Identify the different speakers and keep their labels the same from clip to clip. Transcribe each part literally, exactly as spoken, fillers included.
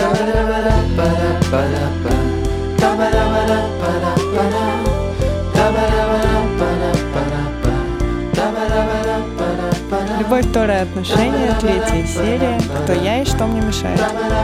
Speaker 1: Любовь, Тора и отношения, третья серия. Кто я и что мне мешает.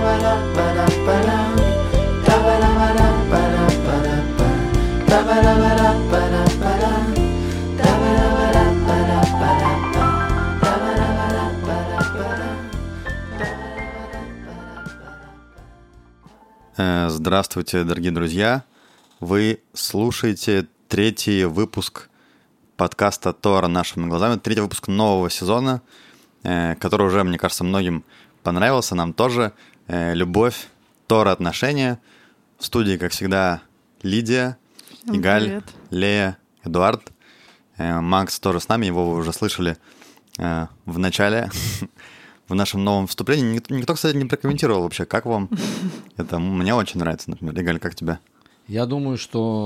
Speaker 2: Здравствуйте, дорогие друзья! Вы слушаете третий выпуск подкаста «Тора нашими глазами», третий выпуск нового сезона, который уже, мне кажется, многим понравился, нам тоже. Любовь, Тора, отношения. В студии, как всегда, Лидия, Игаль,
Speaker 1: Привет.
Speaker 2: Лея, Эдуард. Макс тоже с нами, его вы уже слышали в начале, в нашем новом вступлении. Никто, кстати, не прокомментировал вообще, как вам. Это мне очень нравится, например. Игаль, как тебе?
Speaker 3: Я думаю,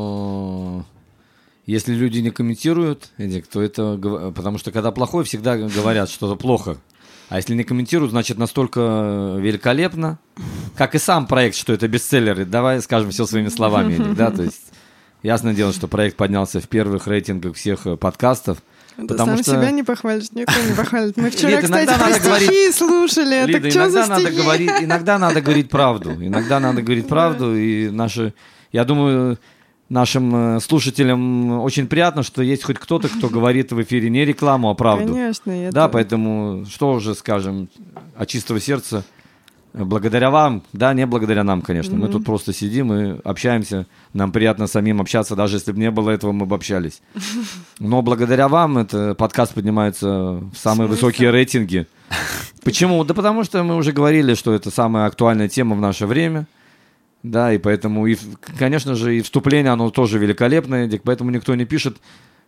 Speaker 3: что если люди не комментируют, Эдик, то это... Потому что когда плохое, всегда говорят что-то плохо. А если не комментируют, значит, настолько великолепно, как и сам проект, что это бестселлеры. Давай скажем все своими словами, Эдик, да? То есть ясное дело, что проект поднялся в первых рейтингах всех подкастов.
Speaker 1: Ты
Speaker 3: потому
Speaker 1: сам
Speaker 3: что...
Speaker 1: себя не похвалишь, никто не похвалит. Мы вчера,
Speaker 3: Лида,
Speaker 1: кстати, про
Speaker 3: надо
Speaker 1: стихи
Speaker 3: говорить...
Speaker 1: слушали.
Speaker 3: Лида,
Speaker 1: так что за
Speaker 3: иногда, надо
Speaker 1: стихи?
Speaker 3: говорить, иногда надо говорить правду. Иногда надо говорить правду. И наши... Я думаю, нашим слушателям очень приятно, что есть хоть кто-то, кто говорит в эфире не рекламу, а правду.
Speaker 1: Конечно. Это...
Speaker 3: Да, поэтому что уже скажем от чистого сердца. Благодаря вам, да, не благодаря нам, конечно. Mm-hmm. Мы тут просто сидим и общаемся. Нам приятно самим общаться, даже если бы не было этого, мы бы общались. Но благодаря вам этот подкаст поднимается в самые высокие рейтинги. Почему? Да потому что мы уже говорили, что это самая актуальная тема в наше время. Да, и поэтому, и, конечно же, и вступление, оно тоже великолепное, поэтому никто не пишет.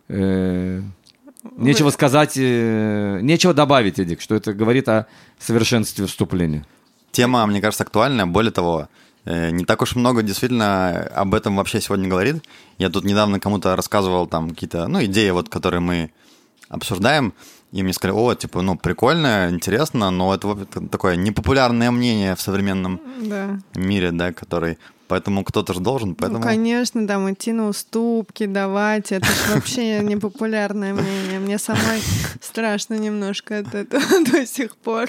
Speaker 3: Э- нечего
Speaker 1: Вы...
Speaker 3: сказать, э- нечего добавить, Эдик, что это говорит о совершенстве вступления.
Speaker 2: Тема, мне кажется, актуальная. Более того, не так уж много действительно об этом вообще сегодня говорит. Я тут недавно кому-то рассказывал там какие-то, ну, идеи, вот, которые мы обсуждаем, и мне сказали, о, типа, ну, прикольно, интересно, но это, это такое непопулярное мнение в современном
Speaker 1: да.
Speaker 2: мире, да, который... Поэтому кто-то же должен, поэтому...
Speaker 1: Ну, конечно, там идти на уступки, давать, это же вообще непопулярное мнение. Мне самой страшно немножко от этого до сих пор.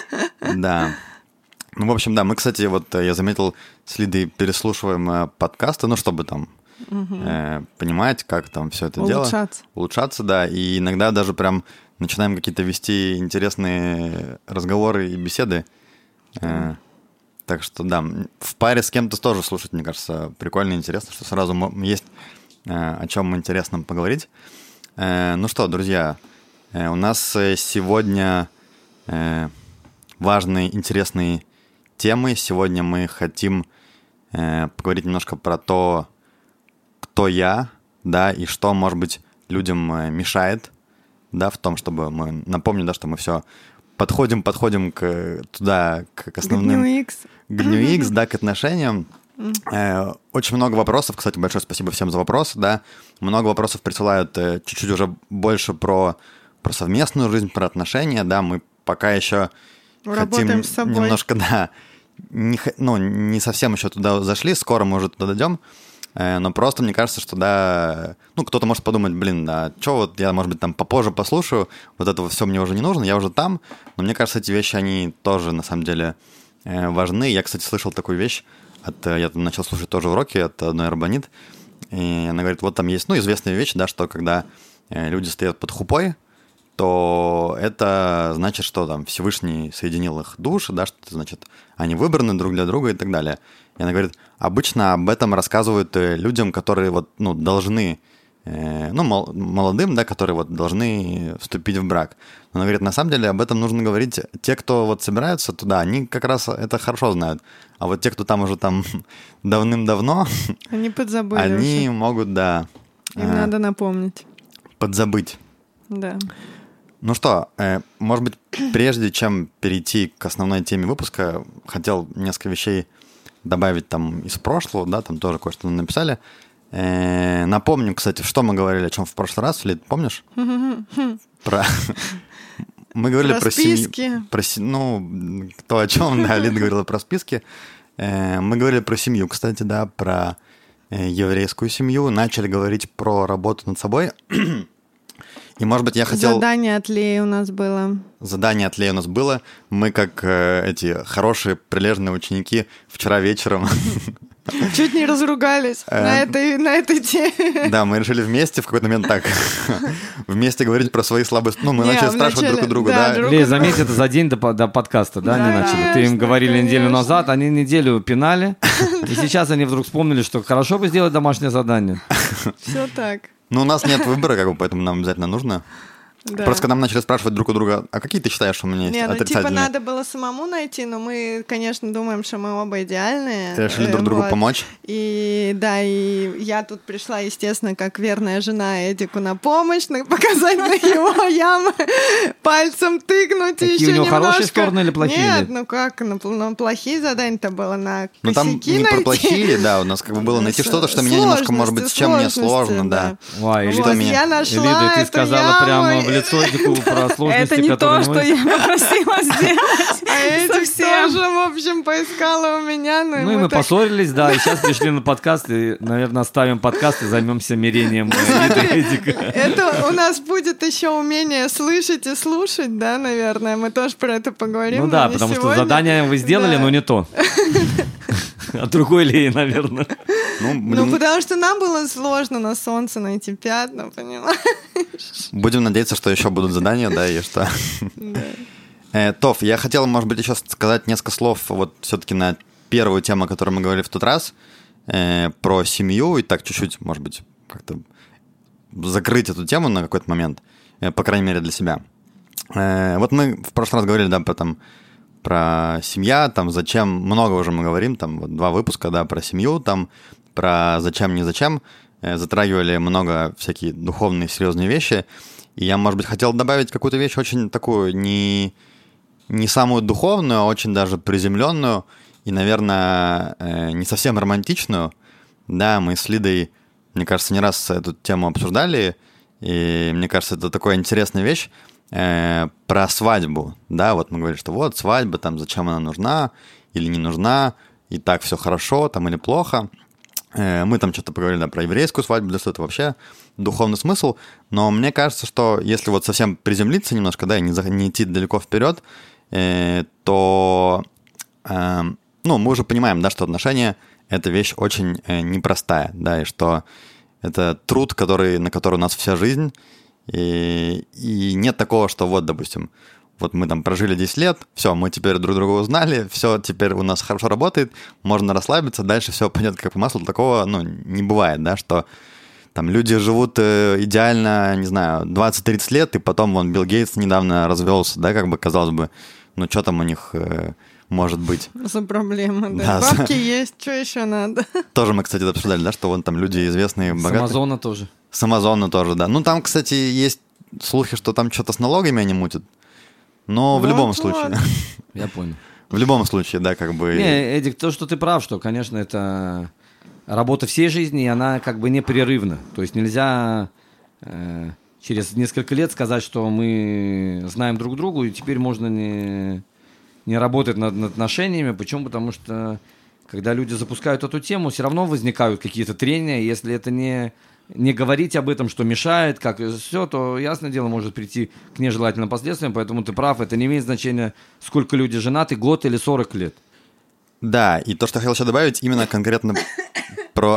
Speaker 2: Да. Ну, в общем, да, мы, кстати, вот я заметил, с Лидой переслушиваем э, подкасты, ну, чтобы там угу. э, понимать, как там все это дело.
Speaker 1: Улучшаться.
Speaker 2: Улучшаться, да, и иногда даже прям начинаем какие-то вести интересные разговоры и беседы. Э, так что, да, в паре с кем-то тоже слушать, мне кажется, прикольно и интересно, что сразу есть э, о чем интересном поговорить. Э, ну что, друзья, э, у нас сегодня э, важные, интересные темы. Сегодня мы хотим э, поговорить немножко про то, кто я, да, и что, может быть, людям э, мешает, да, в том, чтобы мы... Напомню, да, что мы все подходим, подходим к, туда, к, к основным...
Speaker 1: К New X.
Speaker 2: К New X, да, к отношениям. Э, очень много вопросов, кстати, большое спасибо всем за вопросы, да. Много вопросов присылают э, чуть-чуть уже больше про, про совместную жизнь, про отношения, да, мы пока еще
Speaker 1: Работаем
Speaker 2: хотим
Speaker 1: с собой.
Speaker 2: немножко, да, не, ну, не совсем еще туда зашли, скоро мы уже туда дойдем, э, но просто мне кажется, что, да, ну, кто-то может подумать, блин, да, что вот я, может быть, там попозже послушаю, вот этого все мне уже не нужно, я уже там, но мне кажется, эти вещи, они тоже, на самом деле, э, важны. Я, кстати, слышал такую вещь, от, я там начал слушать тоже уроки от одной рабанит, и она говорит, вот там есть, ну, известная вещь, да, что когда э, люди стоят под хупой, то это значит, что там Всевышний соединил их души, да, что это значит, они выбраны друг для друга и так далее. И она говорит, обычно об этом рассказывают людям, которые вот, ну, должны, э, ну, мол, молодым, да, которые вот должны вступить в брак. Но она говорит, на самом деле об этом нужно говорить те, кто вот собираются туда, они как раз это хорошо знают. А вот те, кто там уже там давным-давно,
Speaker 1: они подзабыли
Speaker 2: они
Speaker 1: уже.
Speaker 2: могут, да.
Speaker 1: Им э, надо напомнить.
Speaker 2: Подзабыть.
Speaker 1: Да.
Speaker 2: Ну что, э, может быть, прежде чем перейти к основной теме выпуска, хотел несколько вещей добавить там из прошлого, да, там тоже кое-что написали. Э, напомню, кстати, что мы говорили, о чем в прошлый раз, Лид, помнишь? Про... Мы говорили про,
Speaker 1: про списки.
Speaker 2: Семью, про, ну, то, о чем, да, Лида говорила про списки. Мы говорили про семью, кстати, да, про еврейскую семью, начали говорить про работу над собой. И, может быть, я хотел...
Speaker 1: Задание от Леи у нас было.
Speaker 2: Задание от Леи у нас было. Мы, как э, эти хорошие, прилежные ученики, вчера вечером...
Speaker 1: Чуть не разругались на этой, на этой теме.
Speaker 2: Да, мы решили вместе в какой-то момент так вместе говорить про свои слабости. Ну, мы начали спрашивать друг у друга, да.
Speaker 3: Лея, заметь, это за день до, до подкаста, да, они начали. Ты им говорили неделю назад, они неделю пинали, и сейчас они вдруг вспомнили, что хорошо бы сделать домашнее задание.
Speaker 1: Все так.
Speaker 2: Ну, у нас нет выбора, как бы, поэтому нам обязательно нужно. Да. Просто когда мы начали спрашивать друг у друга, а какие ты считаешь, у меня есть
Speaker 1: Не, ну
Speaker 2: отрицательные?
Speaker 1: типа надо было самому найти, но мы, конечно, думаем, что мы оба идеальные.
Speaker 2: Решили друг другу
Speaker 1: вот.
Speaker 2: помочь.
Speaker 1: И да, и я тут пришла, естественно, как верная жена Эдику на помощь, на, показать на его ямы, пальцем тыкнуть и еще
Speaker 3: немножко. Какие у него
Speaker 1: немножко.
Speaker 3: Хорошие стороны или плохие?
Speaker 1: Нет, ну как, ну, ну плохие задания-то было на косяки
Speaker 2: ну там не
Speaker 1: найти.
Speaker 2: про плохие, да, у нас как бы было найти что-то, что меня немножко, может быть, с чем мне сложно, да.
Speaker 3: Ой,
Speaker 1: Элида,
Speaker 3: вот,
Speaker 1: меня... я нашла
Speaker 3: Элида, ты
Speaker 1: эту
Speaker 3: сказала
Speaker 1: яму.
Speaker 3: прямо в лицо Эдику про сложности,
Speaker 4: это не то,
Speaker 3: которые
Speaker 4: что я попросила сделать.
Speaker 1: А Эдик тоже, в общем, поискала у меня. Ну,
Speaker 3: ну и мы так... поссорились, да, и сейчас пришли на подкаст, и, наверное, оставим подкаст и займемся мирением Элиды и Эдика.
Speaker 1: Это у нас будет еще умение слышать и слушать, да, наверное, мы тоже про это поговорим.
Speaker 3: Ну да, потому
Speaker 1: сегодня.
Speaker 3: Что задание вы сделали,
Speaker 1: да.
Speaker 3: но не то. А другой Леи, наверное.
Speaker 1: Ну, будем... ну, потому что нам было сложно на солнце найти пятна, понимаешь?
Speaker 2: Будем надеяться, что еще будут задания, да, и что...
Speaker 1: Да.
Speaker 2: Э, Тоф, я хотел, может быть, еще сказать несколько слов вот все-таки на первую тему, о которой мы говорили в тот раз, э, про семью, и так чуть-чуть, может быть, как-то закрыть эту тему на какой-то момент, э, по крайней мере, для себя. Э, вот мы в прошлый раз говорили, да, про, там, про семья, там, зачем, много уже мы говорим, там, вот два выпуска, да, про семью, там, про зачем, не зачем, э, затрагивали много всякие духовные, серьезные вещи, и я, может быть, хотел добавить какую-то вещь очень такую, не... не самую духовную, а очень даже приземленную и, наверное, не совсем романтичную. Да, мы с Лидой, мне кажется, не раз эту тему обсуждали, и мне кажется, это такая интересная вещь э, про свадьбу. Да, вот мы говорили, что вот свадьба, там, зачем она нужна или не нужна, и так все хорошо там или плохо. Э, мы там что-то поговорили, да, про еврейскую свадьбу, для что это вообще духовный смысл, но мне кажется, что если вот совсем приземлиться немножко, да, и не, не идти далеко вперед, то э, ну, мы уже понимаем, да, что отношения — это вещь очень э, непростая, да, и что это труд, который, на который у нас вся жизнь, и, и нет такого, что вот, допустим, вот мы там прожили десять лет, все, мы теперь друг друга узнали, все, теперь у нас хорошо работает, можно расслабиться, дальше все пойдет как по маслу, такого, ну, не бывает, да, что там люди живут э, идеально, не знаю, двадцать-тридцать лет, и потом вон Билл Гейтс недавно развелся, да, как бы, казалось бы, ну, что там у них э, может быть? За
Speaker 1: проблемы, да. да. Бабки есть, что еще надо?
Speaker 2: Тоже мы, кстати, обсуждали, да, что вон там люди известные, богатые.
Speaker 3: С Амазона тоже.
Speaker 2: С Амазона тоже, да. Ну, там, кстати, есть слухи, что там что-то с налогами они мутят. Но вот, в любом вот. случае.
Speaker 3: Я понял.
Speaker 2: В любом случае, да, как бы...
Speaker 3: Не, Эдик, то, что ты прав, что, конечно, это работа всей жизни, и она как бы непрерывна. То есть нельзя... Э- через несколько лет сказать, что мы знаем друг друга, и теперь можно не, не работать над, над отношениями. Почему? Потому что, когда люди запускают эту тему, все равно возникают какие-то трения. Если это не, не говорить об этом, что мешает, как все, то, ясное дело, может прийти к нежелательным последствиям. Поэтому ты прав, это не имеет значения, сколько люди женаты, год или сорок лет.
Speaker 2: Да, и то, что я хотел еще добавить, именно конкретно про...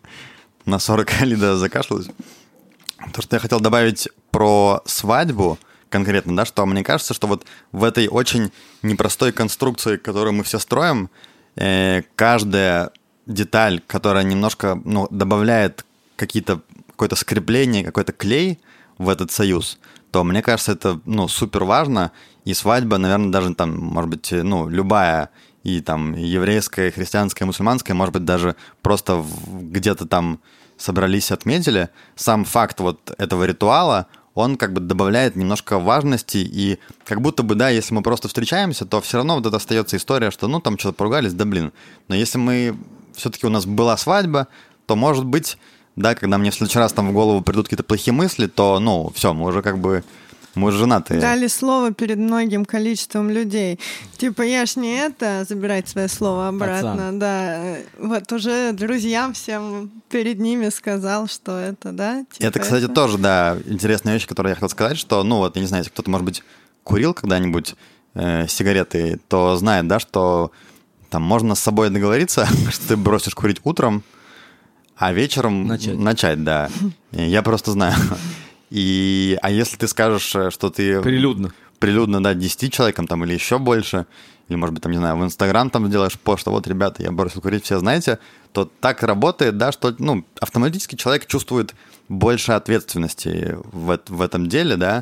Speaker 2: На сорок Лида закашлялась. То, что я хотел добавить про свадьбу конкретно, да, что мне кажется, что вот в этой очень непростой конструкции, которую мы все строим, э, каждая деталь, которая немножко, ну, добавляет какие-то, какое-то скрепление, какой-то клей в этот союз, то мне кажется, это, ну, супер важно, и свадьба, наверное, даже там, может быть, ну, любая, и там еврейская, христианская, мусульманская, может быть, даже просто в, где-то там собрались, отметили, сам факт вот этого ритуала, он как бы добавляет немножко важности, и как будто бы, да, если мы просто встречаемся, то все равно вот это остается история, что, ну, там что-то поругались, да, блин. Но если мы, все-таки у нас была свадьба, то, может быть, да, когда мне в следующий раз там в голову придут какие-то плохие мысли, то, ну, все, мы уже как бы Мы уже женаты.
Speaker 1: Дали слово перед многим количеством людей. Типа, я ж не это, забирать свое слово обратно,
Speaker 3: Пацан.
Speaker 1: да. Вот уже друзьям всем перед ними сказал, что это, да? Типа
Speaker 2: Это, кстати, тоже, да, интересная вещь, которую я хотел сказать, что, ну вот, я не знаю, если кто-то, может быть, курил когда-нибудь э, сигареты, то знает, да, что там можно с собой договориться, что ты бросишь курить утром, а вечером
Speaker 3: Начать.
Speaker 2: начать, да. Я просто знаю. И, а если ты скажешь, что ты...
Speaker 3: Прилюдно.
Speaker 2: Прилюдно, да, десяти человекам там или еще больше, или, может быть, там, не знаю, в Инстаграм там делаешь пост, что вот, ребята, я бросил курить, все знаете, то так работает, да, что, ну, автоматически человек чувствует больше ответственности в, в этом деле, да,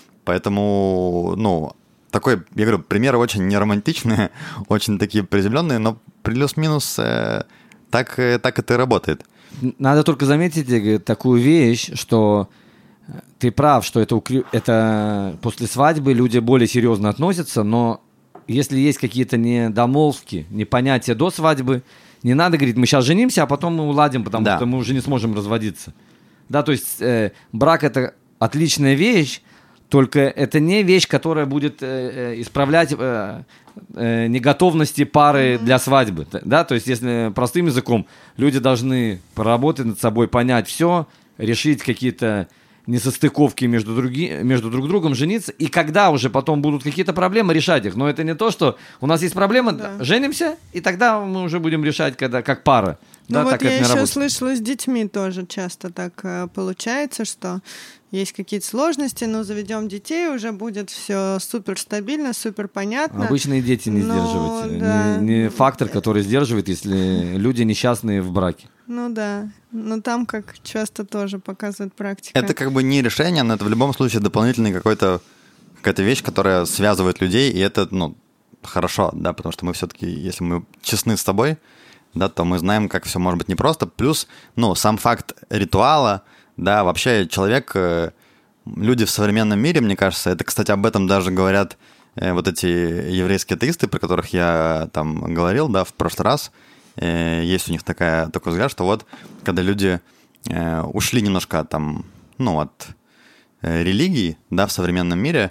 Speaker 2: поэтому, ну, такой, я говорю, примеры очень неромантичные, очень такие приземленные, но плюс-минус э, так, э, так это и работает.
Speaker 3: Надо только заметить э, такую вещь, что ты прав, что это, укрю- это после свадьбы люди более серьезно относятся, но если есть какие-то недомолвки, непонятия до свадьбы, не надо говорить, мы сейчас женимся, а потом мы уладим, потому
Speaker 2: Да.
Speaker 3: что мы уже не сможем разводиться. Да, то есть э, брак — это отличная вещь, только это не вещь, которая будет э, э, исправлять э, э, неготовности пары для свадьбы. Да, то есть если простым языком, люди должны поработать над собой, понять все, решить какие-то несостыковки между, други, между друг другом, жениться, и когда уже потом будут какие-то проблемы, решать их. Но это не то, что у нас есть проблема,
Speaker 1: Да.
Speaker 3: женимся, и тогда мы уже будем решать, когда, как пара.
Speaker 1: Ну
Speaker 3: Да,
Speaker 1: вот
Speaker 3: так
Speaker 1: я
Speaker 3: это не
Speaker 1: еще
Speaker 3: работает.
Speaker 1: слышала, с детьми тоже часто так э, получается, что есть какие-то сложности, но заведем детей, уже будет все супер стабильно, супер понятно.
Speaker 3: Обычные дети не
Speaker 1: Ну,
Speaker 3: сдерживают.
Speaker 1: да.
Speaker 3: Не, не фактор, который сдерживает, если люди несчастные в браке.
Speaker 1: Ну да, но там, как часто тоже показывает практика.
Speaker 2: Это как бы не решение, но это в любом случае дополнительный какой-то, какая-то вещь, которая связывает людей, и это, ну, хорошо, да, потому что мы все-таки, если мы честны с тобой, да, то мы знаем, как все может быть непросто. Плюс, ну, сам факт ритуала, да, вообще человек, э, люди в современном мире, мне кажется, это, кстати, об этом даже говорят э, вот эти еврейские атеисты, про которых я там говорил, да, в прошлый раз. Э, есть у них такая, такой взгляд, что вот, когда люди э, ушли немножко там, ну, от э, религии, да, в современном мире,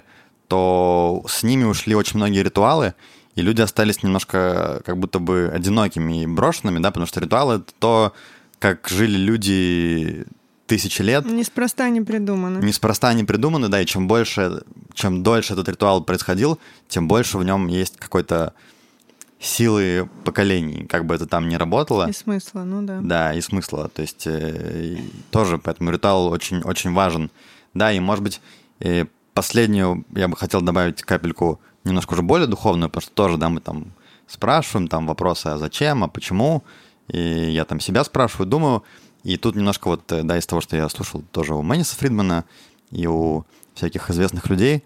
Speaker 2: то с ними ушли очень многие ритуалы, и люди остались немножко как будто бы одинокими и брошенными, да, потому что ритуалы — это то, как жили люди тысячи лет.
Speaker 1: Неспроста не придумано.
Speaker 2: Неспроста они придуманы, да, и чем больше, чем дольше этот ритуал происходил, тем больше в нем есть какой-то силы поколений, как бы это там ни работало.
Speaker 1: И смысла, ну да.
Speaker 2: Да, и смысла. То есть э, тоже поэтому ритуал очень, очень важен. Да, и, может быть, э, последнюю я бы хотел добавить капельку немножко уже более духовную, потому что тоже, да, мы там спрашиваем там вопросы, а зачем, а почему, и я там себя спрашиваю, думаю, и тут немножко вот, да, из того, что я слушал тоже у Мэниса Фридмана и у всяких известных людей,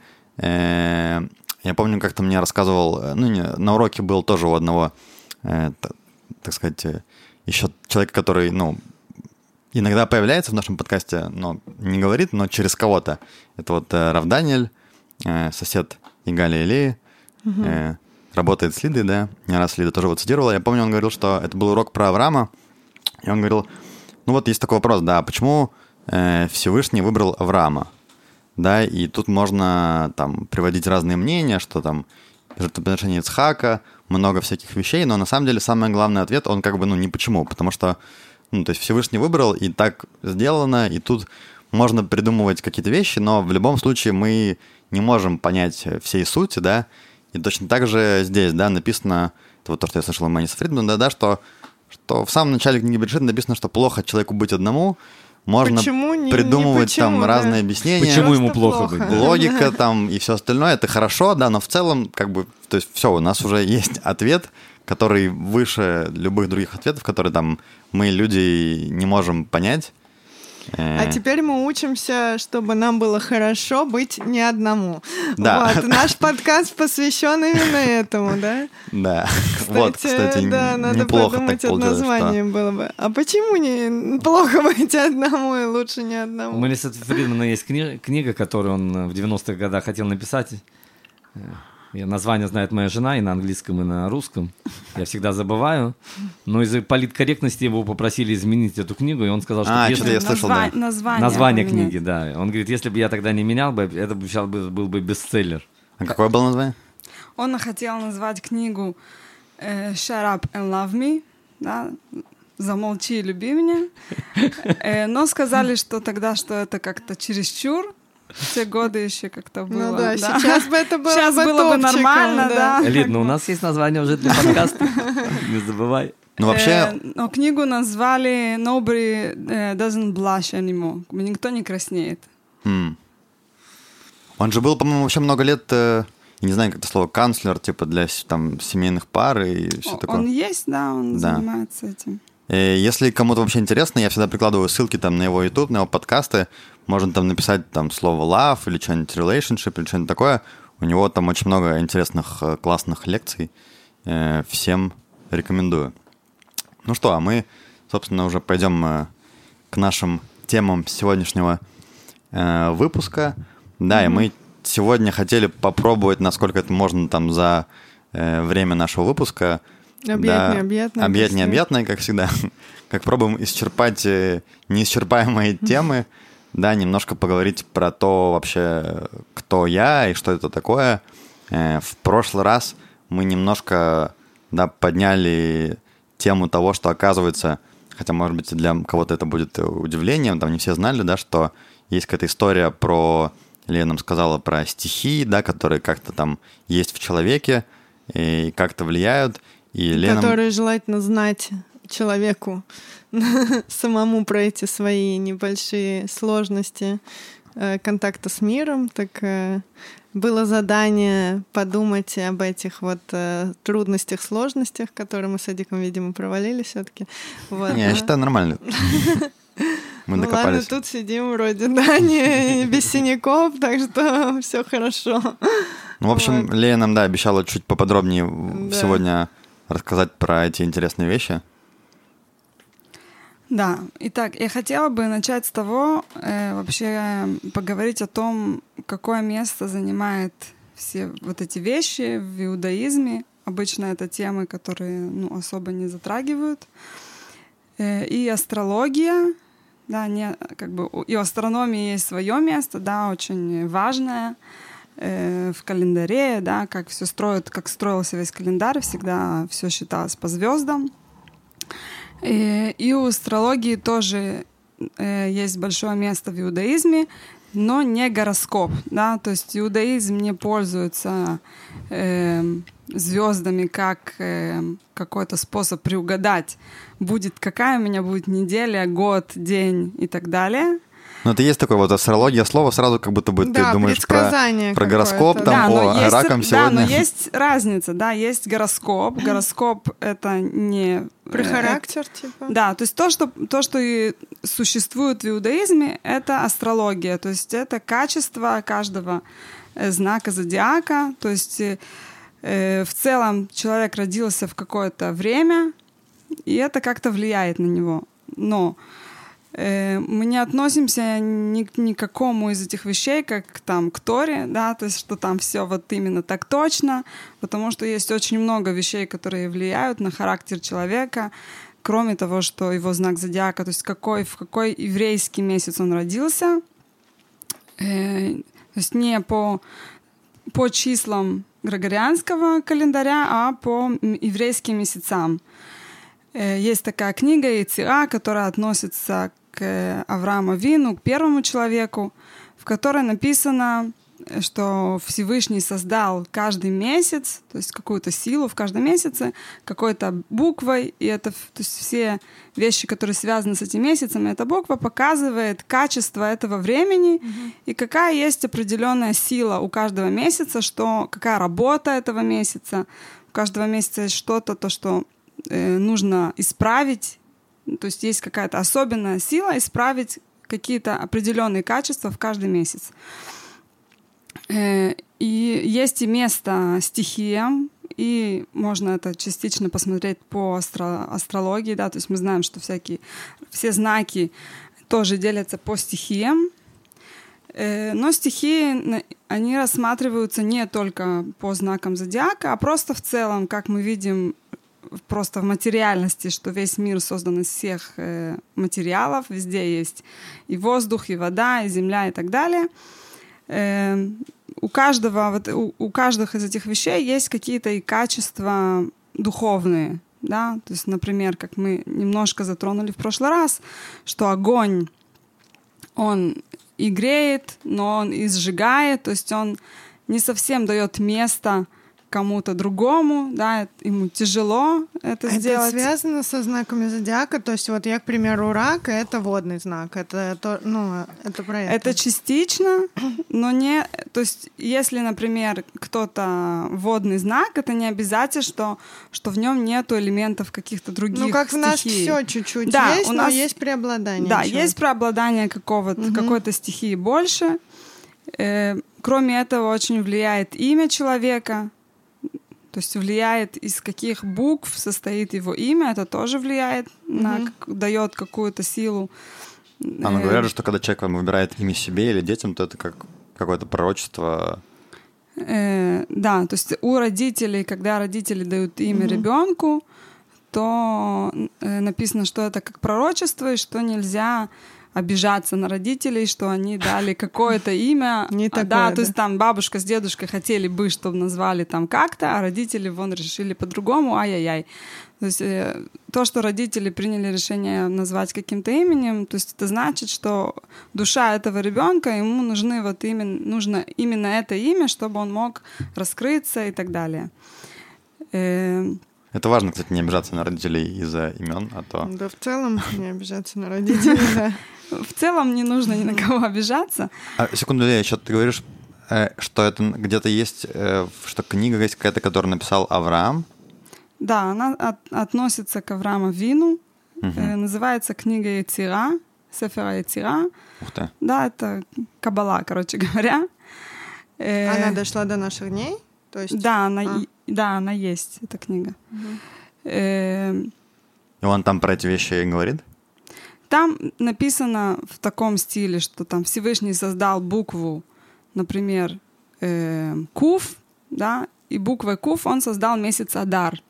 Speaker 2: э, я помню, как-то мне рассказывал, ну, не, на уроке был тоже у одного, э, так, так сказать, еще человек, который, ну, иногда появляется в нашем подкасте, но не говорит, но через кого-то. Это вот э, Рав Даниэль, э, сосед Игали Илеи, угу. э, работает с Лидой, да, не раз Лида тоже его цитировала. Я помню, он говорил, что это был урок про Авраама, и он говорил, ну вот есть такой вопрос, да, почему э, Всевышний выбрал Авраама? Да, и тут можно там приводить разные мнения, что там жертвоприношение Ицхака, много всяких вещей, но на самом деле самый главный ответ, он как бы, ну, не почему, потому что, ну, то есть Всевышний выбрал, и так сделано, и тут можно придумывать какие-то вещи, но в любом случае мы не можем понять всей сути, да, и точно так же здесь, да, написано, это вот то, что я слышал у Мэниса Фридмана, да, да, что, что в самом начале книги Берешит написано, что плохо человеку быть одному, можно
Speaker 1: почему? Не,
Speaker 2: придумывать
Speaker 1: не почему,
Speaker 2: там
Speaker 1: да.
Speaker 2: разные объяснения.
Speaker 3: Почему ему
Speaker 1: Просто
Speaker 3: плохо
Speaker 1: плохо.
Speaker 3: быть? Да?
Speaker 2: Логика там и все остальное, это хорошо, да, но в целом, как бы, то есть все, у нас уже есть ответ, который выше любых других ответов, которые там мы, люди, не можем понять.
Speaker 1: А теперь мы учимся, чтобы нам было хорошо быть не одному.
Speaker 2: Да.
Speaker 1: Вот, наш подкаст посвящен именно этому, да?
Speaker 2: Да,
Speaker 1: Кстати,
Speaker 2: вот, кстати,
Speaker 1: да, надо
Speaker 2: неплохо так
Speaker 1: подумать, от
Speaker 2: получилось,
Speaker 1: названия было бы. А почему не плохо быть одному и лучше не одному?
Speaker 3: У Мэниса Фридмана есть кни- книга, которую он в девяностых годах хотел написать. Я, название знает моя жена и на английском, и на русском. Я всегда забываю. Но из-за политкорректности его попросили изменить эту книгу, и он сказал, что...
Speaker 2: А,
Speaker 3: если...
Speaker 2: что-то я слышал,
Speaker 4: Назва-
Speaker 2: да.
Speaker 4: Название,
Speaker 3: Название
Speaker 4: поменять.
Speaker 3: книги, да. Он говорит, если бы я тогда не менял бы, это бы сейчас был, был бы бестселлер.
Speaker 2: А какое было название?
Speaker 4: Он хотел назвать книгу э, «Shut up and love me», да, «Замолчи и люби меня», Э, но сказали, что тогда, что это как-то чересчур. В те годы еще как-то было.
Speaker 1: Ну да, сейчас бы это было
Speaker 4: Сейчас
Speaker 1: бы
Speaker 4: было бы
Speaker 1: топчиком,
Speaker 4: нормально, да.
Speaker 3: Лид, ну у нас есть название уже для подкаста. Не забывай.
Speaker 2: Ну, вообще,
Speaker 4: Э, но книгу назвали «Nobody э, doesn't blush anymore». Никто не краснеет.
Speaker 2: м. Он же был, по-моему, вообще много лет, э, я не знаю, как это слово, канцлер, типа, для с- там семейных пар и все
Speaker 4: О-
Speaker 2: такое.
Speaker 4: Он есть, да, он
Speaker 2: Да.
Speaker 4: занимается этим.
Speaker 2: Э, Если кому-то вообще интересно, я всегда прикладываю ссылки там на его YouTube, на его подкасты. Можно там написать там слово love или что-нибудь relationship или что-нибудь такое. У него там очень много интересных, э, классных лекций. Э, Всем рекомендую. Ну что, а мы, собственно, уже пойдем э, к нашим темам сегодняшнего э, выпуска. Да, и мы сегодня хотели попробовать, насколько это можно там за э, время нашего выпуска.
Speaker 1: Объять,
Speaker 2: Да,
Speaker 1: необъятное,
Speaker 2: Объять
Speaker 1: как
Speaker 2: необъятное, как всегда. Как пробуем исчерпать э, неисчерпаемые темы, да, немножко поговорить про то вообще, кто я и что это такое. Э, В прошлый раз мы немножко, да, подняли тему того, что оказывается, хотя, может быть, для кого-то это будет удивлением, там не все знали, да, что есть какая-то история про, Лена нам сказала про стихии, да, которые как-то там есть в человеке и как-то влияют. И Лена...
Speaker 1: Которые желательно знать человеку, самому пройти свои небольшие сложности э, контакта с миром. Так э, было задание подумать об этих вот э, трудностях, сложностях, которые мы с Эдиком, видимо, провалили все-таки. Вот,
Speaker 2: Не, я
Speaker 1: да.
Speaker 2: считаю, нормально. Мы
Speaker 1: Ну ладно,
Speaker 2: докопались.
Speaker 1: тут сидим вроде, да, не без синяков, так что все хорошо.
Speaker 2: Ну, в общем,
Speaker 1: Вот.
Speaker 2: Лея нам, да, обещала чуть поподробнее в-
Speaker 1: Да.
Speaker 2: сегодня рассказать про эти интересные вещи.
Speaker 4: Да, итак, я хотела бы начать с того, э, вообще поговорить о том, какое место занимает все вот эти вещи в иудаизме. Обычно это темы, которые ну, особо не затрагивают. Э, и астрология, да, не, как бы у- и у астрономии есть свое место, да, очень важное э, в календаре, да, как все строят, как строился весь календарь, всегда все считалось по звездам. И, и у астрологии тоже э, есть большое место в иудаизме, но не гороскоп, да, то есть иудаизм не пользуется э, звездами как э, какой-то способ приугадать, будет какая у меня будет неделя, год, день и так далее.
Speaker 2: Но это есть такое вот астрология, слово сразу как будто бы ты
Speaker 1: Да,
Speaker 2: думаешь про,
Speaker 1: предсказание
Speaker 2: про гороскоп,
Speaker 1: какое-то,
Speaker 2: там,
Speaker 4: но
Speaker 2: о,
Speaker 4: есть,
Speaker 2: раком
Speaker 4: да,
Speaker 2: сегодня.
Speaker 4: но есть разница, да, есть гороскоп. Гороскоп — это не...
Speaker 1: Про
Speaker 4: э,
Speaker 1: характер, типа.
Speaker 4: Да, то есть то, что, то, что и существует в иудаизме, это астрология, то есть это качество каждого э, знака зодиака, то есть э, э, в целом человек родился в какое-то время, и это как-то влияет на него. Но э, мы не относимся ни к никакому из этих вещей, как там к Торе, да, то есть что там все вот именно так точно, потому что есть очень много вещей, которые влияют на характер человека, кроме того, что его знак зодиака, то есть какой, в какой еврейский месяц он родился, э, то есть не по, по числам григорианского календаря, а по м- еврейским месяцам. Э, Есть такая книга Йецира, которая относится к э, Аврааму Авину, к первому человеку, в которой написано, э, что Всевышний создал каждый месяц, то есть какую-то силу в каждом месяце, какой-то буквой, и это в- то есть все вещи, которые связаны с этим месяцем, эта буква показывает качество этого времени и какая есть определенная сила у каждого месяца, что какая работа этого месяца, у каждого месяца есть что-то, то, что э, нужно исправить, то есть есть какая-то особенная сила исправить какие-то определенные качества в каждый месяц. Э, и есть и место стихиям, и можно это частично посмотреть по астро- астрологии, да, то есть мы знаем, что всякие, все знаки тоже делятся по стихиям. Но стихии, они рассматриваются не только по знакам зодиака, а просто в целом, как мы видим, просто в материальности, что весь мир создан из всех материалов, везде есть и воздух, и вода, и земля, и так далее. У каждого, вот, у, у каждых из этих вещей есть какие-то и качества духовные, да, то есть, например, как мы немножко затронули в прошлый раз, что огонь, он и греет, но он и сжигает, то есть он не совсем дает место кому-то другому, да, ему тяжело это,
Speaker 1: это
Speaker 4: сделать.
Speaker 1: Это связано со знаками зодиака, то есть вот я, к примеру, рак, это водный знак, это, то, ну, это про это.
Speaker 4: Это частично, но не, то есть если, например, кто-то водный знак, это не обязательно, что, что в нем нету элементов каких-то других
Speaker 1: Ну, как
Speaker 4: стихий.
Speaker 1: в нас все чуть-чуть
Speaker 4: да,
Speaker 1: есть,
Speaker 4: у
Speaker 1: но
Speaker 4: нас
Speaker 1: есть преобладание.
Speaker 4: Да,
Speaker 1: чего-то.
Speaker 4: есть преобладание какого-то, угу. какой-то стихии больше. Э, кроме этого, очень влияет имя человека. То есть влияет, из каких букв состоит его имя, это тоже влияет, mm-hmm. на, как, дает какую-то силу.
Speaker 2: А ну говорят, что когда человек выбирает имя себе или детям, то это как какое-то пророчество.
Speaker 4: Э, да, то есть у родителей, когда родители дают имя mm-hmm. ребенку, то э, написано, что это как пророчество, и что нельзя обижаться на родителей, что они дали какое-то имя.
Speaker 1: Не
Speaker 4: а,
Speaker 1: такое,
Speaker 4: да,
Speaker 1: да,
Speaker 4: то есть там бабушка с дедушкой хотели бы, чтобы назвали там как-то, а родители вон решили по-другому, ай-яй-яй. То есть э, то, что родители приняли решение назвать каким-то именем, то есть это значит, что душа этого ребенка, ему нужны вот именно, нужно именно это имя, чтобы он мог раскрыться и так далее. Э,
Speaker 2: Это важно, кстати, не обижаться на родителей из-за имен, а то...
Speaker 1: Да, в целом не обижаться на родителей, да.
Speaker 4: В целом не нужно ни на кого обижаться.
Speaker 2: А, секунду, Лея, еще ты говоришь, что это где-то есть, что книга есть какая-то, которую написал Авраам?
Speaker 4: Да, она от, относится к Аврааму Вину.
Speaker 2: Угу.
Speaker 4: Э, называется книга Яцира, Сефера Яцира.
Speaker 2: Ух ты.
Speaker 4: Да, это Каббала, короче говоря.
Speaker 1: Э, она дошла до наших дней? То есть...
Speaker 4: Да, она,
Speaker 1: а.
Speaker 4: да, она есть, эта книга.
Speaker 1: Угу.
Speaker 4: Э,
Speaker 2: И он там про эти вещи говорит?
Speaker 4: Там написано в таком стиле, что там Всевышний создал букву, например, э, Куф, да, и буквой Куф он создал месяц Адар.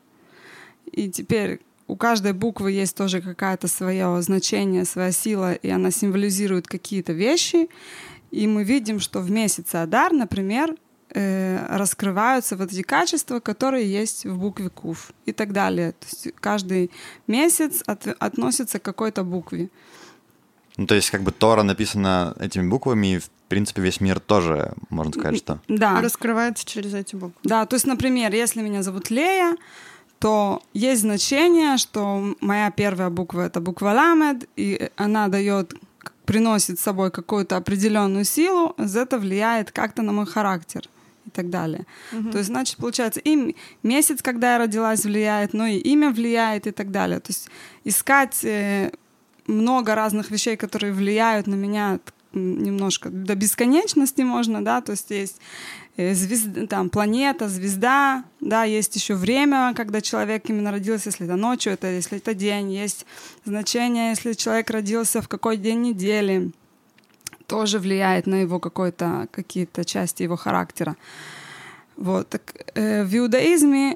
Speaker 4: И теперь у каждой буквы есть тоже какое-то свое значение, своя сила, и она символизирует какие-то вещи. И мы видим, что в месяце Адар, например, э, раскрываются вот эти качества, которые есть в букве Куф и так далее. То есть каждый месяц от, относится к какой-то букве.
Speaker 2: Ну, то есть как бы Тора написана этими буквами, и в принципе весь мир тоже, можно сказать, что...
Speaker 4: Да.
Speaker 1: Раскрывается через эти буквы.
Speaker 4: Да, то есть, например, если меня зовут Лея, то есть значение, что моя первая буква — это буква Ламед, и она дает, приносит с собой какую-то определенную силу, это влияет как-то на мой характер и так далее. Uh-huh. То есть, значит, получается, и месяц, когда я родилась, влияет, но и имя влияет и так далее. То есть искать э, много разных вещей, которые влияют на меня немножко до бесконечности можно, да, то есть есть звезда, там, планета, звезда, да, есть еще время, когда человек именно родился, если это ночью, это, если это день, есть значение, если человек родился в какой день недели, тоже влияет на его какой-то, какие-то части его характера. Вот, так, э, в иудаизме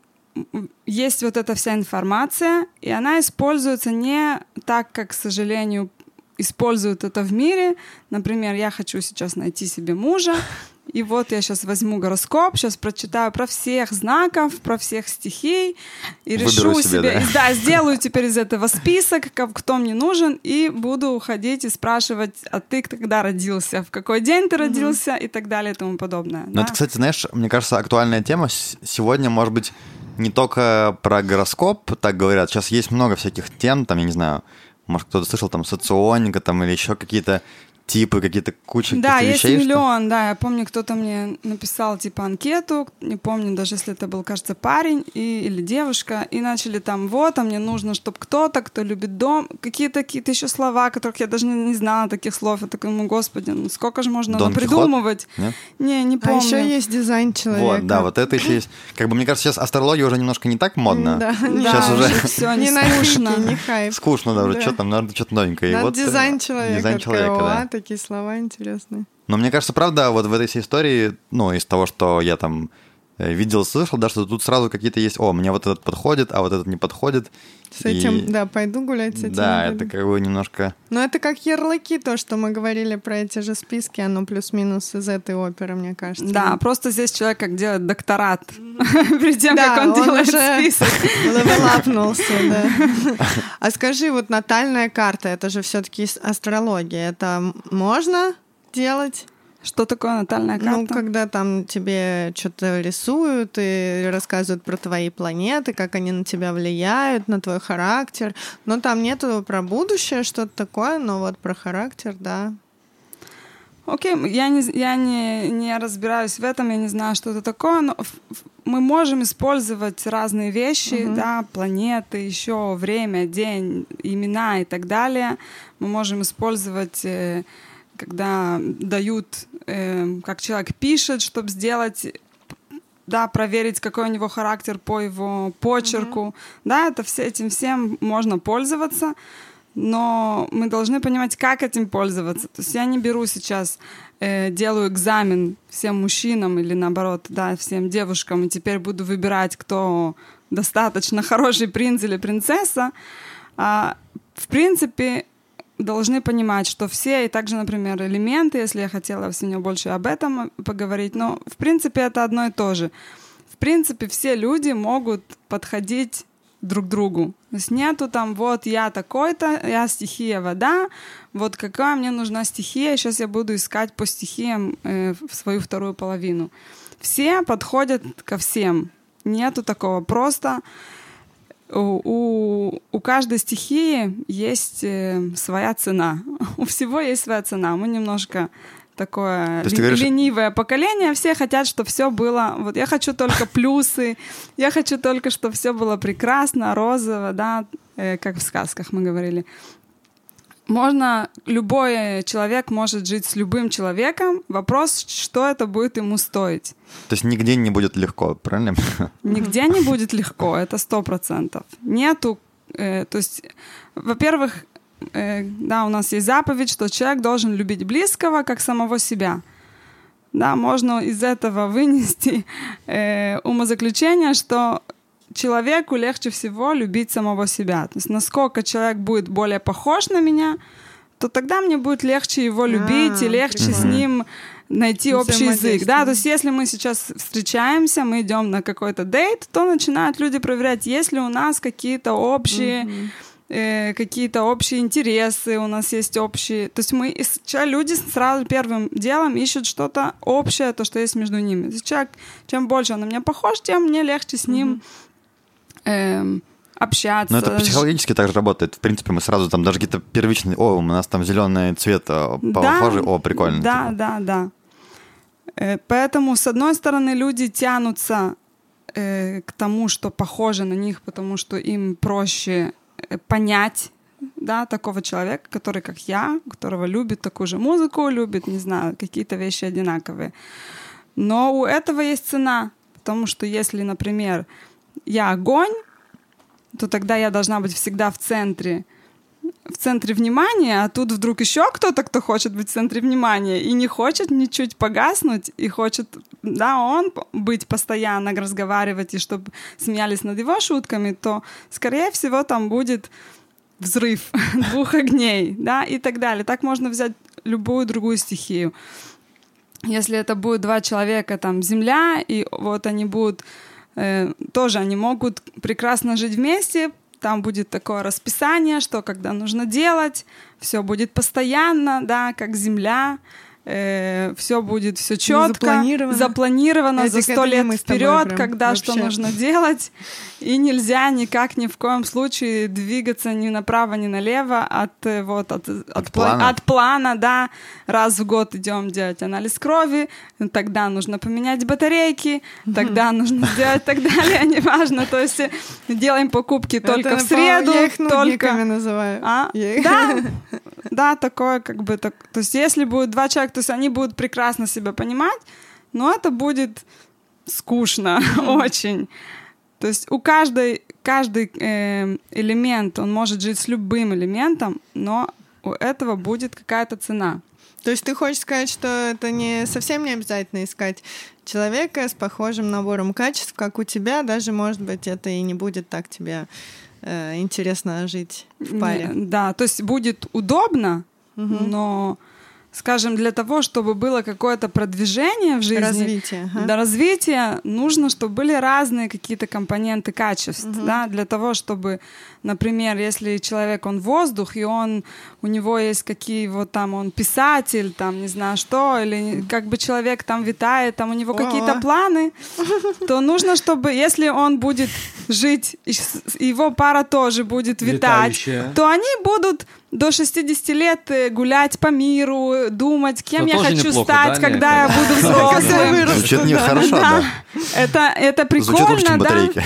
Speaker 4: есть вот эта вся информация, и она используется не так, как, к сожалению, используют это в мире. Например, я хочу сейчас найти себе мужа, и вот я сейчас возьму гороскоп, сейчас прочитаю про всех знаков, про всех стихий, и
Speaker 2: Выберу
Speaker 4: решу
Speaker 2: себе,
Speaker 4: себе,
Speaker 2: да?
Speaker 4: и, да, сделаю теперь из этого список, кто мне нужен, и буду уходить и спрашивать, а ты когда родился, в какой день ты родился, mm-hmm. и так далее, и тому подобное.
Speaker 2: Ну,
Speaker 4: да?
Speaker 2: это, кстати, знаешь, мне кажется, актуальная тема сегодня, может быть, не только про гороскоп, так говорят, сейчас есть много всяких тем, там, я не знаю, может, кто-то слышал, там, соционика, там, или еще какие-то типы, какие-то куча
Speaker 4: да,
Speaker 2: каких-то вещей.
Speaker 4: Да, есть миллион, что... да. Я помню, кто-то мне написал, типа, анкету, не помню, даже если это был, кажется, парень и, или девушка, и начали там, вот, а мне нужно, чтобы кто-то, кто любит дом, какие-то какие-то еще слова, которых я даже не, не знала таких слов. Я такая, ну, господи, ну, сколько же можно
Speaker 2: Дон
Speaker 4: придумывать?
Speaker 2: Нет?
Speaker 4: Не, не помню.
Speaker 1: А еще есть дизайн человека.
Speaker 2: Вот, да, вот это еще есть. Как бы, мне кажется, сейчас астрология уже немножко не так модна.
Speaker 1: Да,
Speaker 2: сейчас
Speaker 4: да,
Speaker 2: уже
Speaker 4: все
Speaker 1: не
Speaker 4: скучно.
Speaker 1: Не хайп.
Speaker 2: Скучно, да, уже
Speaker 1: Да.
Speaker 2: что там, надо что-то новенькое.
Speaker 1: Надо
Speaker 2: И вот,
Speaker 1: дизайн человека.
Speaker 2: Дизайн человека,
Speaker 1: такая,
Speaker 2: да.
Speaker 1: О, такие слова интересные.
Speaker 2: Но мне кажется, правда, вот в этой всей истории, ну, из того, что я там видел, слышал, да, что тут сразу какие-то есть, о, мне вот этот подходит, а вот этот не подходит.
Speaker 1: С этим, и... да, пойду гулять с этим.
Speaker 2: Да, это как бы немножко...
Speaker 1: Ну, это как ярлыки, то, что мы говорили про эти же списки, оно плюс-минус из этой оперы, мне кажется.
Speaker 4: Да, просто здесь человек как делает докторат перед тем, как он делает список.
Speaker 1: Левелапнулся, да. А скажи, вот натальная карта, это же все-таки астрология, это можно делать?
Speaker 4: Что такое натальная карта?
Speaker 1: Ну, когда там тебе что-то рисуют и рассказывают про твои планеты, как они на тебя влияют, на твой характер. Но там нету про будущее что-то такое, но вот про характер, да.
Speaker 4: Окей, okay, я, не, я не, не разбираюсь в этом, я не знаю, что это такое, но мы можем использовать разные вещи, uh-huh. да, планеты, еще время, день, имена и так далее. Мы можем использовать... когда дают, э, как человек пишет, чтобы сделать, да, проверить, какой у него характер по его почерку. Mm-hmm. Да, это все, этим всем можно пользоваться, но мы должны понимать, как этим пользоваться. То есть я не беру сейчас, э, делаю экзамен всем мужчинам или наоборот, да, всем девушкам, и теперь буду выбирать, кто достаточно хороший принц или принцесса. А, в принципе, должны понимать, что все, и также, например, элементы, если я хотела сегодня больше об этом поговорить, но, в принципе, это одно и то же. В принципе, все люди могут подходить друг к другу. То есть нету там, вот я такой-то, я стихия вода, вот какая мне нужна стихия, сейчас я буду искать по стихиям э, свою вторую половину. Все подходят ко всем. Нету такого. Просто... У, у, у каждой стихии есть э, своя цена. У всего есть своя цена. Мы немножко такое ли, говоришь... ленивое поколение. Все хотят, чтобы все было... Вот я хочу только плюсы. Я хочу только, чтобы все было прекрасно, розово, да, э, как в сказках мы говорили. Можно... Любой человек может жить с любым человеком. Вопрос, что это будет ему стоить.
Speaker 2: То есть нигде не будет легко, правильно?
Speaker 4: Нигде не будет легко, это сто процентов. Нету... Э, то есть, во-первых, э, да, у нас есть заповедь, что человек должен любить близкого, как самого себя. Да, можно из этого вынести э, умозаключение, что человеку легче всего любить самого себя. То есть насколько человек будет более похож на меня, то тогда мне будет легче его любить, а, и легче прикольно. С ним найти общий язык. Да? То есть если мы сейчас встречаемся, мы идем на какой-то дейт, то начинают люди проверять, есть ли у нас какие-то общие... Mm-hmm. Э, какие-то общие интересы, у нас есть общие... То есть мы, люди сразу первым делом ищут что-то общее, то, что есть между ними. То есть человек, чем больше он на меня похож, тем мне легче с ним э, общаться.
Speaker 2: Но это психологически так же работает. В принципе, мы сразу там даже какие-то первичные... О, у нас там зеленый цвет похожий, да, о, прикольно.
Speaker 4: Да,
Speaker 2: типа.
Speaker 4: да, да. Э, поэтому, с одной стороны, люди тянутся э, к тому, что похоже на них, потому что им проще понять, да, такого человека, который, как я, которого любит такую же музыку, любит, не знаю, какие-то вещи одинаковые. Но у этого есть цена, потому что если, например, я огонь, то тогда я должна быть всегда в центре, в центре внимания, а тут вдруг еще кто-то, кто хочет быть в центре внимания и не хочет ничуть погаснуть, и хочет, да, он быть постоянно, разговаривать, и чтобы смеялись над его шутками, то, скорее всего, там будет взрыв двух огней, да, и так далее. Так можно взять любую другую стихию. Если это будет два человека, там, земля, и вот они будут, э, тоже они могут прекрасно жить вместе, там будет такое расписание, что когда нужно делать, все будет постоянно, да, как земля, э, все будет все четко, запланировано, запланировано за сто лет вперед, когда вообще. Что нужно делать, и нельзя никак ни в коем случае двигаться ни направо, ни налево от вот от, от,
Speaker 2: от, плана.
Speaker 4: от плана, да. Раз в год идем делать анализ крови, тогда нужно поменять батарейки, тогда нужно сделать так далее, неважно, то есть делаем покупки только
Speaker 1: это,
Speaker 4: в среду,
Speaker 1: я их
Speaker 4: только
Speaker 1: называю.
Speaker 4: А?
Speaker 1: Я...
Speaker 4: Да, да, такое как бы так. То есть если будет два человека, то есть они будут прекрасно себя понимать, но это будет скучно очень. То есть у каждой, каждый э, элемент, он может жить с любым элементом, но у этого будет какая-то цена.
Speaker 1: То есть ты хочешь сказать, что это не совсем не обязательно искать человека с похожим набором качеств, как у тебя, даже, может быть, это и не будет так тебе э, интересно жить в паре.
Speaker 4: Не, да, то есть будет удобно, угу. но, скажем, для того, чтобы было какое-то продвижение в жизни,
Speaker 1: развитие, ага.
Speaker 4: для развития нужно, чтобы были разные какие-то компоненты качеств, угу. да, для того, чтобы, например, если человек, он воздух, и он, у него есть какие вот там, он писатель, там, не знаю что, или как бы человек там витает, там у него О-о. какие-то планы, то нужно, чтобы, если он будет жить, его пара тоже будет витать, Летающая. то они будут до шестидесяти лет гулять по миру, думать, кем Но я хочу неплохо, стать, да, когда нет? я буду взрослым.
Speaker 2: Звучит нехорошо, да.
Speaker 4: Это, это прикольно,
Speaker 2: Звучит лучше, чем батарейки.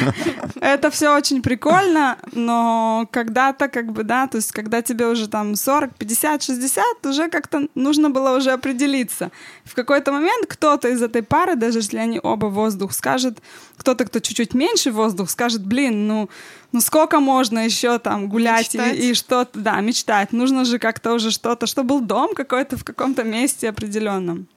Speaker 4: Это все очень прикольно, но когда-то, как бы, да, то есть когда тебе уже там сорок, пятьдесят, шестьдесят, уже как-то нужно было уже определиться. В какой-то момент кто-то из этой пары, даже если они оба воздух, скажет, кто-то, кто чуть-чуть меньше воздух, скажет, блин, ну, ну сколько можно еще там гулять и, и что-то, да, мечтать. Нужно же как-то уже что-то, что был дом какой-то в каком-то месте определенном.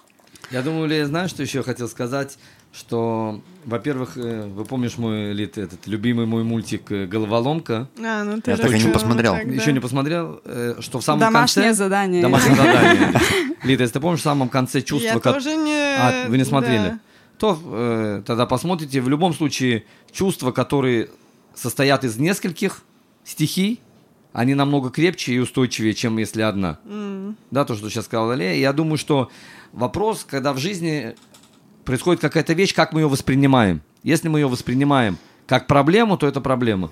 Speaker 3: Я думаю, Лея, знаешь, что еще хотел сказать? Что, во-первых, вы помнишь мой лит, этот любимый мой мультик «Головоломка»?
Speaker 1: А, ну ты
Speaker 2: Я так и не посмотрел.
Speaker 1: Так, да.
Speaker 3: Еще не посмотрел, что в самом
Speaker 4: Домашнее
Speaker 3: конце...
Speaker 4: задание.
Speaker 3: Домашнее задание. Лита, если ты помнишь, в самом конце чувства...
Speaker 1: Я
Speaker 3: как...
Speaker 1: тоже не...
Speaker 3: А, вы не смотрели?
Speaker 1: Да.
Speaker 3: То э, тогда посмотрите. В любом случае, чувства, которые состоят из нескольких стихий, они намного крепче и устойчивее, чем если одна. Mm. Да, то, что сейчас сказала Лея. Я думаю, что вопрос, когда в жизни происходит какая-то вещь, как мы ее воспринимаем. Если мы ее воспринимаем как проблему, то это проблема.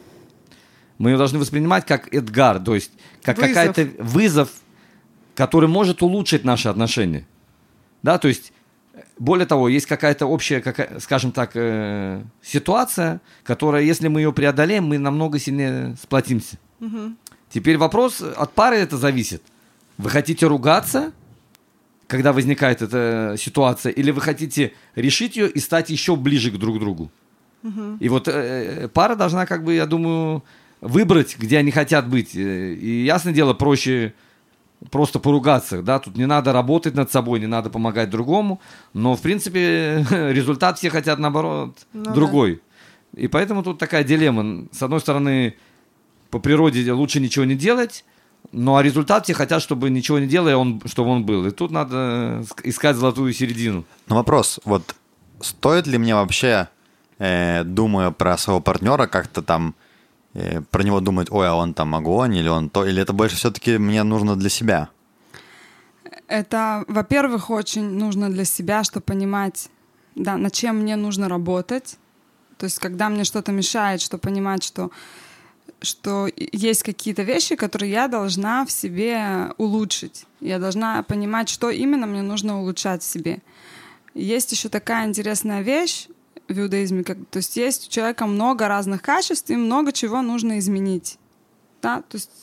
Speaker 3: Мы ее должны воспринимать как эдгар, то есть как вызов. какая-то вызов, который может улучшить наши отношения. Да, то есть, более того, есть какая-то общая, какая, скажем так, э, ситуация, которая, если мы ее преодолеем, мы намного сильнее сплотимся. Mm-hmm. Теперь вопрос, от пары это зависит. Вы хотите ругаться, когда возникает эта ситуация, или вы хотите решить ее и стать еще ближе к друг другу? Uh-huh. И вот э, пара должна, как бы, я думаю, выбрать, где они хотят быть. И, ясное дело, проще просто поругаться, да, тут не надо работать над собой, не надо помогать другому, но, в принципе, результат все хотят, наоборот, ну, другой. Да. И поэтому тут такая дилемма. С одной стороны, по природе лучше ничего не делать, ну, а результат все хотят, чтобы ничего не делая, он, чтобы он был. И тут надо искать золотую середину.
Speaker 2: Ну, вопрос, вот стоит ли мне вообще, э, думая про своего партнера, как-то там э, про него думать, ой, а он там огонь, или он то, или это больше все-таки мне нужно для себя?
Speaker 4: Это, во-первых, очень нужно для себя, чтобы понимать, да, над чем мне нужно работать. То есть, когда мне что-то мешает, чтобы понимать, что что есть какие-то вещи, которые я должна в себе улучшить. Я должна понимать, что именно мне нужно улучшать в себе. Есть еще такая интересная вещь в иудаизме, как, то есть есть у человека много разных качеств и много чего нужно изменить. Да? То есть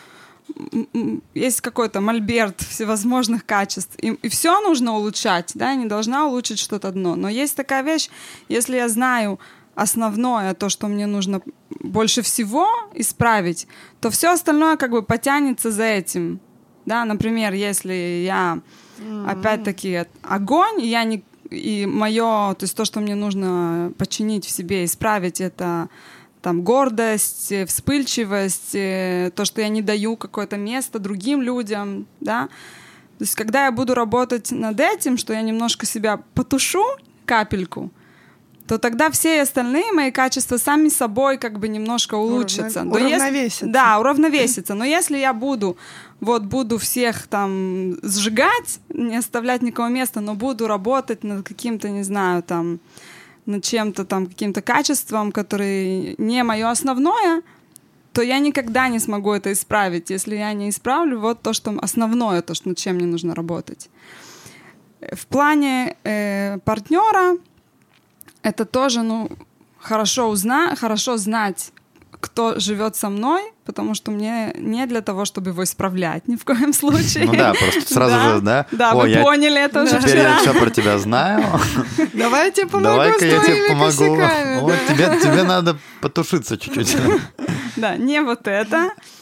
Speaker 4: есть какой-то мольберт всевозможных качеств, и, и все нужно улучшать, да, я не должна улучшить что-то одно. Но есть такая вещь, если я знаю основное, то, что мне нужно больше всего исправить, то все остальное как бы потянется за этим. Да, например, если я mm-hmm. опять-таки огонь, и я не и мое, то есть то, что мне нужно починить в себе, исправить, это там гордость, вспыльчивость, то, что я не даю какое-то место другим людям, да. То есть когда я буду работать над этим, что я немножко себя потушу, капельку, то тогда все остальные мои качества сами собой как бы немножко улучшатся.
Speaker 1: Уравна... Уравновесятся.
Speaker 4: Если... Да, уравновесятся. Но если я буду, вот буду всех там сжигать, не оставлять никакого места, но буду работать над каким-то, не знаю, там, над чем-то там, каким-то качеством, которое не мое основное, то я никогда не смогу это исправить. Если я не исправлю вот то, что основное, то, что, над чем мне нужно работать. В плане э, партнера это тоже, ну, хорошо узнать, хорошо знать, кто живет со мной, потому что мне не для того, чтобы его исправлять ни в коем случае.
Speaker 2: Ну да, просто сразу
Speaker 4: да,
Speaker 2: же, да?
Speaker 4: Да,
Speaker 2: О,
Speaker 4: вы
Speaker 2: я...
Speaker 4: поняли это уже
Speaker 2: Теперь
Speaker 4: вчера.
Speaker 2: я все про тебя знаю.
Speaker 1: Давай я тебе помогу
Speaker 2: Давай-ка
Speaker 1: с
Speaker 2: я тебе
Speaker 1: твоими
Speaker 2: помогу.
Speaker 1: косяками.
Speaker 2: Вот, тебе, тебе надо потушиться чуть-чуть.
Speaker 4: Да, не вот это.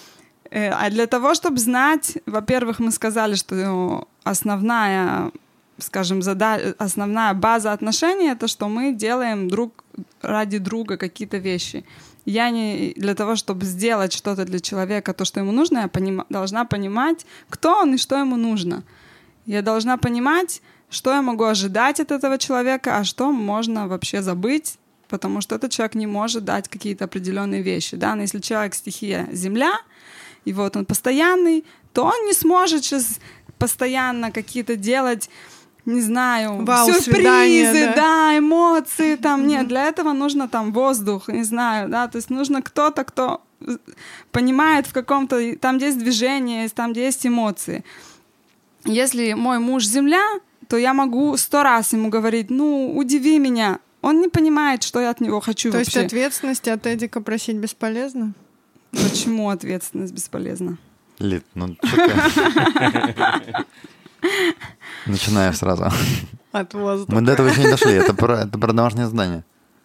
Speaker 4: А для того, чтобы знать, во-первых, мы сказали, что основная, скажем, зада... основная база отношений — это что мы делаем друг ради друга какие-то вещи. Я не для того, чтобы сделать что-то для человека, то, что ему нужно, я поним... должна понимать, кто он и что ему нужно. Я должна понимать, что я могу ожидать от этого человека, а что можно вообще забыть, потому что этот человек не может дать какие-то определенные вещи. Да? Но если человек стихия земля, и вот он постоянный, то он не сможет сейчас постоянно какие-то делать, не знаю,
Speaker 1: Вау,
Speaker 4: сюрпризы,
Speaker 1: да?
Speaker 4: да, эмоции, там, mm-hmm. нет, для этого нужно там воздух, не знаю, да, то есть нужно кто-то, кто понимает в каком-то, там, где есть движение, там, где есть эмоции. Если мой муж земля, то я могу сто раз ему говорить, ну, удиви меня, он не понимает, что я от него хочу
Speaker 1: то
Speaker 4: вообще.
Speaker 1: То есть ответственности от Эдика просить бесполезно?
Speaker 4: Почему ответственность бесполезна?
Speaker 2: Лид, ну что ты... Начинаешь сразу.
Speaker 1: От воздуха.
Speaker 2: Мы до этого еще не дошли. Это про, это про домашнее задание.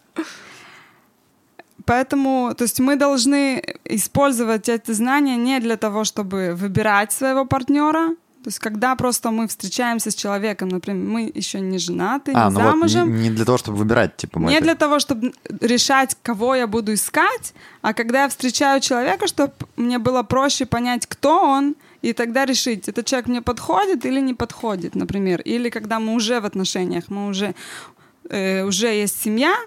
Speaker 4: Поэтому, то есть мы должны использовать эти знания не для того, чтобы выбирать своего партнера. То есть когда просто мы встречаемся с человеком, например, мы еще не женаты,
Speaker 2: а,
Speaker 4: не
Speaker 2: ну
Speaker 4: замужем.
Speaker 2: Вот не, не для того, чтобы выбирать, типа.
Speaker 4: Не
Speaker 2: это...
Speaker 4: для того, чтобы решать, кого я буду искать, а когда я встречаю человека, чтобы мне было проще понять, кто он, и тогда решить, этот человек мне подходит или не подходит, например. Или когда мы уже в отношениях, мы уже, э, уже есть семья,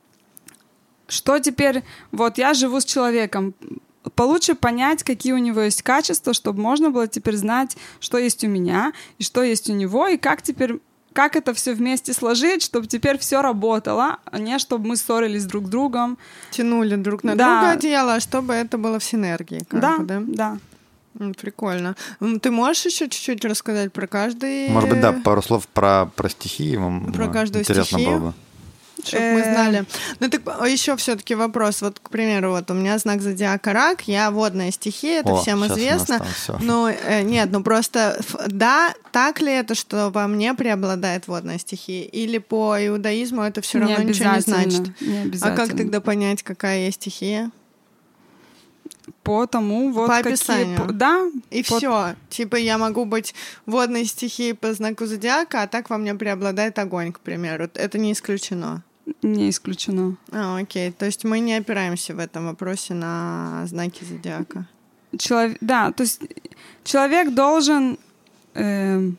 Speaker 4: что теперь, вот я живу с человеком, получше понять, какие у него есть качества, чтобы можно было теперь знать, что есть у меня и что есть у него, и как теперь, как это все вместе сложить, чтобы теперь все работало, а не чтобы мы ссорились друг с другом.
Speaker 1: Тянули друг на
Speaker 4: да.
Speaker 1: друга одеяло, а чтобы это было в синергии. Как
Speaker 4: да,
Speaker 1: бы, да,
Speaker 4: да.
Speaker 1: Прикольно. Ты можешь еще чуть-чуть рассказать про каждый...
Speaker 2: Может быть, да, пару слов про, про стихии. Вам
Speaker 1: про каждую
Speaker 2: интересно
Speaker 1: стихию?
Speaker 2: было бы.
Speaker 1: Чтобы мы знали. Ну, так еще все-таки вопрос. Вот, к примеру, вот у меня знак зодиака Рак, я водная стихия, это
Speaker 2: О,
Speaker 1: всем известно. Ну, э, нет, ну просто, да, так ли это, что во мне преобладает водная стихия? Или по иудаизму это все равно
Speaker 4: не
Speaker 1: ничего не значит?
Speaker 4: Не
Speaker 1: а как тогда понять, какая есть стихия?
Speaker 4: По тому, вот
Speaker 1: по
Speaker 4: какие...
Speaker 1: описанию.
Speaker 4: По, да.
Speaker 1: И по... все. Типа я могу быть водной стихией по знаку зодиака, а так во мне преобладает огонь, к примеру. Это не исключено.
Speaker 4: Не исключено.
Speaker 1: А, окей. То есть мы не опираемся в этом вопросе на знаки зодиака.
Speaker 4: Челов... Да, то есть человек должен э,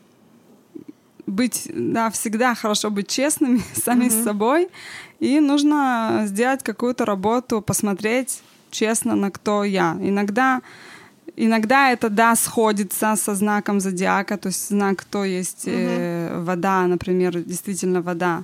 Speaker 4: быть, да, всегда хорошо быть честными сами mm-hmm. с собой, и нужно сделать какую-то работу, посмотреть честно, на кто я. Иногда, иногда это, да, сходится со знаком зодиака, то есть знак, кто есть э, mm-hmm. вода, например, действительно вода.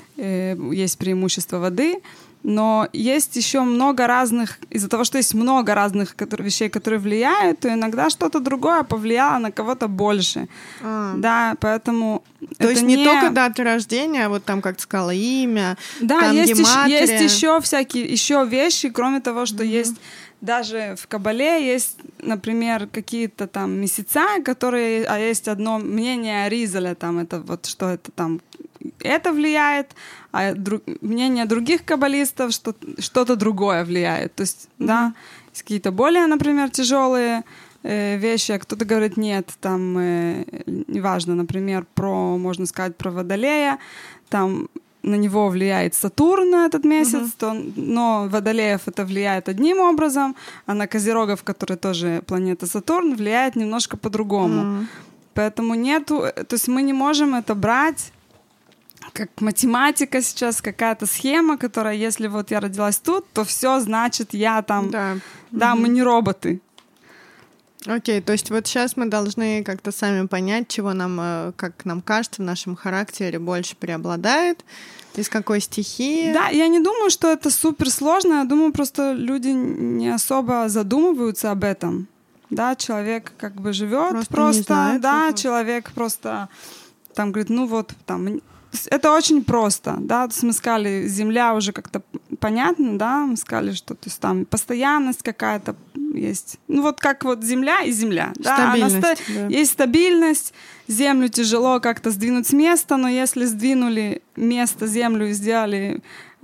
Speaker 4: Есть преимущество воды, но есть еще много разных, из-за того, что есть много разных которые, вещей, которые влияют, то иногда что-то другое повлияло на кого-то больше. А. Да, поэтому...
Speaker 1: То есть не, не только дата рождения, а вот там, как ты сказала, имя,
Speaker 4: да,
Speaker 1: там
Speaker 4: есть
Speaker 1: гематрия.
Speaker 4: Еще, есть еще всякие еще вещи, кроме того, что mm-hmm. есть даже в Кабале есть, например, какие-то там месяца, которые, а есть одно мнение Аризаля, там это вот что это там это влияет, а друг, мнение других каббалистов что что-то другое влияет. То есть, mm-hmm. да, есть какие-то более, например, тяжелые э, вещи, а кто-то говорит нет, там э, неважно, например, про, можно сказать, про Водолея, там на него влияет Сатурн на этот месяц, mm-hmm. то, но Водолеев это влияет одним образом, а на Козерогов, который тоже планета Сатурн, влияет немножко по-другому. Mm-hmm. Поэтому нету, то есть мы не можем это брать как математика сейчас, какая-то схема, которая, если вот я родилась тут, то все значит я там,
Speaker 1: да,
Speaker 4: да mm-hmm. мы не роботы.
Speaker 1: Окей, okay, то есть вот сейчас мы должны как-то сами понять, чего нам, как нам кажется, в нашем характере больше преобладает, из какой стихии.
Speaker 4: Да, я не думаю, что это супер сложно, я думаю, просто люди не особо задумываются об этом. Да, человек как бы живет просто, просто знает, да, вот. Человек просто там говорит, ну вот, там, это очень просто, да, то есть мы сказали, земля уже как-то понятно, да, мы сказали, что то есть там постоянность какая-то есть, ну вот как вот земля и земля, да,
Speaker 1: стабильность,
Speaker 4: ста-
Speaker 1: да.
Speaker 4: Есть стабильность, землю тяжело как-то сдвинуть с места, но если сдвинули место, землю и сделали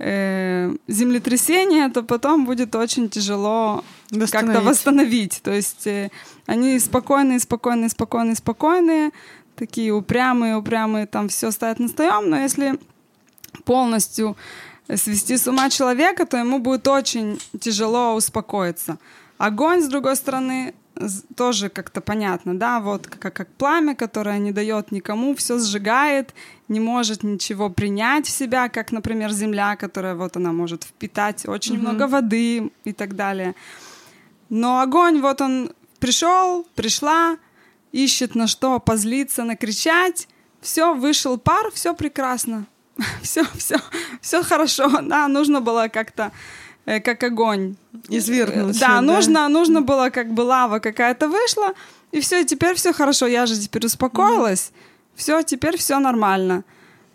Speaker 4: э, землетрясение, то потом будет очень тяжело как-то восстановить. То есть э, они спокойные, спокойные, спокойные, спокойные, такие упрямые, упрямые, там все ставят на своем, но если полностью свести с ума человека, то ему будет очень тяжело успокоиться. Огонь, с другой стороны, тоже как-то понятно, да, вот как, как пламя, которое не дает никому, все сжигает, не может ничего принять в себя, как, например, земля, которая вот она может впитать очень mm-hmm. много воды и так далее. Но огонь, вот он пришел, пришла, ищет на что позлиться, накричать, все, вышел пар, все прекрасно, все, все, все хорошо, да, нужно было как-то как огонь.
Speaker 1: Извергнуть.
Speaker 4: Да, да, нужно, нужно было, как бы лава какая-то вышла, и все, и теперь все хорошо. Я же теперь успокоилась. Mm-hmm. Все, теперь все нормально.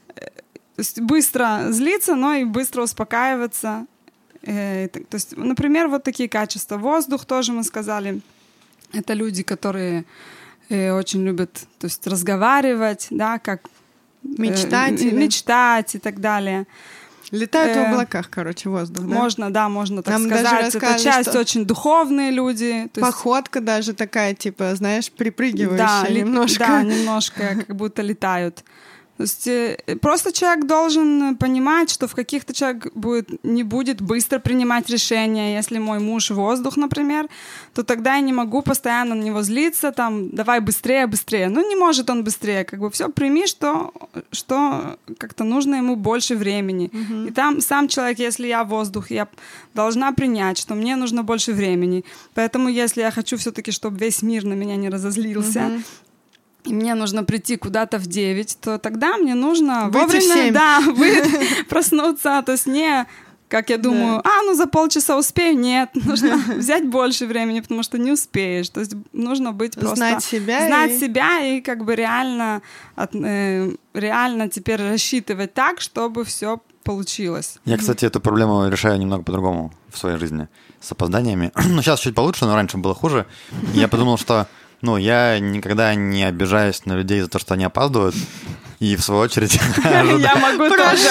Speaker 4: Быстро злиться, но и быстро успокаиваться. То есть, например, вот такие качества. Воздух тоже мы сказали. Это люди, которые очень любят, то есть, разговаривать, да, как
Speaker 1: мечтать,
Speaker 4: мечтать и так далее.
Speaker 1: Летают э, в облаках, короче, воздух, да?
Speaker 4: Можно, да, можно так Нам сказать. Это часть что... очень духовные люди.
Speaker 1: То Походка есть... даже такая, типа, знаешь, припрыгивающая
Speaker 4: да,
Speaker 1: немножко.
Speaker 4: Да, немножко, как будто летают. То есть просто человек должен понимать, что в каких-то человек будет, не будет быстро принимать решения. Если мой муж воздух, например, то тогда я не могу постоянно на него злиться, там, давай быстрее, быстрее. Ну, не может он быстрее. Как бы все, прими, что, что как-то нужно ему больше времени. Uh-huh. И там сам человек, если я воздух, я должна принять, что мне нужно больше времени. Поэтому если я хочу все-таки, чтобы весь мир на меня не разозлился, uh-huh. и мне нужно прийти куда-то в девять, то тогда мне нужно
Speaker 1: Выйти
Speaker 4: вовремя да, вы, проснуться. То есть не, как я думаю, да. а, ну за полчаса успею. Нет, нужно взять больше времени, потому что не успеешь. То есть нужно быть просто...
Speaker 1: Знать себя.
Speaker 4: Знать
Speaker 1: и...
Speaker 4: себя и как бы реально, от, э, реально теперь рассчитывать так, чтобы все получилось.
Speaker 2: Я, кстати, эту проблему решаю немного по-другому в своей жизни. С опозданиями. Ну, сейчас чуть получше, но раньше было хуже. Я подумал, что ну, я никогда не обижаюсь на людей за то, что они опаздывают. И в свою очередь
Speaker 4: я могу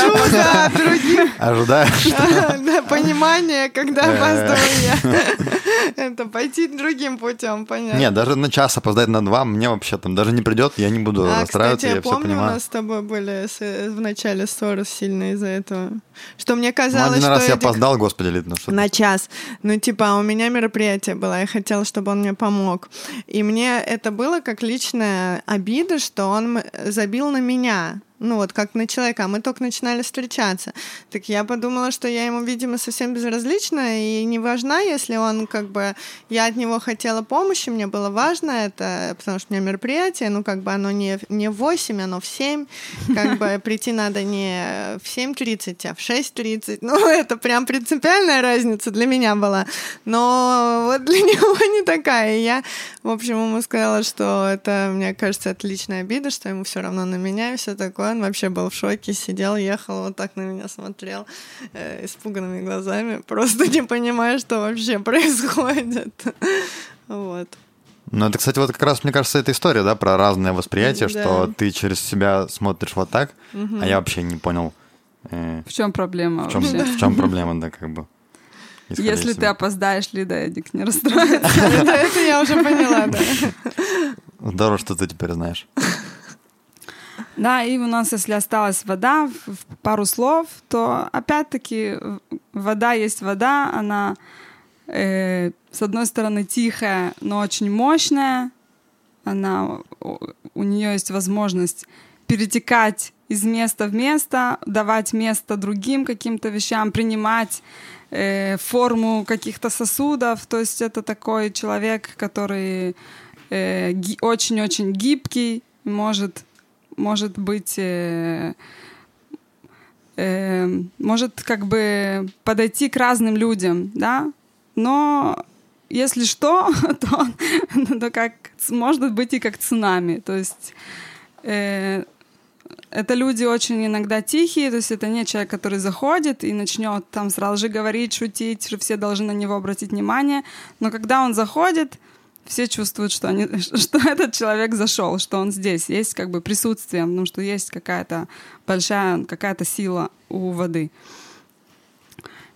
Speaker 4: тоже
Speaker 2: ожидаю,
Speaker 1: понимание, когда опаздываю я. Это пойти другим путем, понятно.
Speaker 2: Нет, даже на час опоздать на два мне вообще там даже не придет, я не буду расстраиваться, я все понимаю.
Speaker 1: Я помню, у нас с тобой были в начале ссоры сильно из-за этого. Что мне казалось, что...
Speaker 2: один раз я опоздал, господи, Лид, ну что
Speaker 1: на час. Ну, типа, у меня мероприятие было, я хотела, чтобы он мне помог. И мне это было как личная обида, что он забил на меня. меня, ну вот как на человека, а мы только начинали встречаться. Так я подумала, что я ему, видимо, совсем безразлична и не важна, если он как бы... Я от него хотела помощи, мне было важно это, потому что у меня мероприятие, ну как бы оно не, не в восемь, оно в семь, как бы прийти надо не в семь тридцать, а в шесть тридцать. Ну это прям принципиальная разница для меня была. Но вот для него не такая. И я, в общем, ему сказала, что это, мне кажется, отличная обида, что ему все равно на меня и все такое. Он вообще был в шоке, сидел, ехал, вот так на меня смотрел э, испуганными глазами, просто не понимая, что вообще происходит. Вот.
Speaker 2: Ну, это, кстати, вот как раз, мне кажется, эта история, да, про разное восприятие,
Speaker 1: да.
Speaker 2: что ты через себя смотришь вот так, угу. а я вообще не понял.
Speaker 4: Э, в чем проблема
Speaker 2: в чем,
Speaker 4: вообще?
Speaker 2: В чем проблема, да, как бы.
Speaker 4: Если ты опоздаешь, Лида, Эдик не расстроится.
Speaker 1: Это я уже поняла, да.
Speaker 2: Здорово, что ты теперь знаешь.
Speaker 4: Да, и у нас, если осталась вода, в пару слов, то опять-таки вода есть вода, она э, с одной стороны тихая, но очень мощная, она, у нее есть возможность перетекать из места в место, давать место другим каким-то вещам, принимать э, форму каких-то сосудов, то есть это такой человек, который э, ги- очень-очень гибкий, может может быть, э, э, может как бы подойти к разным людям, да, но если что, то, то как, может быть и как цунами, то есть э, это люди очень иногда тихие, то есть это не человек, который заходит и начнет там сразу же говорить, шутить, что все должны на него обратить внимание, но когда он заходит, все чувствуют, что, они, что этот человек зашел, что он здесь, есть как бы присутствие, потому что есть какая-то большая, какая-то сила у воды.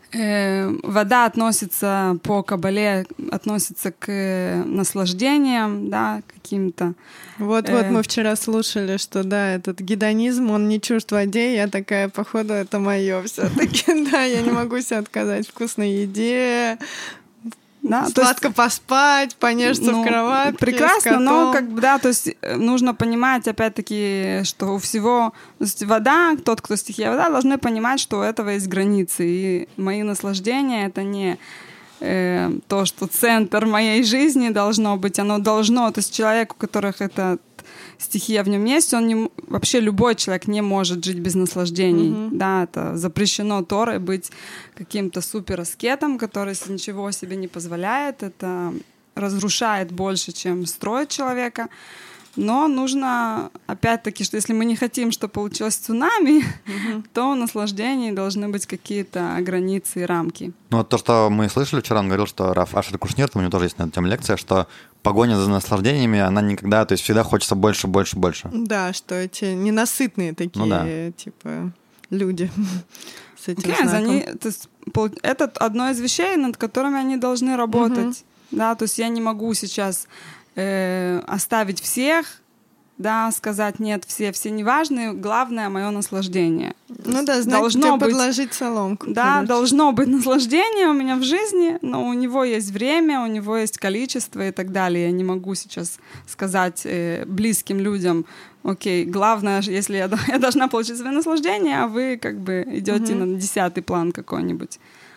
Speaker 4: Э, вода относится по Кабале, относится к наслаждениям, да, каким-то.
Speaker 1: Вот-вот
Speaker 4: э...
Speaker 1: мы вчера слушали, что, да, этот гедонизм, он не чужд воде, я такая, походу, это мое все-таки, да, я не могу себе отказать в вкусной еде, да, сладко есть, поспать, понежиться ну, в кроватке.
Speaker 4: Прекрасно, но как бы, да, то есть нужно понимать, опять-таки, что у всего, то есть вода, тот, кто стихия вода, должны понимать, что у этого есть границы. И мои наслаждения — это не э, то, что центр моей жизни должно быть, оно должно, то есть человек, у которых это стихия в нем есть, он не, вообще любой человек не может жить без наслаждений. Mm-hmm. Да, это запрещено Торой быть каким-то супераскетом, который ничего себе не позволяет. Это разрушает больше, чем строит человека. Но нужно, опять-таки, что если мы не хотим, чтобы получилось цунами, mm-hmm. то у наслаждений должны быть какие-то границы и рамки.
Speaker 2: Ну вот то, что мы слышали вчера, он говорил, что Раф Ашер Кушнир, у него тоже есть на эту тему лекция, что погоня за наслаждениями, она никогда, то есть всегда хочется больше, больше, больше.
Speaker 1: Да, что эти ненасытные такие, ну, да. типа, люди с этим
Speaker 4: okay,
Speaker 1: знаком.
Speaker 4: Они, то есть, это одно из вещей, над которыми они должны работать. Mm-hmm. Да, то есть я не могу сейчас э, оставить всех, да, сказать нет, все, все неважные, главное мое наслаждение.
Speaker 1: Ну да, знаете, должно быть, подложить соломку.
Speaker 4: Да, короче. Должно быть наслаждение у меня в жизни, но у него есть время, у него есть количество и так далее. Я не могу сейчас сказать э, близким людям, окей, главное, если я, я должна получить свое наслаждение, а вы как бы идете угу. на десятый план какой-нибудь.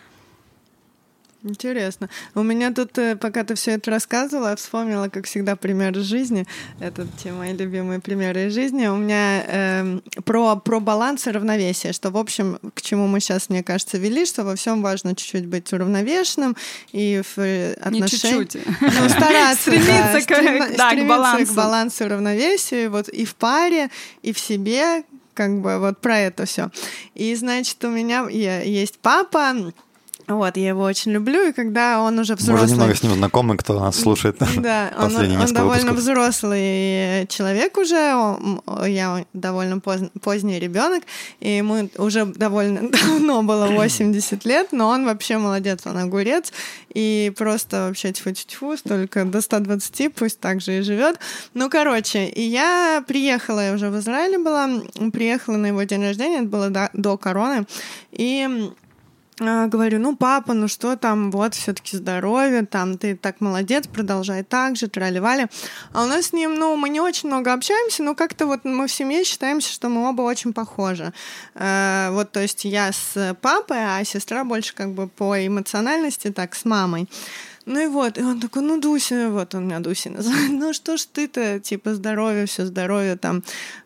Speaker 1: Интересно. У меня тут, пока ты все это рассказывала, я вспомнила, как всегда, пример из жизни. Это те мои любимые примеры из жизни. У меня э, про, про баланс и равновесие, что, в общем, к чему мы сейчас, мне кажется, вели, что во всем важно чуть-чуть быть уравновешенным и в отношениях...
Speaker 4: Не чуть-чуть.
Speaker 1: Ну, стараться,
Speaker 4: стремиться,
Speaker 1: да, стрем,
Speaker 4: к, да,
Speaker 1: стремиться
Speaker 4: к балансу.
Speaker 1: к балансу и равновесию вот, и в паре, и в себе, как бы вот про это все. И, значит, у меня есть папа. Вот, я его очень люблю, и когда он уже взрослый...
Speaker 2: Мы уже немного с ним знакомы, кто нас слушает.
Speaker 1: Да, он, он довольно выпусков. Взрослый человек уже, он, я довольно поз, поздний ребенок, и ему уже довольно давно было восемьдесят лет, но он вообще молодец, он огурец, и просто вообще тьфу-тьфу, только до ста двадцати, пусть так же и живет. Ну, короче, и я приехала, я уже в Израиле была, приехала на его день рождения, это было до, до короны, и... Говорю, ну, папа, ну что там, вот, все-таки здоровье, там, ты так молодец, продолжай так же, трали-вали. А у нас с ним, ну, мы не очень много общаемся, но как-то вот мы в семье считаемся, что мы оба очень похожи. Э, вот, то есть я с папой, а сестра больше как бы по эмоциональности, так, с мамой. Ну и вот, и он такой, ну, Дуся, вот он меня Дусей называет, ну что ж ты-то, типа, здоровье, все здоровье, там...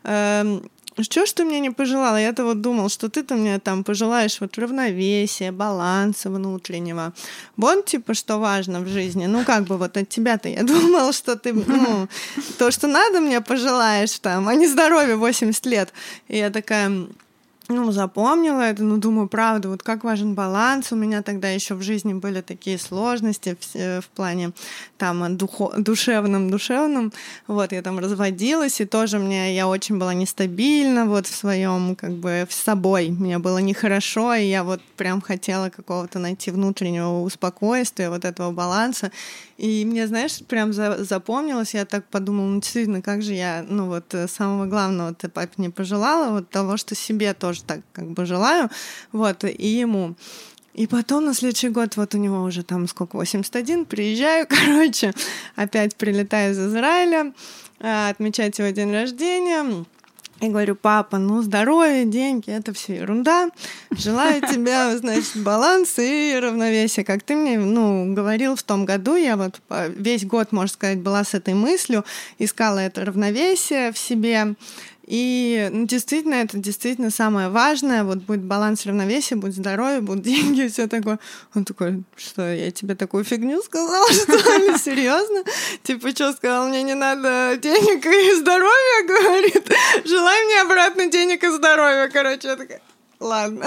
Speaker 1: Э, Что ж ты мне не пожелала? Я-то вот думал, что ты-то мне там пожелаешь вот равновесия, баланса внутреннего. Вот, типа, что важно в жизни. Ну, как бы вот от тебя-то я думал, что ты, ну, то, что надо, мне пожелаешь там, а не здоровье восемьдесят лет. И я такая... Ну, запомнила это, ну, думаю, правда, вот как важен баланс. У меня тогда еще в жизни были такие сложности в, в плане там духо, душевном, душевном. Вот, я там разводилась, и тоже мне, я очень была нестабильна вот в своем, как бы, с собой. Мне было нехорошо, и я вот прям хотела какого-то найти внутреннего успокойствия, вот этого баланса. И мне, знаешь, прям за, запомнилось, я так подумала, ну, действительно, как же я, ну, вот, самого главного ты папе не пожелала, вот того, что себе тоже так как бы желаю, вот, и ему. И потом на следующий год, вот у него уже там сколько, восемьдесят один, приезжаю, короче, опять прилетаю из Израиля, отмечать его день рождения. И говорю, папа, ну, здоровье, деньги, это все ерунда. Желаю тебе, значит, баланс и равновесие. Как ты мне, ну, говорил в том году, я вот весь год, можно сказать, была с этой мыслью, искала это равновесие в себе. И ну, действительно, это действительно самое важное. Вот будет баланс, равновесие, будет здоровье, будут деньги, и все такое. Он такой, что, я тебе такую фигню сказала, что ли? Серьезно? Типа, что сказал, мне не надо денег и здоровья, говорит. Желай мне обратно денег и здоровья, короче. Я такая, ладно.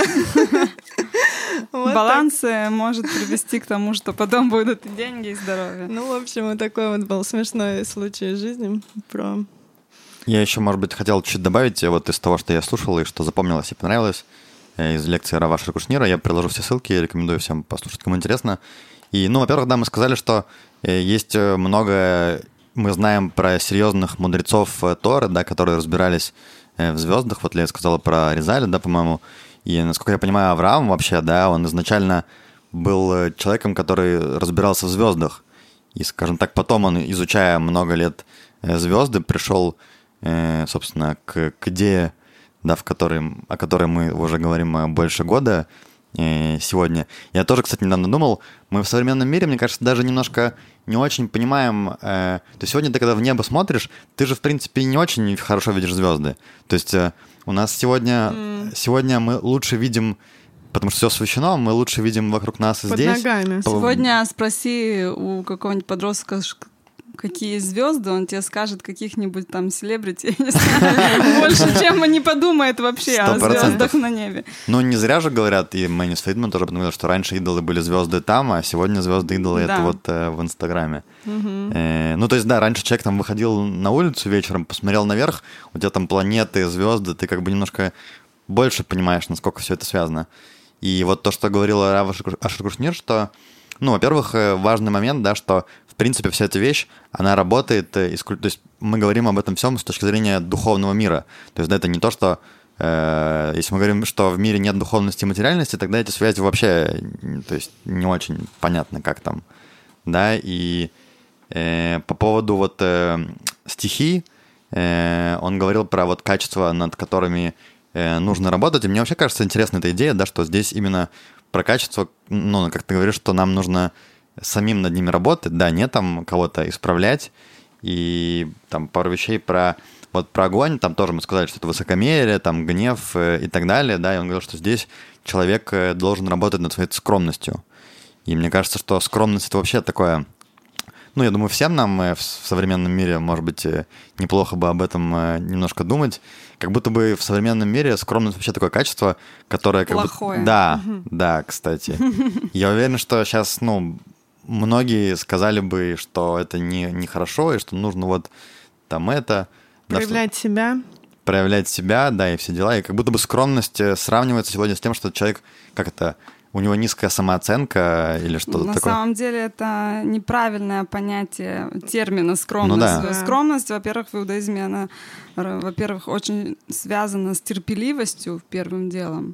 Speaker 4: Баланс может привести к тому, что потом будут и деньги, и здоровье.
Speaker 1: Ну, в общем, вот такой вот был смешной случай из жизни про...
Speaker 2: Я еще, может быть, хотел чуть добавить вот из того, что я слушал и что запомнилось и понравилось. из лекции Рава Ашер Кушнира. Я приложу все ссылки, рекомендую всем послушать, кому интересно. И, ну, во-первых, да, мы сказали, что есть много... Мы знаем про серьезных мудрецов Торы, да, которые разбирались в звездах. Вот Лея сказала про Ризаля, да, по-моему. И, насколько я понимаю, Авраам вообще, да, он изначально был человеком, который разбирался в звездах. И, скажем так, потом он, изучая много лет звезды, пришел, собственно, к, к идее, да, в которой, о которой мы уже говорим больше года сегодня. Я тоже, кстати, недавно думал, мы в современном мире, мне кажется, даже немножко не очень понимаем... Э, то есть сегодня ты, когда в небо смотришь, ты же, в принципе, не очень хорошо видишь звезды. То есть э, у нас сегодня, mm. сегодня мы лучше видим... Потому что все освещено, мы лучше видим вокруг нас и
Speaker 1: Под
Speaker 2: здесь.
Speaker 1: ногами.
Speaker 4: Сегодня спроси у какого-нибудь подростка, какие звезды, он тебе скажет каких-нибудь там селебрити, не знаю, больше, чем он не подумает вообще о звездах на небе.
Speaker 2: Ну, не зря же говорят, и Мэнис Фридман тоже говорил, что раньше идолы были звезды там, а сегодня звезды идолы да. это вот э, в Инстаграме. Угу. Э, ну, то есть, да, раньше человек там выходил на улицу вечером, посмотрел наверх, у тебя там планеты, звезды, ты как бы немножко больше понимаешь, насколько все это связано. И вот то, что говорила Рав Ашер Кушнир, что, ну, во-первых, важный момент, да, что, в принципе, вся эта вещь, она работает, то есть мы говорим об этом всем с точки зрения духовного мира. То есть, да, это не то, что, э, если мы говорим, что в мире нет духовности и материальности, тогда эти связи вообще, то есть, не очень понятно, как там, да, и э, по поводу вот э, стихий, э, он говорил про вот качества, над которыми нужно работать. И мне вообще кажется интересной эта идея, да, что здесь именно про качество, ну, как ты говоришь, что нам нужно самим над ними работать, да, не там кого-то исправлять. И там пару вещей про вот про огонь, там тоже мы сказали, что это высокомерие, там гнев и так далее, да, и он говорил, что здесь человек должен работать над своей скромностью. И мне кажется, что скромность — это вообще такое... Ну, я думаю, всем нам в современном мире, может быть, неплохо бы об этом немножко думать. Как будто бы в современном мире скромность вообще такое качество, которое... Как
Speaker 4: Плохое.
Speaker 2: Бы... Да, угу. да, кстати. Я уверен, что сейчас, ну, многие сказали бы, что это не, нехорошо, и что нужно вот там это...
Speaker 1: Проявлять
Speaker 2: да, что...
Speaker 1: себя.
Speaker 2: Проявлять себя, да, и все дела. И как будто бы скромность сравнивается сегодня с тем, что человек, как это... У него низкая самооценка или что-то
Speaker 4: На
Speaker 2: такое?
Speaker 4: На самом деле это неправильное понятие термина скромность.
Speaker 2: Ну, да.
Speaker 4: Скромность, во-первых, в иудаизме, она, во-первых, очень связана с терпеливостью первым делом.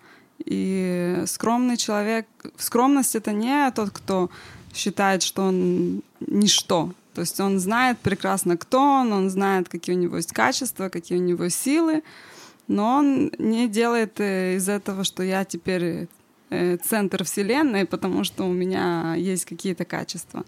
Speaker 4: И скромный человек... Скромность — это не тот, кто считает, что он ничто. То есть он знает прекрасно, кто он, он знает, какие у него есть качества, какие у него силы, но он не делает из этого, что я теперь... центр вселенной, потому что у меня есть какие-то качества.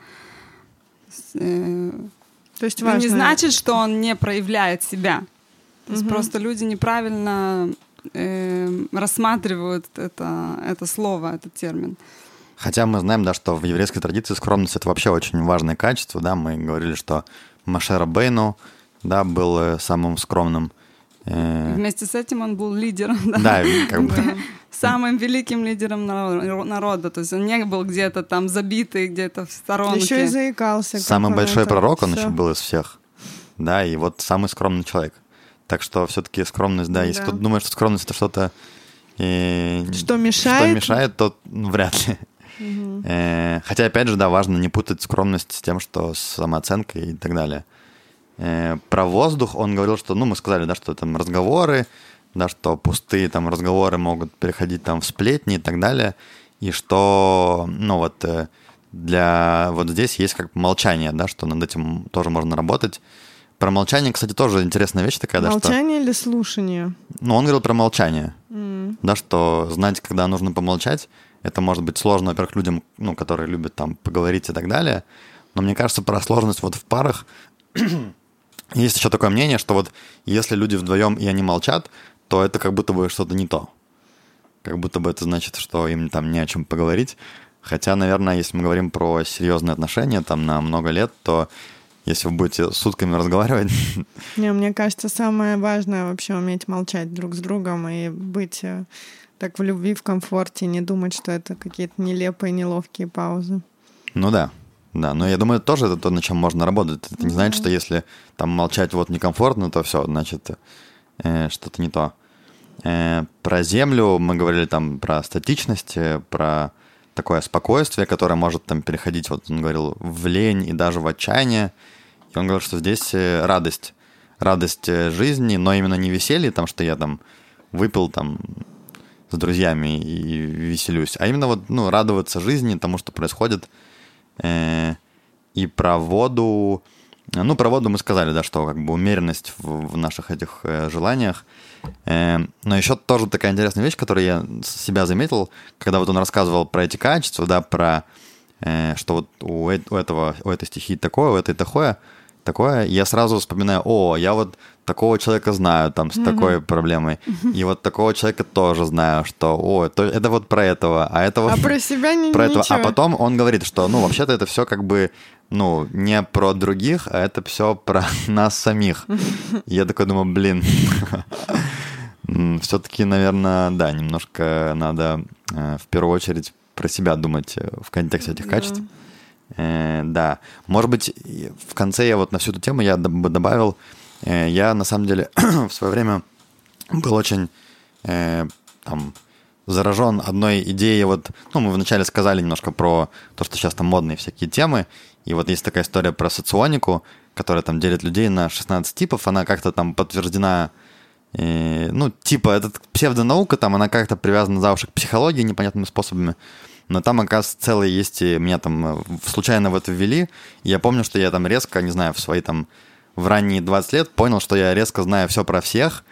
Speaker 1: То есть
Speaker 4: это не значит, что он не проявляет себя. То есть угу. просто люди неправильно э, рассматривают это, это слово, этот термин.
Speaker 2: Хотя мы знаем, да, что в еврейской традиции скромность — это вообще очень важное качество. Да? Мы говорили, что Моше Рабейну, да, был самым скромным.
Speaker 4: Вместе с этим он был лидером. Да,
Speaker 2: да как бы...
Speaker 4: самым великим лидером народа. То есть он не был где-то там забитый, где-то в сторонке.
Speaker 1: Еще и заикался.
Speaker 2: Самый большой
Speaker 1: это...
Speaker 2: пророк он
Speaker 1: Всё.
Speaker 2: еще был из всех. Да, и вот самый скромный человек. Так что все-таки скромность, да, да. Если кто-то думает, что скромность — это что-то... Э,
Speaker 1: что мешает?
Speaker 2: Что мешает, то ну, вряд ли. Угу. Э, хотя, опять же, да, важно не путать скромность с тем, что с самооценкой и так далее. Э, про воздух он говорил, что, ну, мы сказали, да, что там разговоры, да, что пустые там разговоры могут переходить там в сплетни и так далее, и что, ну, вот для... Вот здесь есть как молчание, да, что над этим тоже можно работать. Про молчание, кстати, тоже интересная вещь такая,
Speaker 1: молчание
Speaker 2: да, что...
Speaker 1: Молчание или слушание?
Speaker 2: Ну, он говорил про молчание,
Speaker 1: mm.
Speaker 2: да, что знать, когда нужно помолчать, это может быть сложно, во-первых, людям, ну, которые любят там поговорить и так далее, но мне кажется, про сложность вот в парах есть еще такое мнение, что вот если люди вдвоем и они молчат, то это как будто бы что-то не то. Как будто бы это значит, что им там не о чем поговорить. Хотя, наверное, если мы говорим про серьезные отношения там на много лет, то если вы будете сутками разговаривать...
Speaker 1: Не, мне кажется, самое важное вообще уметь молчать друг с другом и быть так в любви, в комфорте, не думать, что это какие-то нелепые, неловкие паузы.
Speaker 2: Ну да. Да, но я думаю, тоже это то, на чем можно работать. Это не mm-hmm. значит, что если там молчать вот некомфортно, то все, значит, э, что-то не то. Э, про Землю мы говорили там про статичность, про такое спокойствие, которое может там переходить, вот он говорил, в лень и даже в отчаяние. И он говорил, что здесь радость, радость жизни, но именно не веселье, там, что я там выпил там с друзьями и веселюсь, а именно вот, ну, радоваться жизни, тому, что происходит. Э, и про воду, ну, про воду мы сказали, да, что как бы умеренность в, в наших этих э, желаниях. Э, но еще тоже такая интересная вещь, которую я себя заметил, когда вот он рассказывал про эти качества, да, про э, что вот у, э, у этого, у этой стихии такое, у этой такое, такое, я сразу вспоминаю, о, я вот такого человека знаю, там, с mm-hmm. такой проблемой, и вот такого человека тоже знаю, что, о, это, это вот про этого, а это вот...
Speaker 1: А про себя не,
Speaker 2: про
Speaker 1: ничего.
Speaker 2: Этого. А потом он говорит, что, ну, вообще-то это все как бы, ну, не про других, а это все про нас самих. И я такой думаю, блин, все-таки, наверное, да, немножко надо в первую очередь про себя думать в контексте этих качеств. Э, да, может быть, в конце я вот на всю эту тему я бы добавил, э, я на самом деле в свое время был очень э, там заражен одной идеей, вот, ну, мы вначале сказали немножко про то, что сейчас там модные всякие темы, и вот есть такая история про соционику, которая там делит людей на шестнадцать типов, она как-то там подтверждена, э, ну, типа, это псевдонаука, там она как-то привязана за уши к психологии непонятными способами. Но там, оказывается, целые есть, и меня там случайно в это ввели. И я помню, что я там резко, не знаю, в свои там, в ранние двадцать лет понял, что я резко знаю все про всех,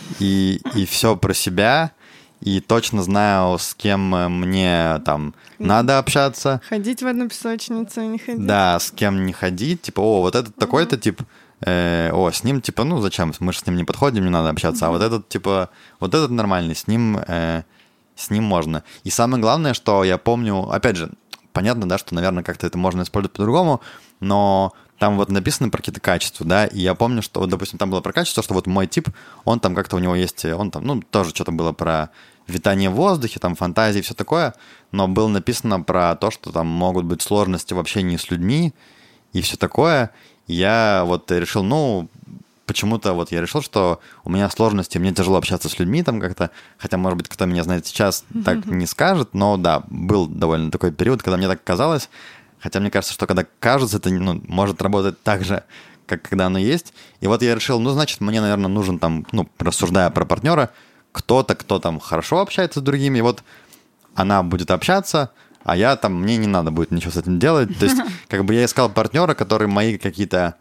Speaker 2: и, и все про себя, и точно знаю, с кем мне там надо общаться.
Speaker 1: Ходить в одну песочницу и не ходить.
Speaker 2: Да, с кем не ходить. Типа, о, вот этот такой-то тип, э, о, с ним, типа, ну, зачем, мы же с ним не подходим, не надо общаться. А вот этот, типа, вот этот нормальный, с ним... Э, С ним можно. И самое главное, что я помню, опять же, понятно, да, что, наверное, как-то это можно использовать по-другому, но там вот написано про какие-то качества, да, и я помню, что, вот, допустим, там было про качество, что вот мой тип, он там как-то у него есть, он там, ну, тоже что-то было про витание в воздухе, там, фантазии и все такое, но было написано про то, что там могут быть сложности в общении с людьми и все такое. И я вот решил, ну... Почему-то вот я решил, что у меня сложности, мне тяжело общаться с людьми там как-то, хотя, может быть, кто меня знает сейчас, так не скажет, но да, был довольно такой период, когда мне так казалось, хотя мне кажется, что когда кажется, это, ну, может работать так же, как когда оно есть. И вот я решил, ну, значит, мне, наверное, нужен там, ну, рассуждая про партнера, кто-то, кто там хорошо общается с другими, и вот она будет общаться, а я там, мне не надо будет ничего с этим делать. То есть, как бы я искал партнера, который мои какие-то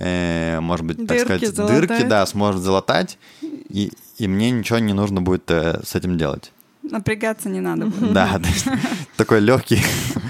Speaker 2: Э, может быть,
Speaker 1: дырки,
Speaker 2: так сказать,
Speaker 1: залатать.
Speaker 2: дырки, да, сможет залатать, и, и мне ничего не нужно будет э, с этим делать.
Speaker 4: Напрягаться не надо будет.
Speaker 2: Да, такой легкий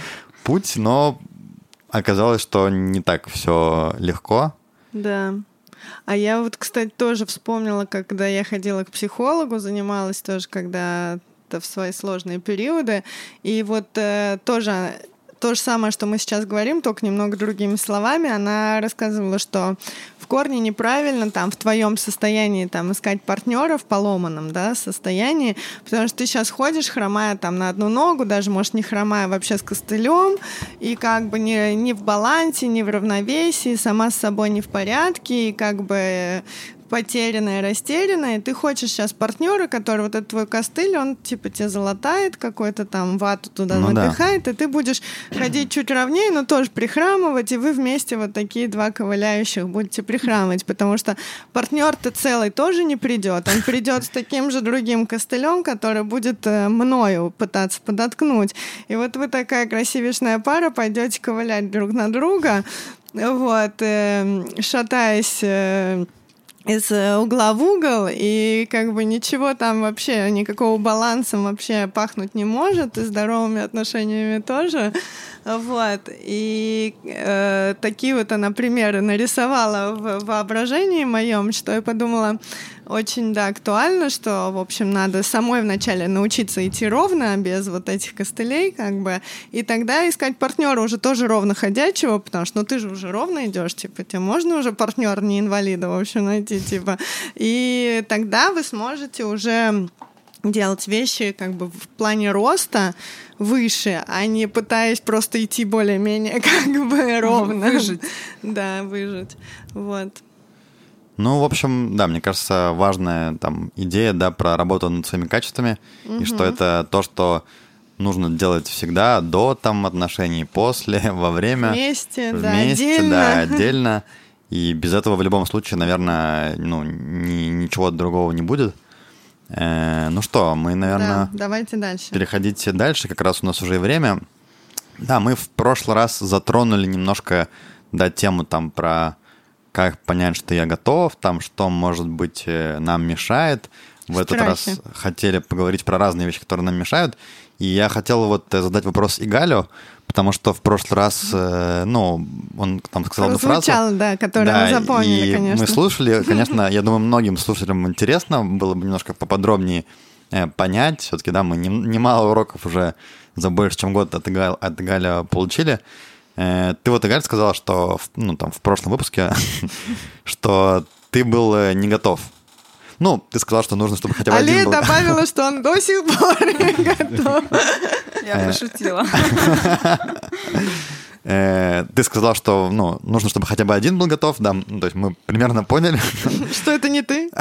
Speaker 2: путь, но оказалось, что не так все легко.
Speaker 1: Да. А я вот, кстати, тоже вспомнила, когда я ходила к психологу, занималась тоже когда-то в свои сложные периоды, и вот э, тоже... То же самое, что мы сейчас говорим, только немного другими словами. Она рассказывала, что в корне неправильно там в твоем состоянии там искать партнера в поломанном, да, состоянии, потому что ты сейчас ходишь, хромая там на одну ногу, даже, может, не хромая, вообще с костылем, и как бы не, не в балансе, не в равновесии, сама с собой не в порядке, и как бы потерянная, растерянная, и ты хочешь сейчас партнера, который вот этот твой костыль, он типа тебе залатает, какой-то там вату туда ну напихает, да. И ты будешь ходить чуть ровнее, но тоже прихрамывать, и вы вместе вот такие два ковыляющих будете прихрамывать, потому что партнер-то целый тоже не придет, он придет с таким же другим костылем, который будет мною пытаться подоткнуть. И вот вы такая красивешная пара пойдете ковылять друг на друга, вот, шатаясь из угла в угол, и как бы ничего там вообще, никакого баланса вообще пахнуть не может, и здоровыми отношениями тоже, вот, и э, такие вот она примеры нарисовала в воображении моем, что я подумала, очень, да, актуально, что, в общем, надо самой вначале научиться идти ровно, без вот этих костылей, как бы, и тогда искать партнера уже тоже ровно ходячего, потому что, ну, ты же уже ровно идешь, типа, тебе можно уже партнер не инвалида, в общем, найти, типа, и тогда вы сможете уже делать вещи, как бы, в плане роста выше, а не пытаясь просто идти более-менее, как бы, ровно.
Speaker 4: Выжить.
Speaker 1: Да, выжить, вот.
Speaker 2: Ну, в общем, да, мне кажется, важная там идея, да, про работу над своими качествами, угу. и что это то, что нужно делать всегда, до там отношений, после, во время.
Speaker 1: Вместе,
Speaker 2: вместе
Speaker 1: да, отдельно.
Speaker 2: да, отдельно. И без этого в любом случае, наверное, ну, ни, ничего другого не будет. Э, ну что, мы, наверное...
Speaker 1: Да, давайте дальше.
Speaker 2: Переходите дальше, как раз у нас уже и время. Да, мы в прошлый раз затронули немножко, да, тему там про как понять, что я готов, там, что, может быть, нам мешает. В
Speaker 1: Страхи.
Speaker 2: Этот раз хотели поговорить про разные вещи, которые нам мешают. И я хотел вот задать вопрос Игалю, потому что в прошлый раз, э, ну, он там сказал одну фразу.
Speaker 1: Звучало, да, которую
Speaker 2: да,
Speaker 1: мы запомнили,
Speaker 2: и
Speaker 1: конечно.
Speaker 2: мы слушали, конечно, я думаю, многим слушателям интересно было бы немножко поподробнее э, понять. Все-таки, да, мы немало уроков уже за больше, чем год от Игаля, от Игаля получили. Э, ты вот, Игаль, сказала, что, ну, там, в прошлом выпуске, что ты был не готов. Ну, ты сказал, что нужно, чтобы хотя бы
Speaker 1: Али
Speaker 2: один был...
Speaker 1: добавила, что он до сих пор не готов.
Speaker 4: Я пошутила.
Speaker 2: Ты сказал, что ну, нужно, чтобы хотя бы один был готов, да, ну, то есть мы примерно поняли.
Speaker 1: Что это не ты?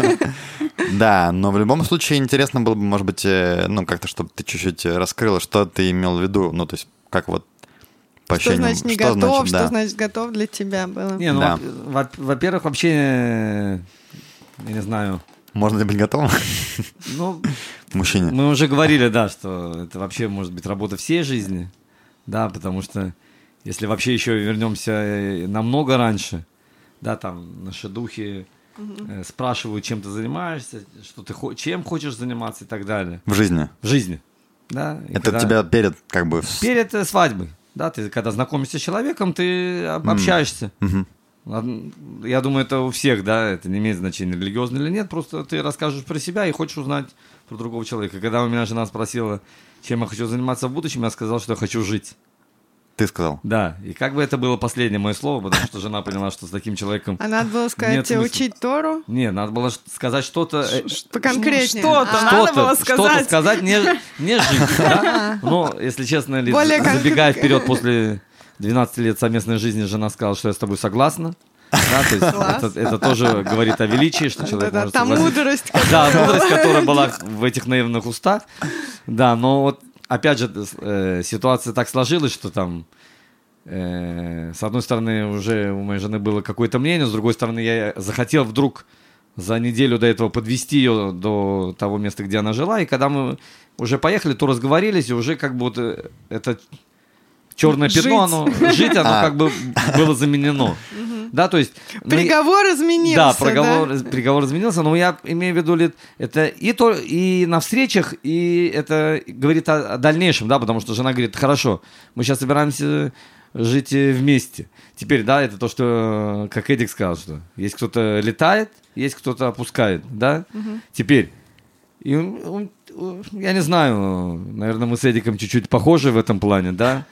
Speaker 2: Да, но в любом случае интересно было бы, может быть, ну, как-то, чтобы ты чуть-чуть раскрыла, что ты имел в виду, ну, то есть как вот по
Speaker 1: Что
Speaker 2: ощущениям...
Speaker 1: значит не
Speaker 2: что
Speaker 1: готов,
Speaker 2: значит,
Speaker 1: что
Speaker 2: да.
Speaker 1: значит готов для тебя было?
Speaker 3: Не, ну,
Speaker 2: Да.
Speaker 3: во- во-первых, вообще, я не знаю,
Speaker 2: Можно ли быть готовым?
Speaker 3: ну,
Speaker 2: Мужчине.
Speaker 3: мы уже говорили, да, что это вообще может быть работа всей жизни, да, потому что если вообще еще вернемся намного раньше, да, там наши духи э, спрашивают, чем ты занимаешься, что ты хо- чем хочешь заниматься и так далее.
Speaker 2: В жизни.
Speaker 3: В жизни, да. И
Speaker 2: Это
Speaker 3: когда-
Speaker 2: тебя перед, как бы... с-
Speaker 3: Перед э, свадьбой, да, ты когда знакомишься с человеком, ты об- общаешься.
Speaker 2: Мгм.
Speaker 3: Ладно, я думаю, это у всех, да, это не имеет значения, религиозно или нет, просто ты расскажешь про себя и хочешь узнать про другого человека. Когда у меня жена спросила, чем я хочу заниматься в будущем, я сказал, что я хочу жить.
Speaker 2: Ты сказал.
Speaker 3: Да, и как бы это было последнее мое слово, потому что жена поняла, что с таким человеком...
Speaker 1: А надо было
Speaker 3: Нет
Speaker 1: сказать,
Speaker 3: смысла.
Speaker 1: учить Тору?
Speaker 3: Не, надо было ш- сказать что-то... э,
Speaker 1: Поконкретнее.
Speaker 4: Что-то
Speaker 1: А,
Speaker 4: надо
Speaker 3: что-то,
Speaker 4: было
Speaker 3: что-то
Speaker 4: сказать.
Speaker 3: сказать, не, не жить, да? Но, если честно, Лиз,
Speaker 1: Более кон-
Speaker 3: забегая вперед, после двенадцати лет совместной жизни, жена сказала, что я с тобой согласна. Да, то есть
Speaker 1: Класс.
Speaker 3: это, это тоже говорит о величии, что человек
Speaker 1: Да-да,
Speaker 3: может
Speaker 1: та
Speaker 3: согласиться.
Speaker 1: мудрость,
Speaker 3: Да,
Speaker 1: которая
Speaker 3: мудрость, которая была в этих наивных устах. Да, но вот опять же э, ситуация так сложилась, что там э, с одной стороны уже у моей жены было какое-то мнение, с другой стороны я захотел вдруг за неделю до этого подвести ее до того места, где она жила, и когда мы уже поехали, то разговорились, и уже как бы вот э, это черное
Speaker 4: Жить.
Speaker 3: пятно, оно жить, оно
Speaker 2: А.
Speaker 3: как бы было заменено. Да, то есть... ну,
Speaker 1: Приговор изменился.
Speaker 3: да, приговор, приговор изменился, но я имею в виду, Лид, это и, то, и на встречах, и это говорит о, о дальнейшем, да, потому что жена говорит, хорошо, мы сейчас собираемся жить э, вместе. Теперь, да, это то, что, как Эдик сказал, что есть кто-то летает, есть кто-то опускает, да. Теперь, и, он- он- я не знаю, наверное, мы с Эдиком чуть-чуть похожи в этом плане, да,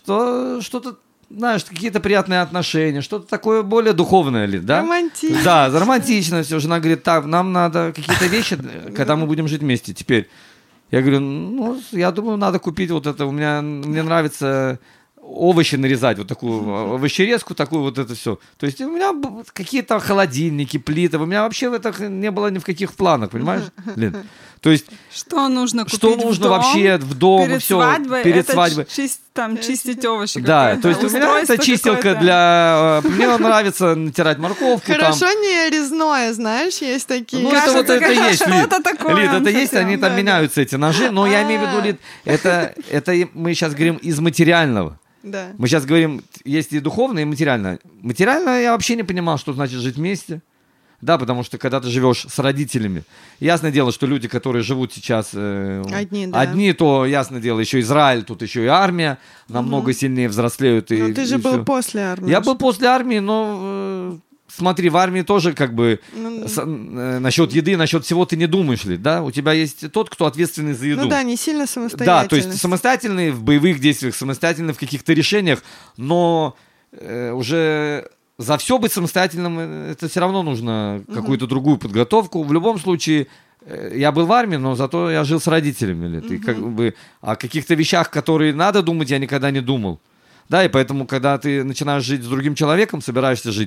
Speaker 3: что что-то, знаешь, какие-то приятные отношения, что-то такое более духовное ли, да?
Speaker 1: Романтично.
Speaker 3: Да, романтично все. Жена говорит, так, нам надо какие-то вещи, когда мы будем жить вместе. Теперь я говорю, ну, я думаю, надо купить вот это. У меня, мне нравится овощи нарезать, вот такую овощерезку, такую вот это все. То есть у меня б- какие-то холодильники, плиты, у меня вообще в этом не было ни в каких планах, понимаешь, Лен? То есть
Speaker 4: Что нужно купить
Speaker 3: что
Speaker 4: в
Speaker 3: нужно
Speaker 4: дом
Speaker 3: вообще в дом,
Speaker 4: перед
Speaker 3: все,
Speaker 4: свадьбой?
Speaker 3: перед
Speaker 4: это
Speaker 3: свадьбой.
Speaker 4: чист- там, чистить овощи.
Speaker 3: Да,
Speaker 4: какое-то,
Speaker 3: то есть у меня
Speaker 4: устройство
Speaker 3: это чистилка
Speaker 4: какое-то.
Speaker 3: для... э, Мне нравится натирать морковку. там.
Speaker 1: Хорошо не резное, знаешь, есть такие.
Speaker 3: Ну, это вот
Speaker 4: Кажется,
Speaker 3: это
Speaker 4: как
Speaker 3: есть, Лид.
Speaker 4: что-то такое
Speaker 3: Лид,
Speaker 4: он
Speaker 3: это есть,
Speaker 4: хотел,
Speaker 3: они там
Speaker 1: да,
Speaker 3: меняются, эти ножи, но я имею в виду, Лид, это, это и- мы сейчас говорим из материального.
Speaker 1: Да.
Speaker 3: Мы сейчас говорим, есть и духовное, и материальное. Материальное я вообще не понимал, что значит жить вместе. Да, потому что когда ты живешь с родителями, ясное дело, что люди, которые живут сейчас э,
Speaker 1: Одни, да.
Speaker 3: одни, то ясное дело, еще Израиль, тут еще и армия намного сильнее взрослеют. И,
Speaker 1: Но ты же
Speaker 3: и
Speaker 1: был
Speaker 3: всё.
Speaker 1: после армии.
Speaker 3: Я был после армии, но э, смотри, в армии тоже как бы
Speaker 1: Ну,
Speaker 3: с- э, насчет еды, насчет всего ты не думаешь ли, да? У тебя есть тот, кто ответственный за еду.
Speaker 1: ну да, не сильно
Speaker 3: Да,
Speaker 1: самостоятельно.
Speaker 3: то есть самостоятельный в боевых действиях, самостоятельный в каких-то решениях, но э, уже за все быть самостоятельным, э, это все равно нужно какую-то другую подготовку. В любом случае, э, я был в армии, но зато я жил с родителями. Лид. И как бы о каких-то вещах, которые надо думать, я никогда не думал. Да, и поэтому, когда ты начинаешь жить с другим человеком, собираешься жить,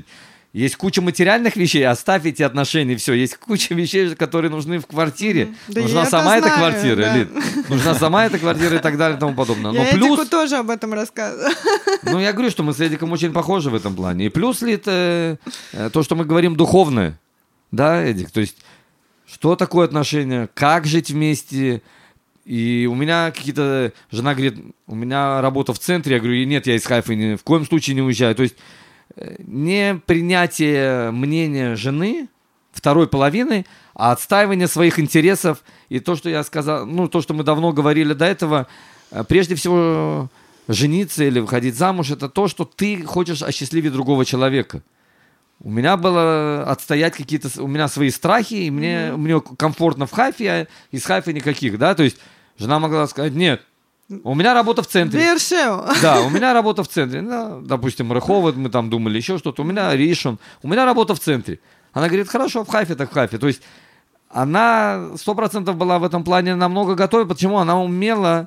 Speaker 3: Есть куча материальных вещей, оставь эти отношения, все. Есть куча вещей, которые нужны в квартире.
Speaker 1: Да
Speaker 3: Нужна
Speaker 1: я
Speaker 3: сама
Speaker 1: это
Speaker 3: эта
Speaker 1: знаю,
Speaker 3: квартира,
Speaker 1: да.
Speaker 3: Лид. Нужна сама эта квартира и так далее и тому подобное. Но
Speaker 1: Я
Speaker 3: плюс...
Speaker 1: Эдику тоже об этом рассказываю.
Speaker 3: Ну, я говорю, что мы с Эдиком очень похожи в этом плане. И плюс, Лид, э, э, то, что мы говорим духовное. Да, Эдик? То есть, что такое отношения, как жить вместе. И у меня какие-то... Жена говорит, у меня работа в центре. Я говорю, и нет, я из Хайфы ни в коем случае не уезжаю. То есть, не принятие мнения жены второй половины, а отстаивание своих интересов. И то, что я сказал, ну, то, что мы давно говорили до этого, прежде всего, жениться или выходить замуж, это то, что ты хочешь осчастливить другого человека. У меня было отстоять какие-то... У меня свои страхи, и мне, mm-hmm. мне комфортно в Хайфе, а из Хайфы никаких, да? То есть жена могла сказать, нет, у меня работа в центре.
Speaker 1: Вершил.
Speaker 3: Да, у меня работа в центре. Ну, допустим, Рыховод, мы там думали еще что-то. У меня Ришон. У меня работа в центре. Она говорит, хорошо, в Хайфе так в Хайфе. То есть она сто процентов была в этом плане намного готова. Почему? Она умела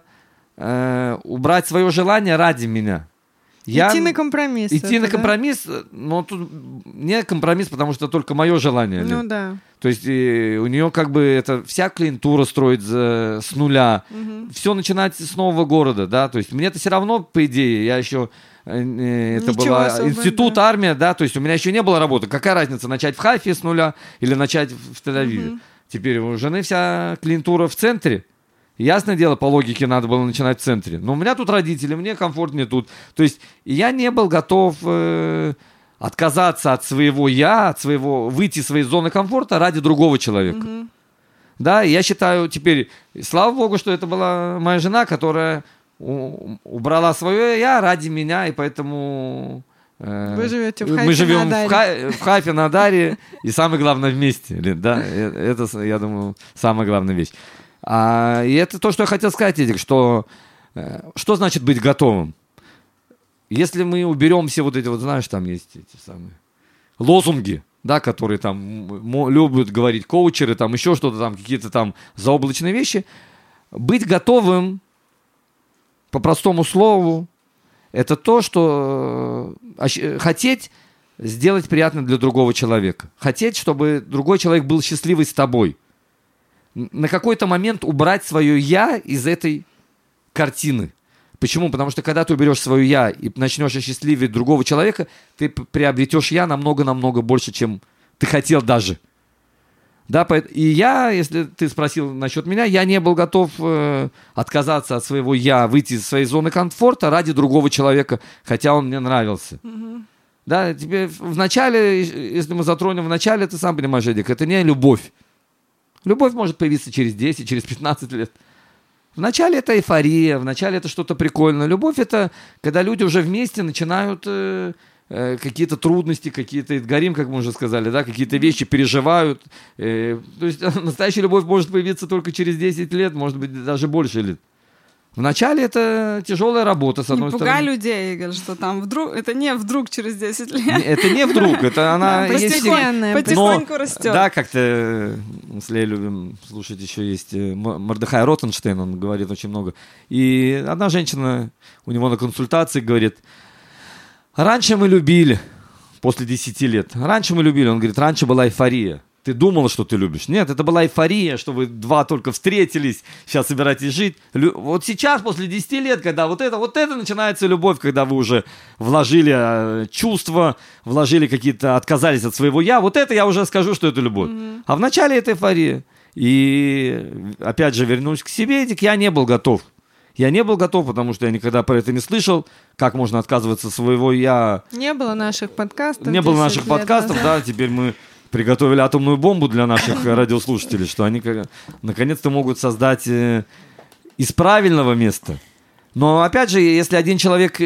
Speaker 3: э, убрать свое желание ради меня. Я...
Speaker 1: Идти на компромисс.
Speaker 3: Идти
Speaker 1: это,
Speaker 3: на
Speaker 1: да?
Speaker 3: компромисс, но тут не компромисс, потому что только мое желание.
Speaker 1: Ну
Speaker 3: Лен.
Speaker 1: да.
Speaker 3: То есть и у нее как бы это вся клиентура строить за, с нуля,
Speaker 1: Угу.
Speaker 3: все начинать с нового города, да, то есть мне это все равно, по идее, я еще, э, это
Speaker 1: Ничего
Speaker 3: была
Speaker 1: особо,
Speaker 3: институт,
Speaker 1: да.
Speaker 3: армия, да, то есть у меня еще не было работы, какая разница, начать в Хайфе с нуля или начать в Тель-Авиве.
Speaker 1: Угу.
Speaker 3: Теперь у жены вся клиентура в центре. Ясное дело, по логике надо было начинать в центре. Но у меня тут родители, мне комфортнее тут. То есть я не был готов э, отказаться от своего я, от своего, выйти из своей зоны комфорта ради другого человека.
Speaker 1: Угу.
Speaker 3: Да, и я считаю теперь, слава богу, что это была моя жена, которая у, убрала свое я ради меня, и поэтому... э,
Speaker 1: Вы живете в
Speaker 3: мы
Speaker 1: Хайфе
Speaker 3: живем
Speaker 1: на
Speaker 3: в, Хай- в Хайфе на Адаре, и самое главное вместе. Лен, да, э, это, я думаю, самая главная вещь. А, и это то, что я хотел сказать, Эдик, что э, что значит быть готовым? Если мы уберем все вот эти вот, знаешь, там есть эти самые лозунги, да, которые там м- любят говорить коучеры, там еще что-то там, какие-то там заоблачные вещи, быть готовым, по простому слову, это то, что э, ощ- хотеть сделать приятно для другого человека. Хотеть, чтобы другой человек был счастливый с тобой. На какой-то момент убрать свое «я» из этой картины. Почему? Потому что когда ты уберешь свое «я» и начнешь осчастливить другого человека, ты приобретешь «я» намного-намного больше, чем ты хотел даже. Да, и я, если ты спросил насчет меня, я не был готов э, отказаться от своего «я», выйти из своей зоны комфорта ради другого человека, хотя он мне нравился.
Speaker 1: Угу.
Speaker 3: Да, тебе в начале, если мы затронем в начале, ты сам понимаешь, Эдик, это не любовь. Любовь может появиться через десять, через пятнадцать лет. Вначале это эйфория, вначале это что-то прикольное. Любовь — это когда люди уже вместе начинают э, э, какие-то трудности, какие-то, горим, как мы уже сказали, да, какие-то вещи переживают. Э, то есть настоящая любовь может появиться только через десять лет, может быть, даже больше лет. Вначале это тяжелая работа, с одной
Speaker 4: не
Speaker 3: стороны.
Speaker 4: пугай людей, Игорь, что там вдруг... Это не вдруг через десять лет.
Speaker 3: Это не вдруг, это она...
Speaker 1: Да,
Speaker 3: есть
Speaker 1: постепенно.
Speaker 4: Потихоньку
Speaker 3: Но,
Speaker 4: растет.
Speaker 3: да, как-то мы с Лей любим слушать, еще есть э, Мордехай Ротенштейн, он говорит очень много. И одна женщина у него на консультации говорит: раньше мы любили, после десяти лет, раньше мы любили, он говорит, раньше была эйфория. Ты думала, что ты любишь. Нет, это была эйфория, что вы два только встретились, сейчас собираетесь жить. Лю... Вот сейчас, после десяти лет, когда вот это, вот это начинается любовь, когда вы уже вложили э, чувства, вложили какие-то, отказались от своего «я», вот это я уже скажу, что это любовь. Mm-hmm. А вначале это эйфория. И опять же вернусь к себе, Эдик, я не был готов. Я не был готов, потому что я никогда про это не слышал, как можно отказываться от своего «я».
Speaker 1: Не было наших подкастов.
Speaker 3: Не было наших подкастов,
Speaker 1: назад.
Speaker 3: да, теперь мы приготовили атомную бомбу для наших радиослушателей, что они наконец-то могут создать э, из правильного места. Но опять же, если один человек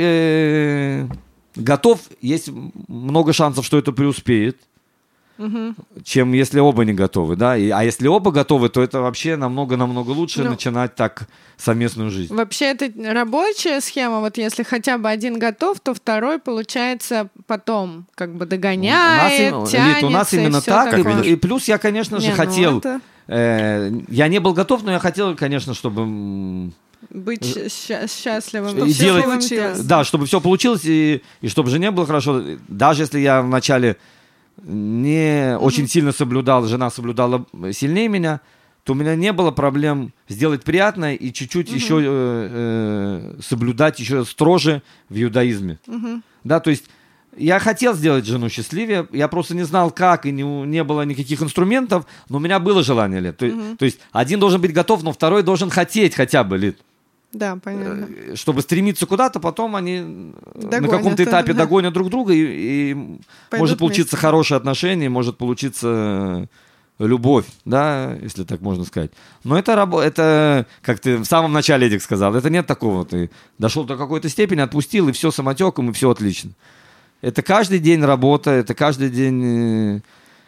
Speaker 3: э, готов, есть много шансов, что это преуспеет, угу. чем если оба не готовы. Да? И, а если оба готовы, то это вообще намного-намного лучше ну, начинать так совместную жизнь.
Speaker 1: Вообще это рабочая схема. Вот если хотя бы один готов, то второй, получается, потом как бы догоняет,
Speaker 3: у нас,
Speaker 1: тянется.
Speaker 3: Лид, у нас именно так. И, и плюс я, конечно же,
Speaker 1: не,
Speaker 3: хотел...
Speaker 1: Ну это...
Speaker 3: э, я не был готов, но я хотел, конечно, чтобы...
Speaker 1: Быть ща- счастливым.
Speaker 3: И
Speaker 1: Все
Speaker 3: делать,
Speaker 1: получилось.
Speaker 3: да, чтобы все получилось, и, и чтобы жене было хорошо. Даже если я вначале не mm-hmm. очень сильно соблюдал, жена соблюдала сильнее меня, то у меня не было проблем сделать приятное и чуть-чуть mm-hmm. еще э, э, соблюдать еще строже в иудаизме. Mm-hmm. Да, то есть я хотел сделать жену счастливее, я просто не знал, как, и не, не было никаких инструментов, но у меня было желание, Лид. То, mm-hmm. то есть один должен быть готов, но второй должен хотеть хотя бы, Лид.
Speaker 1: Да, понятно.
Speaker 3: Чтобы стремиться куда-то, потом они догонят, на каком-то этапе да. догонят друг друга, и, и может получиться вместе. Хорошие отношения, может получиться любовь, да, если так можно сказать. Но это, это, как ты в самом начале, Эдик, сказал, это нет такого. Ты дошел до какой-то степени, отпустил, и все самотеком, и все отлично. Это каждый день работа, это каждый день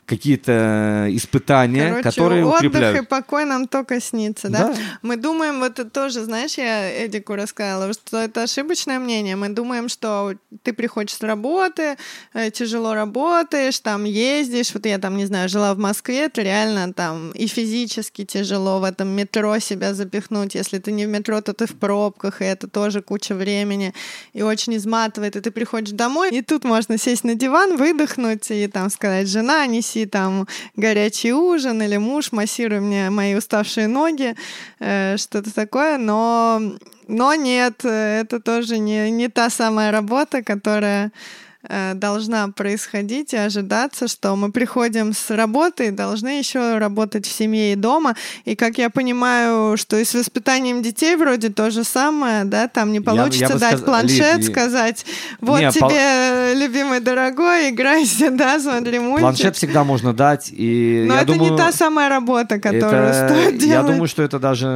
Speaker 3: какие-то испытания,
Speaker 1: Короче,
Speaker 3: которые
Speaker 1: отдых
Speaker 3: укрепляют.
Speaker 1: Отдых и покой нам только снится, да?
Speaker 3: да?
Speaker 1: Мы думаем, вот это тоже, знаешь, я Эдику рассказала, что это ошибочное мнение. Мы думаем, что ты приходишь с работы, тяжело работаешь, там ездишь, вот я там, не знаю, жила в Москве, это реально там и физически тяжело в этом метро себя запихнуть. Если ты не в метро, то ты в пробках, и это тоже куча времени, и очень изматывает. И ты приходишь домой, и тут можно сесть на диван, выдохнуть и там сказать: жена, неси там горячий ужин, или муж, массируй мне мои уставшие ноги, э, что-то такое, но, но нет, это тоже не, не та самая работа, которая э, должна происходить и ожидаться, что мы приходим с работы и должны еще работать в семье и дома, и как я понимаю, что и с воспитанием детей вроде то же самое, да, там не получится я, я дать сказ... планшет, Лид, сказать, вот не, тебе, пол... любимый дорогой, играйся, да, смотри мультик.
Speaker 3: Планшет всегда можно дать, и
Speaker 1: но
Speaker 3: я
Speaker 1: это
Speaker 3: думаю,
Speaker 1: не та самая работа, которую
Speaker 3: это...
Speaker 1: стоит делать.
Speaker 3: Я думаю, что это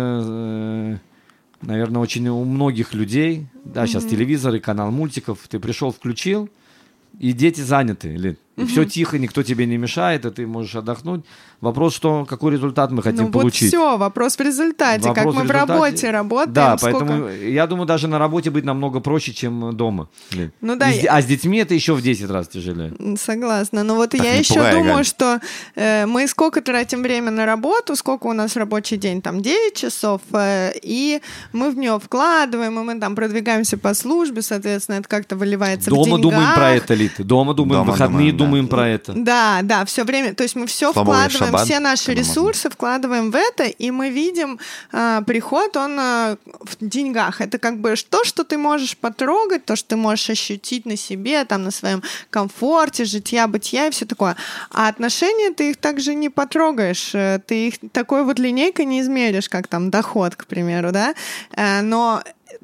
Speaker 3: даже, наверное, очень у многих людей, да, сейчас mm-hmm. телевизор и канал мультиков, ты пришел, включил, и дети заняты, Лид. И угу. все тихо, никто тебе не мешает, и ты можешь отдохнуть. Вопрос, что, какой результат мы хотим
Speaker 1: ну,
Speaker 3: получить.
Speaker 1: Вот все, вопрос в результате, вопрос как мы в, результате. в работе работаем.
Speaker 3: Да,
Speaker 1: сколько...
Speaker 3: поэтому я думаю, даже на работе быть намного проще, чем дома.
Speaker 1: Ну, да,
Speaker 3: и,
Speaker 1: я...
Speaker 3: А с детьми это еще в десять раз тяжелее.
Speaker 1: Согласна. Но вот
Speaker 2: так
Speaker 1: я еще
Speaker 2: пугай,
Speaker 1: думаю,
Speaker 2: Галь.
Speaker 1: что э, мы сколько тратим время на работу, сколько у нас рабочий день, там девять часов, э, и мы в нее вкладываем, и мы там продвигаемся по службе, соответственно, это как-то выливается
Speaker 3: дома
Speaker 1: в деньгах.
Speaker 3: Дома думаем про это, Лид. Дома думаем,
Speaker 2: дома
Speaker 3: выходные
Speaker 2: думаем,
Speaker 3: думаем
Speaker 2: да.
Speaker 3: про это.
Speaker 1: Да, да, все время. То есть мы все
Speaker 2: Слабовый
Speaker 1: вкладываем,
Speaker 2: шаббат,
Speaker 1: все наши ресурсы
Speaker 2: можно.
Speaker 1: вкладываем в это, и мы видим э, приход, он э, в деньгах. Это как бы то, что ты можешь потрогать, то, что ты можешь ощутить на себе, там, на своем комфорте, житья, бытия и все такое. А отношения ты их также не потрогаешь. Ты их такой вот линейкой не измеришь, как там доход, к примеру, да? Э, но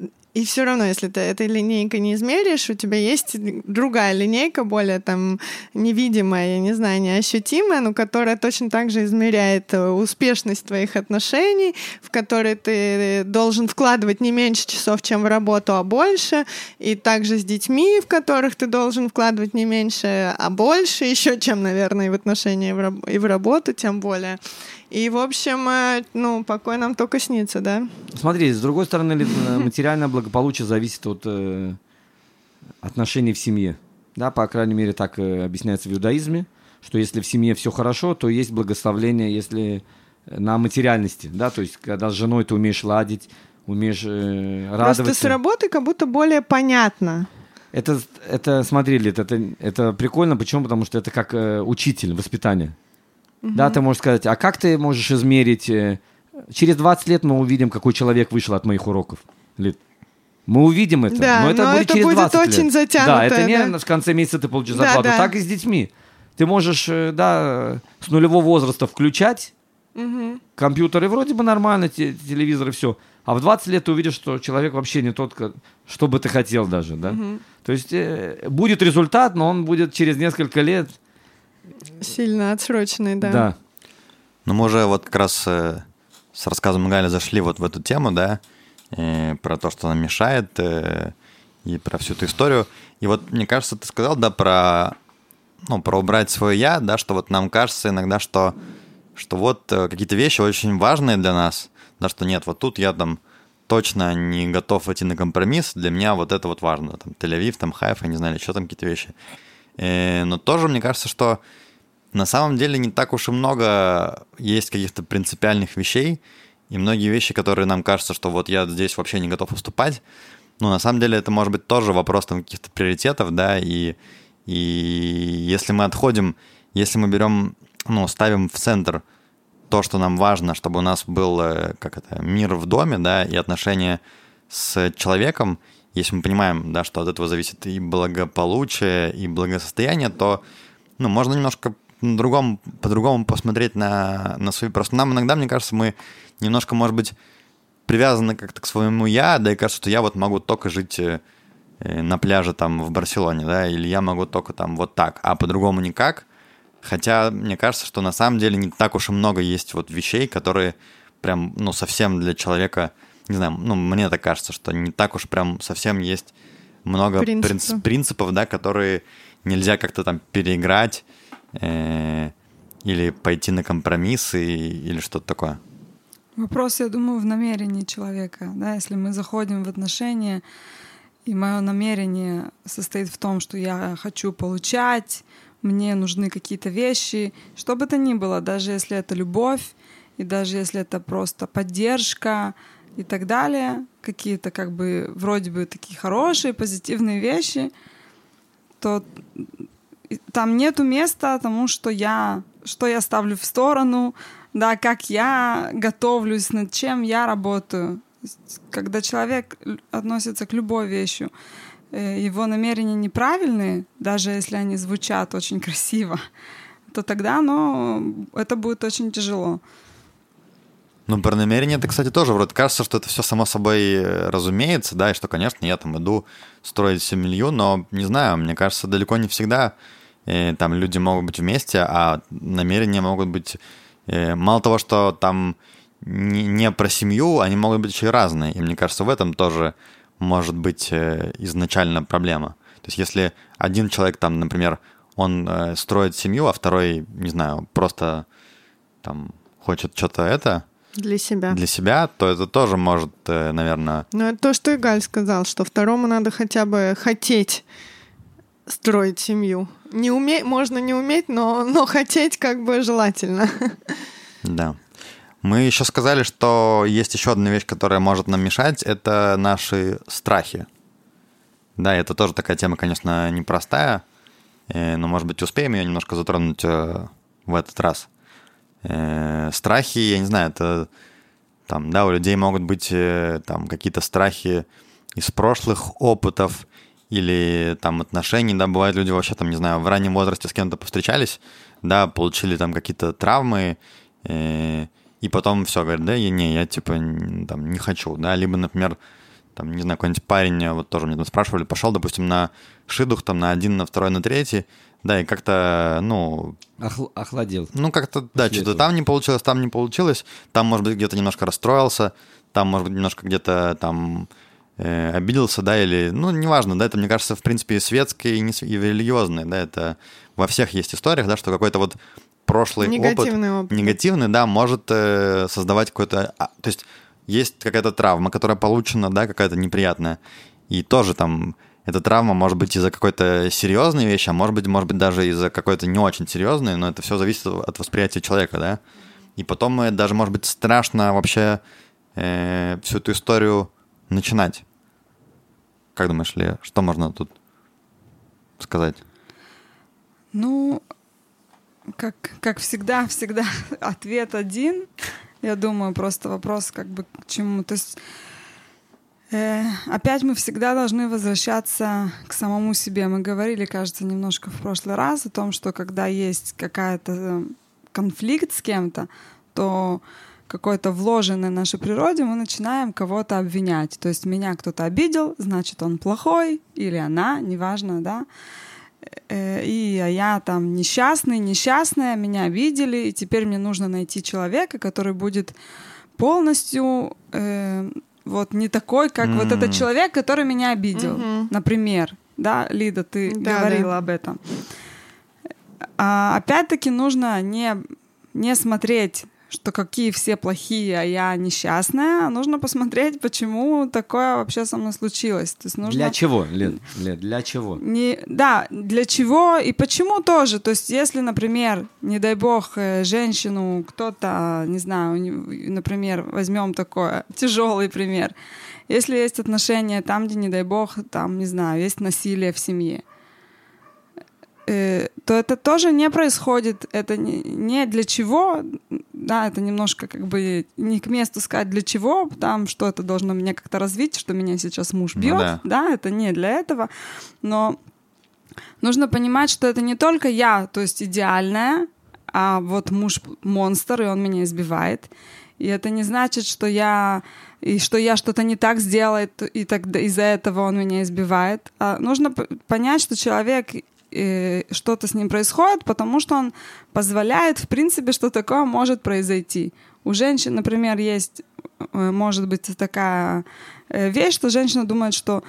Speaker 1: и все равно, если ты этой линейкой не измеришь, у тебя есть другая линейка, более там невидимая, я не знаю, неощутимая, но которая точно так же измеряет успешность твоих отношений, в которые ты должен вкладывать не меньше часов, чем в работу, а больше, и также с детьми, в которых ты должен вкладывать не меньше, а больше, еще чем, наверное, и в отношения, и в, раб- и в работу, тем более. И, в общем, ну, покой нам только снится, да?
Speaker 3: Смотри, с другой стороны, материальное благополучие зависит от э, отношений в семье. Да, по крайней мере, так э, объясняется в иудаизме, что если в семье все хорошо, то есть благословление, если на материальности, да, то есть когда с женой ты умеешь ладить, умеешь э, радоваться.
Speaker 1: Просто с работы как будто более понятно.
Speaker 3: Это, это смотри, Лид, это, это прикольно, почему? Потому что это как э, учитель, воспитание. Uh-huh. Да, ты можешь сказать, а как ты можешь измерить... Э, через двадцать лет мы увидим, какой человек вышел от моих уроков. Лид. Мы увидим это,
Speaker 1: да,
Speaker 3: но это
Speaker 1: но
Speaker 3: будет
Speaker 1: это
Speaker 3: через
Speaker 1: будет
Speaker 3: двадцать
Speaker 1: очень
Speaker 3: лет.
Speaker 1: Затянутое,
Speaker 3: да, это не
Speaker 1: да?
Speaker 3: в конце месяца ты получишь
Speaker 1: да,
Speaker 3: зарплату.
Speaker 1: Да.
Speaker 3: Так и с детьми. Ты можешь, да, с нулевого возраста включать uh-huh. компьютер, и вроде бы нормально, те, телевизор и все. А в двадцать лет ты увидишь, что человек вообще не тот, что бы ты хотел даже, да. Uh-huh. То есть э, будет результат, но он будет через несколько лет...
Speaker 1: Сильно отсроченный, да.
Speaker 3: Да.
Speaker 2: Ну, мы уже вот как раз э, с рассказом Гали зашли вот в эту тему, да, э, про то, что нам мешает, э, и про всю эту историю. И вот, мне кажется, ты сказал, да, про, ну, про убрать свое «я», да, что вот нам кажется иногда, что, что вот э, какие-то вещи очень важные для нас, да, что нет, вот тут я там точно не готов идти на компромисс, для меня вот это вот важно, там, Тель-Авив, там, Хайфа, не знаю, что там какие-то вещи. Э, но тоже, мне кажется, что на самом деле не так уж и много есть каких-то принципиальных вещей, и многие вещи, которые нам кажется, что вот я здесь вообще не готов уступать, ну, на самом деле это может быть тоже вопрос там каких-то приоритетов, да, и, и если мы отходим если мы берем, ну, ставим в центр то, что нам важно, чтобы у нас был, как это, мир в доме, да, и отношения с человеком, если мы понимаем, да, что от этого зависит и благополучие, и благосостояние, то, ну, можно немножко по-другому, по-другому посмотреть на, на свои... Просто нам иногда, мне кажется, мы немножко, может быть, привязаны как-то к своему «я», да, и кажется, что я вот могу только жить на пляже там в Барселоне, да, или я могу только там вот так, а по-другому никак. Хотя мне кажется, что на самом деле не так уж и много есть вот вещей, которые прям, ну, совсем для человека, не знаю, ну, мне так кажется, что не так уж прям совсем есть много
Speaker 1: Принципы.
Speaker 2: принцип, принципов, да, которые нельзя как-то там переиграть э, или пойти на компромиссы или что-то такое.
Speaker 4: Вопрос, я думаю, в намерении человека. Да? Если мы заходим в отношения, и мое намерение состоит в том, что я хочу получать, мне нужны какие-то вещи, что бы то ни было, даже если это любовь, и даже если это просто поддержка и так далее, какие-то как бы вроде бы такие хорошие, позитивные вещи, то там нету места тому, что я, что я ставлю в сторону, да, как я готовлюсь, над чем я работаю. Когда человек относится к любой вещи, его намерения неправильные, даже если они звучат очень красиво, то тогда, ну, это будет очень тяжело.
Speaker 2: Ну, про намерение это, кстати, тоже вроде кажется, что это все само собой разумеется, да, и что, конечно, я там иду строить семью, но, не знаю, мне кажется, далеко не всегда э, там люди могут быть вместе, а намерения могут быть... Э, мало того, что там не, не про семью, они могут быть еще и разные, и мне кажется, в этом тоже может быть э, изначально проблема. То есть если один человек там, например, он э, строит семью, а второй, не знаю, просто там хочет что-то это...
Speaker 1: Для себя.
Speaker 2: Для себя, то это тоже может, наверное...
Speaker 1: Ну, это то, что Игаль сказал, что второму надо хотя бы хотеть строить семью. Не уметь, можно не уметь, но, но хотеть как бы желательно.
Speaker 2: Да. Мы еще сказали, что есть еще одна вещь, которая может нам мешать, это наши страхи. Да, это тоже такая тема, конечно, непростая, но, может быть, успеем ее немножко затронуть в этот раз. Страхи, я не знаю, это там, да, у людей могут быть там какие-то страхи из прошлых опытов или там отношений, да, бывают люди вообще там, не знаю, в раннем возрасте с кем-то повстречались, да, получили там какие-то травмы, э, и потом все, говорят, да, я, не, я типа там не хочу, да, либо, например, там, не знаю, какой-нибудь парень, вот тоже мне там спрашивали, пошел, допустим, на шидух, там, на один, на второй, на третий, да, и как-то, ну...
Speaker 3: Охл- охладел.
Speaker 2: Ну, как-то, да,
Speaker 3: После
Speaker 2: что-то
Speaker 3: этого.
Speaker 2: там не получилось, там не получилось, там, может быть, где-то немножко расстроился, там, может быть, немножко где-то там э, обиделся, да, или, ну, неважно, да, это, мне кажется, в принципе, и светское, и, не, и религиозное, да, это во всех есть историях, да, что какой-то вот прошлый
Speaker 1: Негативный
Speaker 2: опыт,
Speaker 1: опыт.
Speaker 2: негативный, да, может э, создавать какой-то... А, то есть есть какая-то травма, которая получена, да, какая-то неприятная, и тоже там... Эта травма может быть из-за какой-то серьезной вещи, а может быть, может быть даже из-за какой-то не очень серьезной, но это все зависит от восприятия человека, да. И потом даже, может быть, страшно вообще э, всю эту историю начинать. Как думаешь, Лея, что можно тут сказать?
Speaker 4: Ну, как, как всегда, всегда ответ один. Я думаю, просто вопрос как бы к чему. То есть Э, опять мы всегда должны возвращаться к самому себе. Мы говорили, кажется, немножко в прошлый раз о том, что когда есть какая-то конфликт с кем-то, то какой-то вложенный в нашей природе мы начинаем кого-то обвинять. То есть меня кто-то обидел, значит, он плохой, или она, неважно, да. Э, и а я там несчастный, несчастная, меня обидели, и теперь мне нужно найти человека, который будет полностью... Э, вот не такой, как mm. вот этот человек, который меня обидел, mm-hmm. например. Да, Лида, ты да, говорила да. об этом. А, опять-таки нужно не, не смотреть, что какие все плохие, а я несчастная. Нужно посмотреть, почему такое вообще со мной случилось. То есть нужно...
Speaker 3: Для чего, Лид? Для чего?
Speaker 4: Не... Да, для чего и почему тоже. То есть если, например, не дай бог, женщину кто-то, не знаю, например, возьмем такой тяжелый пример. Если есть отношения там, где, не дай бог, там, не знаю, есть насилие в семье. э, то это тоже не происходит, это не, не для чего, да, это немножко как бы не к месту сказать для чего, там, что это должно меня как-то развить, что меня сейчас муж бьет, ну, да. да, это не для этого, но нужно понимать, что это не только я, то есть идеальная, а вот муж монстр, и он меня избивает. И это не значит, что я, и что я что-то не так сделаю, и тогда из-за этого он меня избивает. А нужно понять, что человек, э, что-то с ним происходит, потому что он позволяет, в принципе, что такое может произойти. У женщин, например, есть, э, может быть, такая э, вещь, что женщина думает, что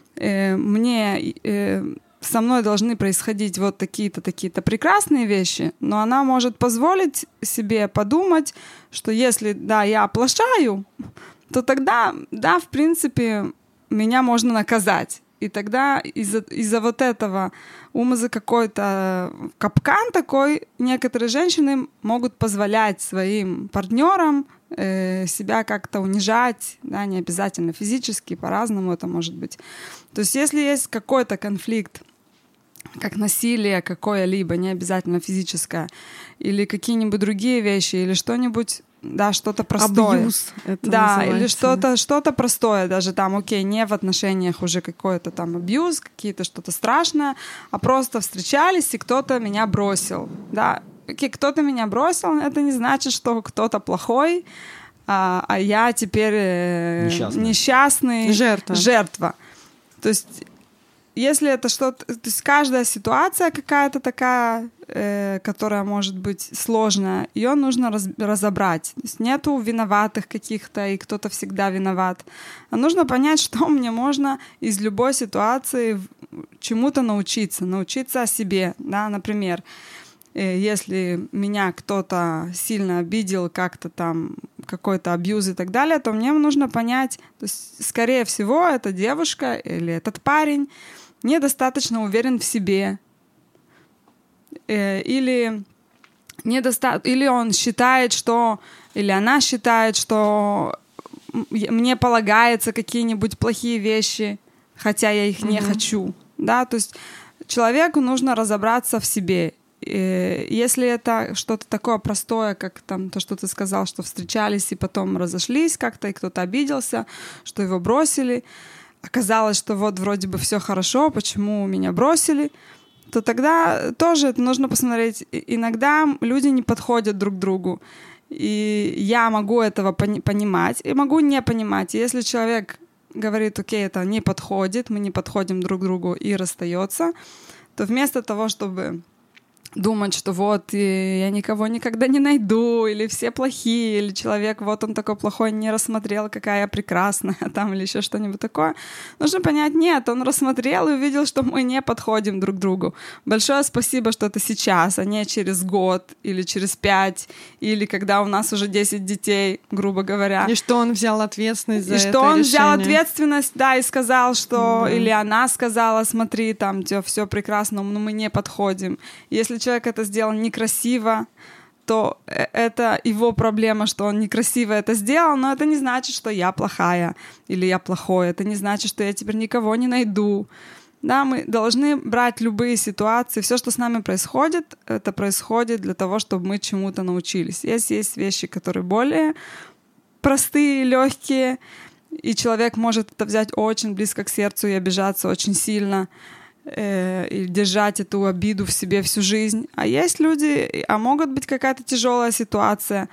Speaker 4: э, мне... Э, со мной должны происходить вот такие-то, такие-то прекрасные вещи, но она может позволить себе подумать, что если, да, я оплошаю, то тогда, да, в принципе, меня можно наказать. И тогда из-за, из-за вот этого умоза какой-то капкан такой, некоторые женщины могут позволять своим партнерам э, себя как-то унижать, да, не обязательно физически, по-разному это может быть. То есть если есть какой-то конфликт, как насилие какое-либо, не обязательно физическое, или какие-нибудь другие вещи, или что-нибудь, да, что-то простое.
Speaker 1: Абьюз это
Speaker 4: да,
Speaker 1: называется.
Speaker 4: или что-то, что-то простое, даже там, окей, не в отношениях уже какой-то там абьюз, какие-то что-то страшное, а просто встречались, и кто-то меня бросил, да. Окей, кто-то меня бросил, это не значит, что кто-то плохой, а, а я теперь э,
Speaker 3: несчастный.
Speaker 4: несчастный.
Speaker 1: Жертва.
Speaker 4: Жертва. То есть если это что-то... То есть каждая ситуация какая-то такая, э, которая может быть сложная, ее нужно раз, разобрать. То есть нету виноватых каких-то, и кто-то всегда виноват. А нужно понять, что мне можно из любой ситуации чему-то научиться. Научиться о себе. Да? Например, э, если меня кто-то сильно обидел, как-то там какой-то абьюз и так далее, то мне нужно понять, то есть, скорее всего, эта девушка или этот парень недостаточно уверен в себе, э, или, недоста... или он считает, что, или она считает, что мне полагается какие-нибудь плохие вещи, хотя я их mm-hmm. не хочу, да, то есть человеку нужно разобраться в себе. И если это что-то такое простое, как там то, что ты сказал, что встречались и потом разошлись как-то, и кто-то обиделся, что его бросили, оказалось, что вот вроде бы все хорошо, почему меня бросили, то тогда тоже это нужно посмотреть. Иногда люди не подходят друг к другу, и я могу этого пони- понимать, и могу не понимать. И если человек говорит, окей, это не подходит, мы не подходим друг к другу и расстается, то вместо того, чтобы думать, что вот я никого никогда не найду, или все плохие, или человек, вот он такой плохой, не рассмотрел, какая я прекрасная, там, или еще что-нибудь такое. Нужно понять, нет, он рассмотрел и увидел, что мы не подходим друг к другу. Большое спасибо, что это сейчас, а не через год, или через пять, или когда у нас уже десять детей, грубо говоря.
Speaker 1: И что он взял ответственность за
Speaker 4: и
Speaker 1: это
Speaker 4: И что он
Speaker 1: решение.
Speaker 4: взял ответственность, да, и сказал, что,
Speaker 1: да.
Speaker 4: или она сказала, смотри, там, все прекрасно, но мы не подходим. Если человек это сделал некрасиво, то это его проблема, что он некрасиво это сделал, но это не значит, что я плохая или я плохой, это не значит, что я теперь никого не найду. Да, мы должны брать любые ситуации, все, что с нами происходит, это происходит для того, чтобы мы чему-то научились. Есть, есть вещи, которые более простые, легкие, и человек может это взять очень близко к сердцу и обижаться очень сильно, и держать эту обиду в себе всю жизнь. А есть люди, а могут быть какая-то тяжелая ситуация.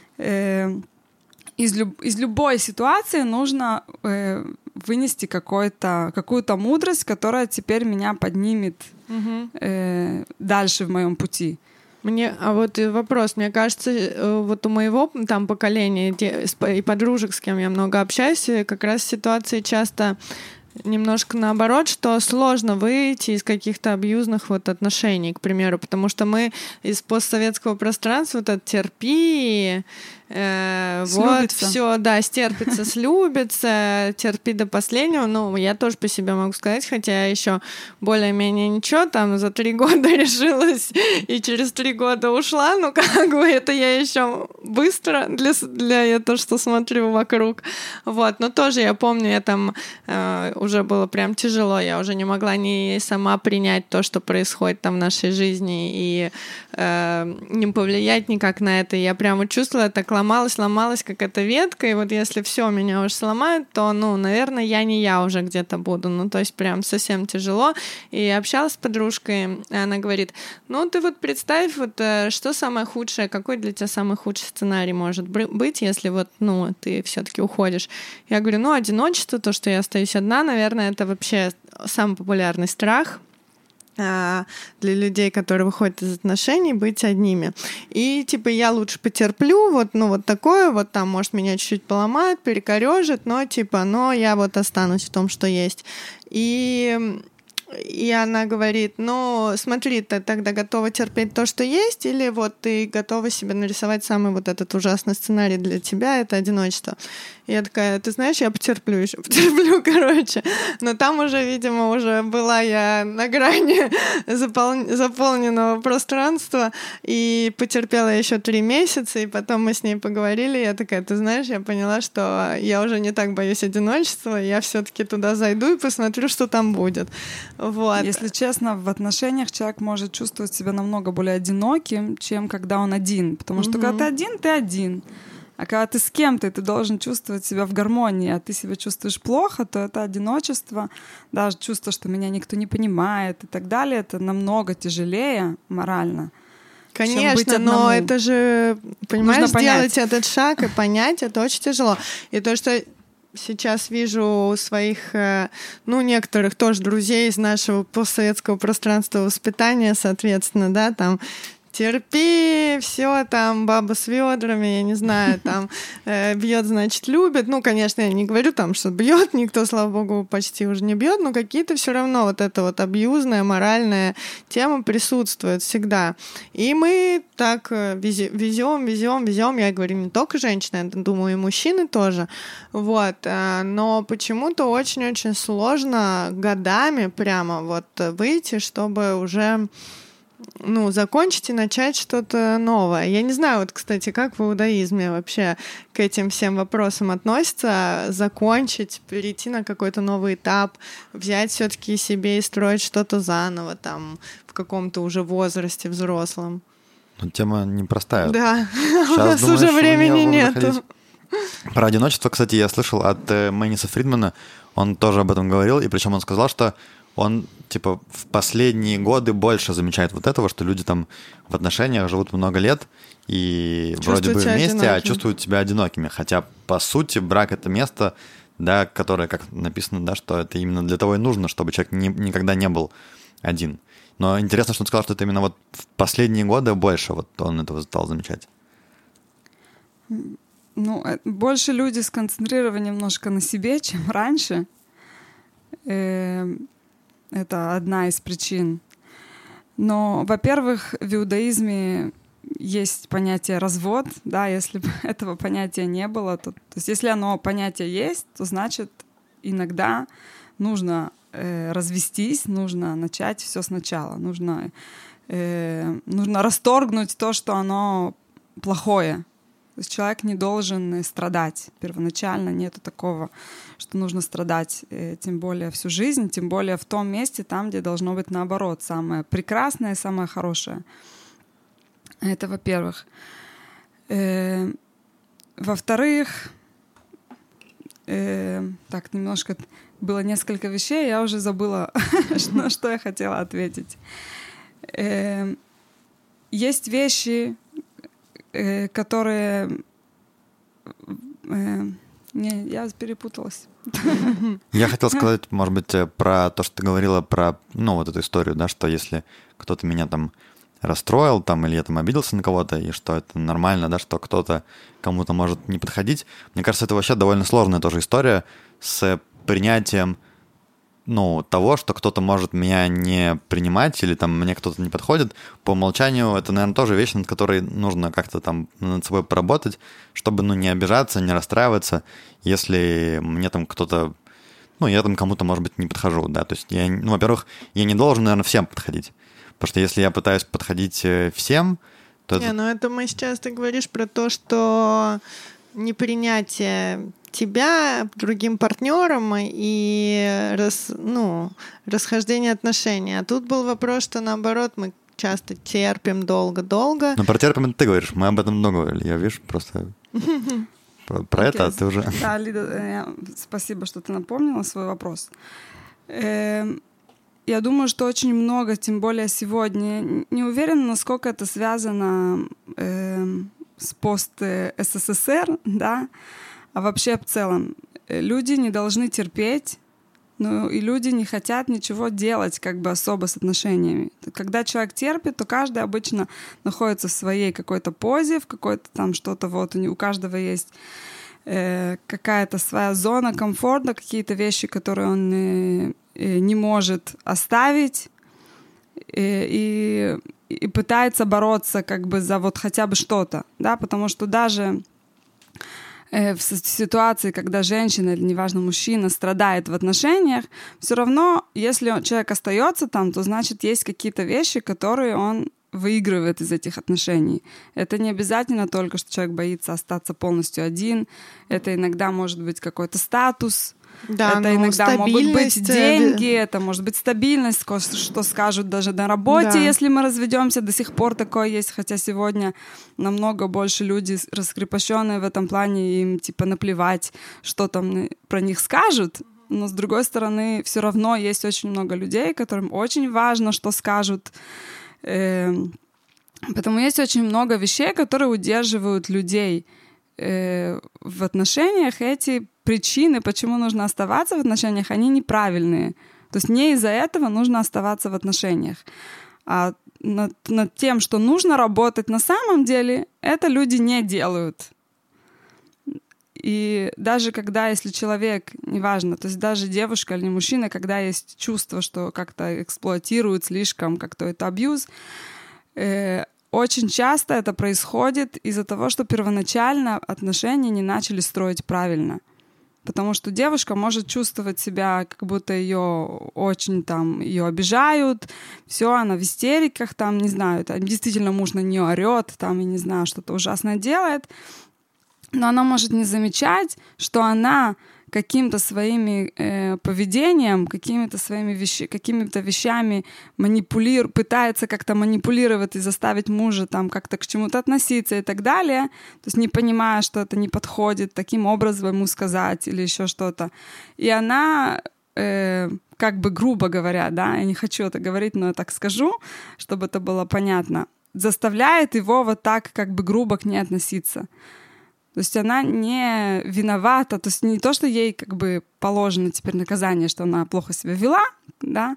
Speaker 4: Из, люб, из любой ситуации нужно вынести какой-то, какую-то мудрость, которая теперь меня поднимет угу. дальше в моем пути.
Speaker 1: Мне, а вот вопрос, мне кажется, вот у моего там поколения и подружек, с кем я много общаюсь, как раз ситуации часто немножко наоборот, что сложно выйти из каких-то абьюзных вот отношений, к примеру, потому что мы из постсоветского пространства вот это терпи, э, вот, все, да, стерпится, слюбится, терпи до последнего. Ну, я тоже по себе могу сказать, хотя я еще более-менее ничего, там за три года решилась и через три года ушла, ну, как бы это я еще быстро для, для того, что смотрю вокруг. Вот, но тоже я помню, я там э, уже было прям тяжело, я уже не могла ни сама принять то, что происходит там в нашей жизни, и э, не повлиять никак на это. Я прямо чувствовала, так ломалась, ломалась, как эта ветка, и вот если все меня уже сломает, то, ну, наверное, я не я уже где-то буду. Ну, то есть прям совсем тяжело. И общалась с подружкой, и она говорит, ну, ты вот представь, вот что самое худшее, какой для тебя самый худший сценарий может быть, если вот, ну, ты все-таки уходишь. Я говорю, ну, одиночество, то, что я остаюсь одна, наверное, это вообще самый популярный страх для людей, которые выходят из отношений, быть одними. И, типа, я лучше потерплю, вот, ну, вот такое, вот там, может, меня чуть-чуть поломает, перекорежит, но, типа, но я вот останусь в том, что есть. И... И она говорит, ну, смотри, ты тогда готова терпеть то, что есть, или вот ты готова себе нарисовать самый вот этот ужасный сценарий для тебя, это одиночество. И я такая, ты знаешь, я потерплю еще, потерплю, короче. Но там уже, видимо, уже была я на грани запол... заполненного пространства, и потерпела еще три месяца, и потом мы с ней поговорили, и я такая, ты знаешь, я поняла, что я уже не так боюсь одиночества, я все-таки туда зайду и посмотрю, что там будет. Вот.
Speaker 4: Если честно, в отношениях человек может чувствовать себя намного более одиноким, чем когда он один. Потому что mm-hmm. когда ты один, ты один. А когда ты с кем-то, ты должен чувствовать себя в гармонии, а ты себя чувствуешь плохо, то это одиночество, даже чувство, что меня никто не понимает и так далее, это намного тяжелее морально.
Speaker 1: Конечно, но это же, понимаешь, сделать этот шаг и понять, это очень тяжело. И то, что сейчас вижу у своих, ну, некоторых тоже друзей из нашего постсоветского пространства воспитания, соответственно, да, там терпи, все там, баба с ведрами, я не знаю, там э, бьет, значит, любит. Ну, конечно, я не говорю там, что бьет, никто, слава богу, почти уже не бьет, но какие-то все равно вот эта вот абьюзная, моральная тема присутствует всегда. И мы так везем, везем, везем. Я говорю, не только женщины, я думаю, и мужчины тоже. Вот. Но почему-то очень-очень сложно годами прямо вот выйти, чтобы уже ну, закончить и начать что-то новое. Я не знаю, вот, кстати, как в иудаизме вообще к этим всем вопросам относятся, закончить, перейти на какой-то новый этап, взять все-таки себе и строить что-то заново там в каком-то уже возрасте взрослом.
Speaker 2: Ну, тема непростая.
Speaker 1: Да, у нас уже времени нету.
Speaker 2: Про одиночество, кстати, я слышал от э, Мэниса Фридмана, он тоже об этом говорил, и причем он сказал, что он, типа, в последние годы больше замечает вот этого, что люди там в отношениях живут много лет и чувствуют вроде бы вместе, одинокими. А чувствуют себя одинокими. Хотя, по сути, брак — это место, да, которое, как написано, да, что это именно для того и нужно, чтобы человек не, никогда не был один. Но интересно, что он сказал, что это именно вот в последние годы больше вот он этого стал замечать.
Speaker 4: Ну, больше люди сконцентрированы немножко на себе, чем раньше. Это одна из причин. Но, во-первых, в иудаизме есть понятие развод, да, если бы этого понятия не было, то, то есть если оно понятие есть, то значит иногда нужно э, развестись, нужно начать все сначала, нужно, э, нужно расторгнуть то, что оно плохое. То есть человек не должен страдать. Первоначально нету такого, что нужно страдать, тем более всю жизнь, тем более в том месте, там, где должно быть наоборот, самое прекрасное, самое хорошее. Это во-первых. Во-вторых, так, немножко было несколько вещей, я уже забыла, на что я хотела ответить. Есть вещи, которые... Э, не, я перепуталась.
Speaker 2: Я хотел сказать, может быть, про то, что ты говорила про, ну, вот эту историю, да, что если кто-то меня там расстроил, там, или я там обиделся на кого-то, и что это нормально, да, что кто-то кому-то может не подходить. Мне кажется, это вообще довольно сложная тоже история с принятием ну, того, что кто-то может меня не принимать или там мне кто-то не подходит, по умолчанию это, наверное, тоже вещь, над которой нужно как-то там над собой поработать, чтобы, ну, не обижаться, не расстраиваться, если мне там кто-то, ну, я там кому-то, может быть, не подхожу, да, то есть я, ну, во-первых, я не должен, наверное, всем подходить, потому что если я пытаюсь подходить всем, то
Speaker 1: не,
Speaker 2: это...
Speaker 1: ну это мы сейчас ты говоришь про то, что непринятие тебя другим партнером и рас, ну, расхождение отношений. А тут был вопрос, что наоборот мы часто терпим долго-долго.
Speaker 2: Ну, про терпим это ты говоришь, мы об этом много говорили. Я, видишь, просто про, про okay. это, а ты уже...
Speaker 4: Да, Лида, спасибо, что ты напомнила свой вопрос. Я думаю, что очень много, тем более сегодня, не уверена, насколько это связано с пост-СССР, да, а вообще в целом. Люди не должны терпеть, ну и люди не хотят ничего делать как бы особо с отношениями. Когда человек терпит, то каждый обычно находится в своей какой-то позе, в какой-то там что-то вот, у каждого есть э, какая-то своя зона комфорта, какие-то вещи, которые он э, э, не может оставить, э, и, и пытается бороться как бы за вот хотя бы что-то, да, потому что даже в ситуации, когда женщина или, неважно, мужчина страдает в отношениях, все равно, если человек остается там, то значит есть какие-то вещи, которые он выигрывает из этих отношений. Это не обязательно только, что человек боится остаться полностью один. Это иногда может быть какой-то статус.
Speaker 1: Да,
Speaker 4: это
Speaker 1: ну,
Speaker 4: иногда могут быть деньги, это может быть стабильность, что скажут даже на работе, да. Если мы разведемся, до сих пор такое есть, хотя сегодня намного больше люди раскрепощенные в этом плане, им типа наплевать, что там про них скажут, но с другой стороны все равно есть очень много людей, которым очень важно, что скажут, поэтому есть очень много вещей, которые удерживают людей в отношениях. Эти причины, почему нужно оставаться в отношениях, они неправильные. То есть не из-за этого нужно оставаться в отношениях. А над, над тем, что нужно работать на самом деле, это люди не делают. И даже когда, если человек, неважно, то есть даже девушка или мужчина, когда есть чувство, что как-то эксплуатируют слишком, как-то это абьюз, э, очень часто это происходит из-за того, что первоначально отношения не начали строить правильно. Потому что девушка может чувствовать себя, как будто ее очень там, ее обижают, все, она в истериках, там, не знаю, там, действительно муж на нее орет, там, я не знаю, что-то ужасное делает, но она может не замечать, что она каким-то своими э, поведением, какими-то своими вещи, какими-то вещами манипулирует, пытается как-то манипулировать и заставить мужа там как-то к чему-то относиться и так далее, то есть не понимая, что это не подходит, таким образом ему сказать или еще что-то. И она, э, как бы грубо говоря, да, я не хочу это говорить, но я так скажу, чтобы это было понятно, заставляет его вот так как бы грубо к ней относиться. То есть она не виновата, то есть не то, что ей как бы положено теперь наказание, что она плохо себя вела, да,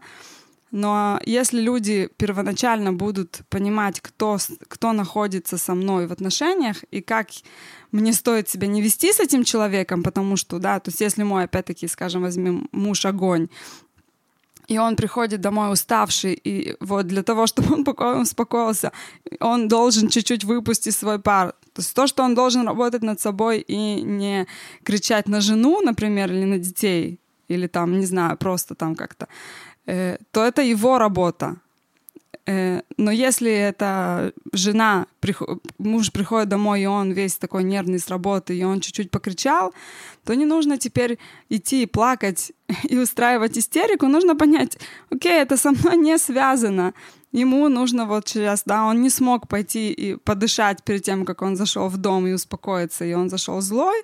Speaker 4: но если люди первоначально будут понимать, кто, кто находится со мной в отношениях и как мне стоит себя не вести с этим человеком, потому что, да, то есть если мой, опять-таки, скажем, возьмем муж огонь, и он приходит домой уставший, и вот для того, чтобы он успокоился, он должен чуть-чуть выпустить свой пар. То есть то, что он должен работать над собой и не кричать на жену, например, или на детей, или там, не знаю, просто там как-то, э, то это его работа. Э, но если это жена, приход, муж приходит домой, и он весь такой нервный с работы, и он чуть-чуть покричал, то не нужно теперь идти и плакать и устраивать истерику. Нужно понять, окей, это со мной не связано. Ему нужно вот сейчас, да, он не смог пойти и подышать перед тем, как он зашел в дом и успокоиться, и он зашел злой.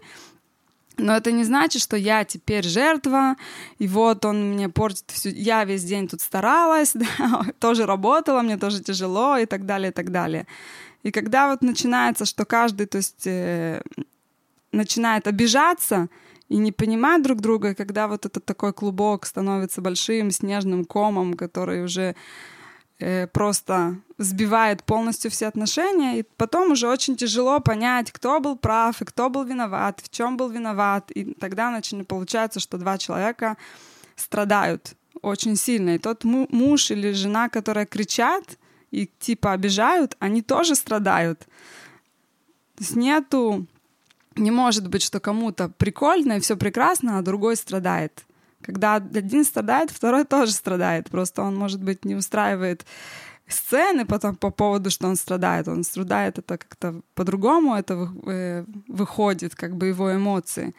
Speaker 4: Но это не значит, что я теперь жертва, и вот он мне портит всю... Я весь день тут старалась, да, тоже работала, мне тоже тяжело, и так далее, и так далее. И когда вот начинается, что каждый, то есть, э, начинает обижаться и не понимать друг друга, когда вот этот такой клубок становится большим снежным комом, который уже э, просто сбивает полностью все отношения, и потом уже очень тяжело понять, кто был прав и кто был виноват, в чем был виноват, и тогда начинает получается, что два человека страдают очень сильно. И тот муж или жена, которые кричат и типа обижают, они тоже страдают. То есть нету... Не может быть, что кому-то прикольно и все прекрасно, а другой страдает. Когда один страдает, второй тоже страдает. Просто он, может быть, не устраивает сцены потом по поводу, что он страдает. Он страдает, это как-то по-другому, это выходит, как бы его эмоции.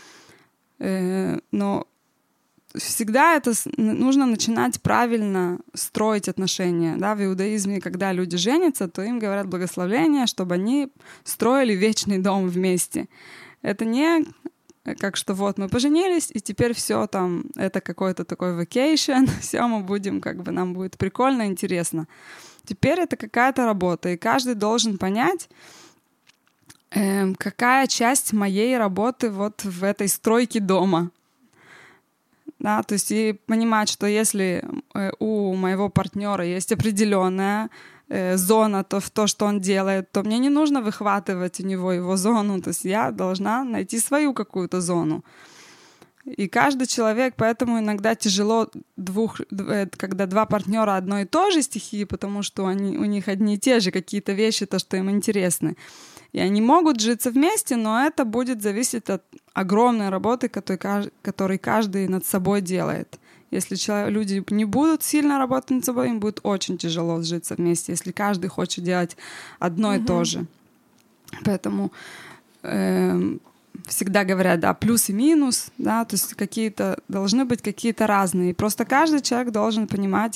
Speaker 4: Но всегда это нужно начинать правильно строить отношения. Да? В иудаизме, когда люди женятся, то им говорят благословление, чтобы они строили вечный дом вместе. Это не как что вот мы поженились, и теперь все там, это какой-то такой vacation, все мы будем, как бы нам будет прикольно, интересно. Теперь это какая-то работа, и каждый должен понять, э, какая часть моей работы вот в этой стройке дома. Да, то есть и понимать, что если у моего партнера есть определенная э, зона, то в то, что он делает, то мне не нужно выхватывать у него его зону, то есть я должна найти свою какую-то зону. И каждый человек, поэтому иногда тяжело, двух, когда два партнера одной и той же стихии, потому что они, у них одни и те же какие-то вещи, то, что им интересны. И они могут житься вместе, но это будет зависеть от огромной работы, которую каждый над собой делает. Если человек, люди не будут сильно работать над собой, им будет очень тяжело житься вместе, если каждый хочет делать одно mm-hmm. и то же. Поэтому э, всегда говорят, да, плюс и минус, да, то есть какие-то, должны быть какие-то разные. И просто каждый человек должен понимать,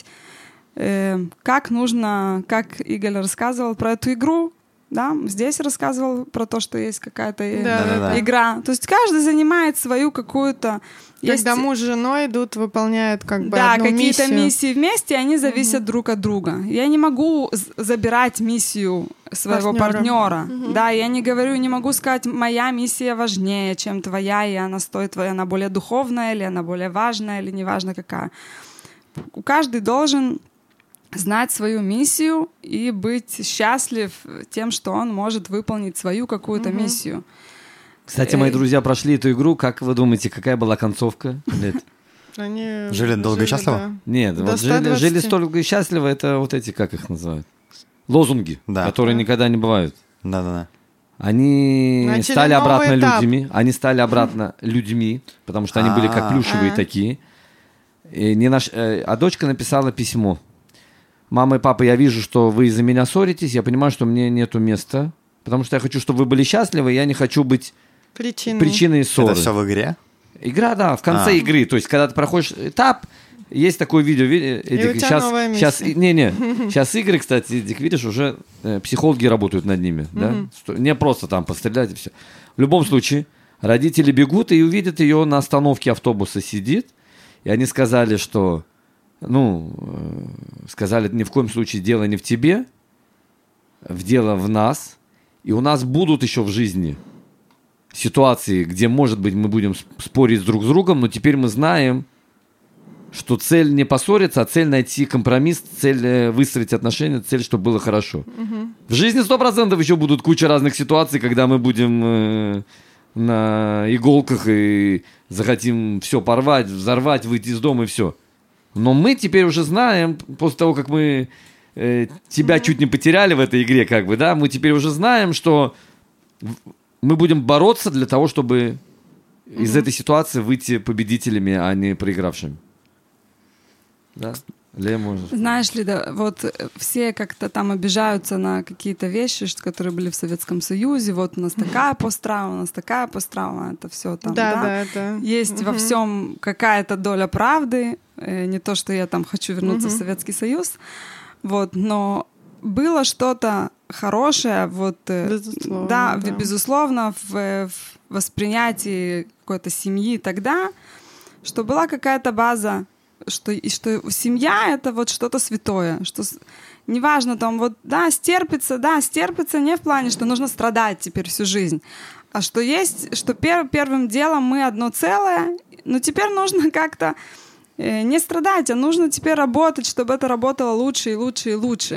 Speaker 4: э, как нужно, как Игорь рассказывал про эту игру, да, здесь рассказывал про то, что есть какая-то
Speaker 1: да, да, да.
Speaker 4: игра. То есть каждый занимает свою какую-то...
Speaker 1: Когда
Speaker 4: есть...
Speaker 1: муж с женой идут, выполняют как бы
Speaker 4: да,
Speaker 1: одну
Speaker 4: какие-то
Speaker 1: миссию.
Speaker 4: миссии вместе, они зависят угу. друг от друга. Я не могу забирать миссию своего партнера. Угу. Да, я не говорю, не могу сказать, моя миссия важнее, чем твоя, и она стоит твоя, она более духовная, или она более важная, или неважно какая. Каждый должен знать свою миссию и быть счастлив тем, что он может выполнить свою какую-то угу. миссию.
Speaker 3: Кстати, мои друзья прошли эту игру. Как вы думаете, какая была концовка?
Speaker 1: Они
Speaker 2: жили долго и счастливо?
Speaker 1: Да.
Speaker 3: Нет, вот жили, жили столько и счастливо, это вот эти, как их называют? Лозунги, да. которые да. никогда не бывают.
Speaker 2: Да-да-да.
Speaker 3: Они
Speaker 1: Начали
Speaker 3: стали обратно
Speaker 1: этап.
Speaker 3: людьми. Они стали обратно людьми, потому что они были как плюшевые
Speaker 1: А-а-а.
Speaker 3: такие. И не наш... А дочка написала письмо. Мама и папа, я вижу, что вы из-за меня ссоритесь, я понимаю, что мне нету места, потому что я хочу, чтобы вы были счастливы, я не хочу быть
Speaker 1: причиной,
Speaker 3: причиной ссоры.
Speaker 2: Это все в игре?
Speaker 3: Игра, да, в конце а. игры. То есть, когда ты проходишь этап, есть такое видео. Эдик,
Speaker 1: и у тебя
Speaker 3: сейчас,
Speaker 1: новая
Speaker 3: сейчас, не, не, сейчас игры, кстати, Эдик, видишь, уже э, психологи работают над ними. Да? Не просто там пострелять и все. В любом случае, родители бегут и увидят ее на остановке автобуса сидит, и они сказали, что ну, э, сказали, ни в коем случае дело не в тебе, в дело в нас. И у нас будут еще в жизни ситуации, где, может быть, мы будем спорить друг с другом, но теперь мы знаем, что цель не поссориться, а цель найти компромисс, цель выстроить отношения, цель, чтобы было хорошо. Угу. В жизни сто процентов еще будут куча разных ситуаций, когда мы будем э, на иголках и захотим все порвать, взорвать, выйти из дома и все. Но мы теперь уже знаем, после того, как мы э, тебя mm-hmm. чуть не потеряли в этой игре, как бы, да, мы теперь уже знаем, что мы будем бороться для того, чтобы mm-hmm. из этой ситуации выйти победителями, а не проигравшими. Да? Лея, может.
Speaker 4: Знаешь ли, да, вот все как-то там обижаются на какие-то вещи, которые были в Советском Союзе. Вот у нас такая посттравма, у нас такая посттравма, это все там.
Speaker 1: Да,
Speaker 4: да,
Speaker 1: да, да.
Speaker 4: Есть угу. во всем какая-то доля правды. Не то, что я там хочу вернуться угу. в Советский Союз, вот, но было что-то хорошее, вот,
Speaker 1: безусловно,
Speaker 4: да,
Speaker 1: да.
Speaker 4: безусловно, в, в воспринятии какой-то семьи тогда, что была какая-то база. Что, и что семья — это вот что-то святое, что неважно там вот, да, стерпится, да, стерпится не в плане, что нужно страдать теперь всю жизнь, а что есть, что пер, первым делом мы одно целое, но теперь нужно как-то э, не страдать, а нужно теперь работать, чтобы это работало лучше и лучше и лучше.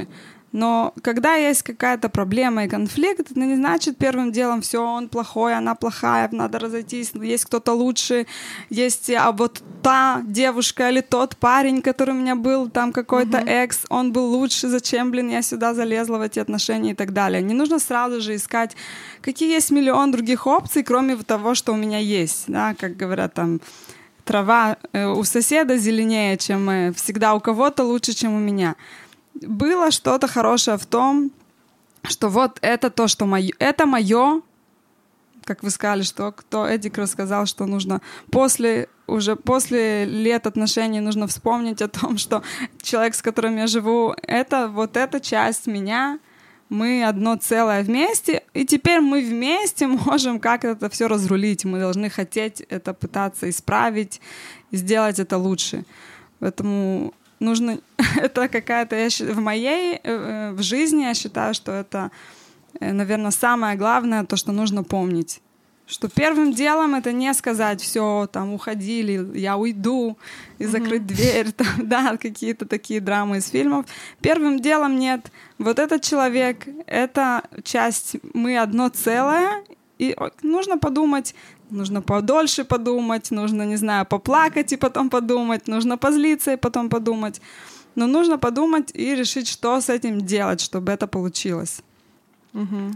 Speaker 4: Но когда есть какая-то проблема и конфликт, это не значит первым делом все, он плохой, она плохая, надо разойтись, есть кто-то лучше, есть а вот та девушка или тот парень, который у меня был, там какой-то mm-hmm. экс, он был лучше, зачем, блин, я сюда залезла в эти отношения и так далее. Не нужно сразу же искать, какие есть миллион других опций, кроме того, что у меня есть, да, как говорят там, трава у соседа зеленее, чем всегда у кого-то лучше, чем у меня. Было что-то хорошее в том, что вот это то, что мое, это мое, как вы сказали, что кто Эдик рассказал, что нужно после, уже после лет отношений нужно вспомнить о том, что человек, с которым я живу, это вот эта часть меня, мы одно целое вместе, и теперь мы вместе можем как это все разрулить, мы должны хотеть это пытаться исправить, сделать это лучше. Поэтому нужно, это какая-то, я, в моей, в жизни я считаю, что это, наверное, самое главное, то, что нужно помнить. Что первым делом это не сказать, все, там, уходили, я уйду, и закрыть mm-hmm. дверь, там, да, какие-то такие драмы из фильмов. Первым делом нет, вот этот человек, это часть, мы одно целое, и нужно подумать, нужно подольше подумать, нужно, не знаю, поплакать и потом подумать, нужно позлиться и потом подумать. Но нужно подумать и решить, что с этим делать, чтобы это получилось.
Speaker 1: Угу.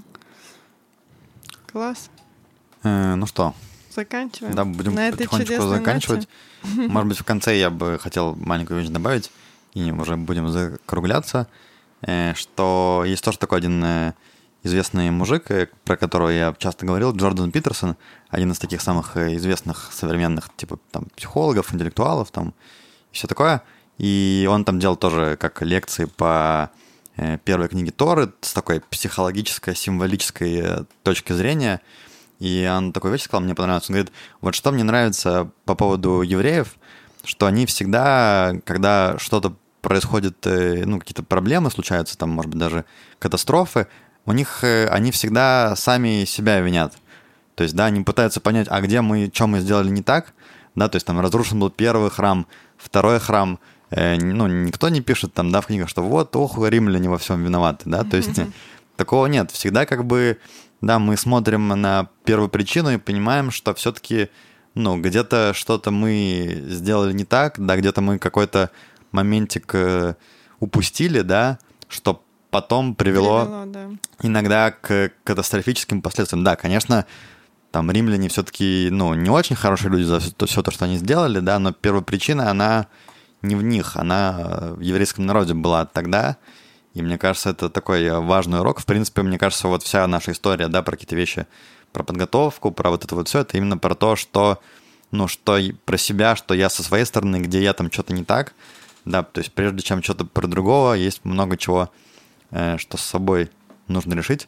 Speaker 1: Класс.
Speaker 2: Э, ну что?
Speaker 1: Заканчиваем.
Speaker 2: Да, будем
Speaker 1: на
Speaker 2: потихонечку заканчивать. Ноте. Может быть, в конце я бы хотел маленькую вещь добавить, и уже будем закругляться, э, что есть тоже такой один... Э, известный мужик, про которого я часто говорил, Джордан Питерсон, один из таких самых известных современных типа там психологов, интеллектуалов, там и все такое. И он там делал тоже как лекции по э, первой книге Торы с такой психологической, символической точки зрения. И он такую вещь сказал, мне понравилось. Он говорит, вот что мне нравится по поводу евреев, что они всегда, когда что-то происходит, э, ну, какие-то проблемы случаются, там, может быть, даже катастрофы, у них они всегда сами себя винят. То есть, да, они пытаются понять, а где мы, что мы сделали не так, да, то есть там разрушен был первый храм, второй храм, э, ну, никто не пишет там, да, в книгах, что вот, ох, римляне во всем виноваты, да, то есть mm-hmm. такого нет. Всегда как бы, да, мы смотрим на первую причину и понимаем, что все-таки, ну, где-то что-то мы сделали не так, да, где-то мы какой-то моментик э, упустили, да, что потом привело, привело да. иногда к катастрофическим последствиям. Да, конечно, там римляне все-таки, ну, не очень хорошие люди за все, все то, что они сделали, да, но первопричина, она не в них, она в еврейском народе была тогда, и мне кажется, это такой важный урок. В принципе, мне кажется, вот вся наша история, да, про какие-то вещи, про подготовку, про вот это вот все, это именно про то, что, ну, что про себя, что я со своей стороны, где я там что-то не так, да, то есть прежде чем что-то про другого, есть много чего, что с собой нужно решить.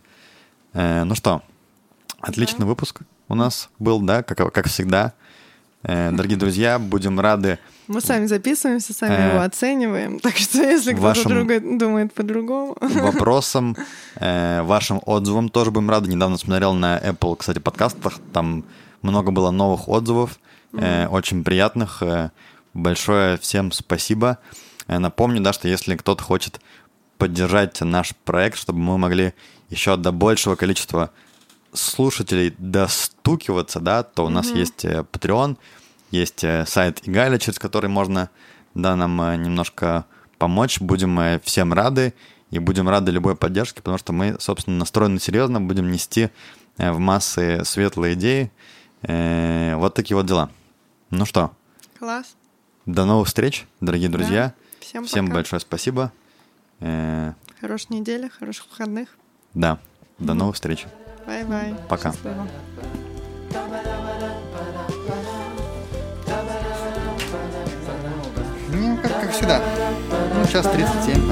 Speaker 2: Ну что, отличный да. выпуск у нас был, да, как, как всегда. Дорогие друзья, будем рады...
Speaker 1: Мы сами записываемся, сами э, его оцениваем, так что если кто-то другой думает по-другому...
Speaker 2: Вопросам, э, вашим отзывам тоже будем рады. Недавно смотрел на Apple, кстати, подкастах, там много было новых отзывов, э, mm-hmm. очень приятных. Большое всем спасибо. Напомню, да, что если кто-то хочет поддержать наш проект, чтобы мы могли еще до большего количества слушателей достукиваться, да, то у нас mm-hmm. есть Patreon, есть сайт Игаля, через который можно, да, нам немножко помочь. Будем всем рады и будем рады любой поддержке, потому что мы, собственно, настроены серьезно, будем нести в массы светлые идеи. Вот такие вот дела. Ну что?
Speaker 1: Класс.
Speaker 2: До новых встреч, дорогие друзья.
Speaker 1: Да. Всем,
Speaker 2: всем
Speaker 1: пока.
Speaker 2: большое спасибо.
Speaker 1: Хорошей недели, хороших выходных.
Speaker 2: Да, до mm-hmm. новых встреч.
Speaker 1: Бай-бай.
Speaker 2: Пока.
Speaker 4: Счастливо.
Speaker 2: Ну, как, как всегда. Ну, час тридцать семь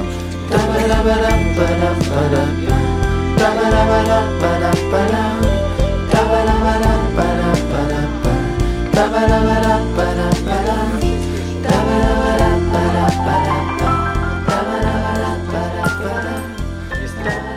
Speaker 2: там.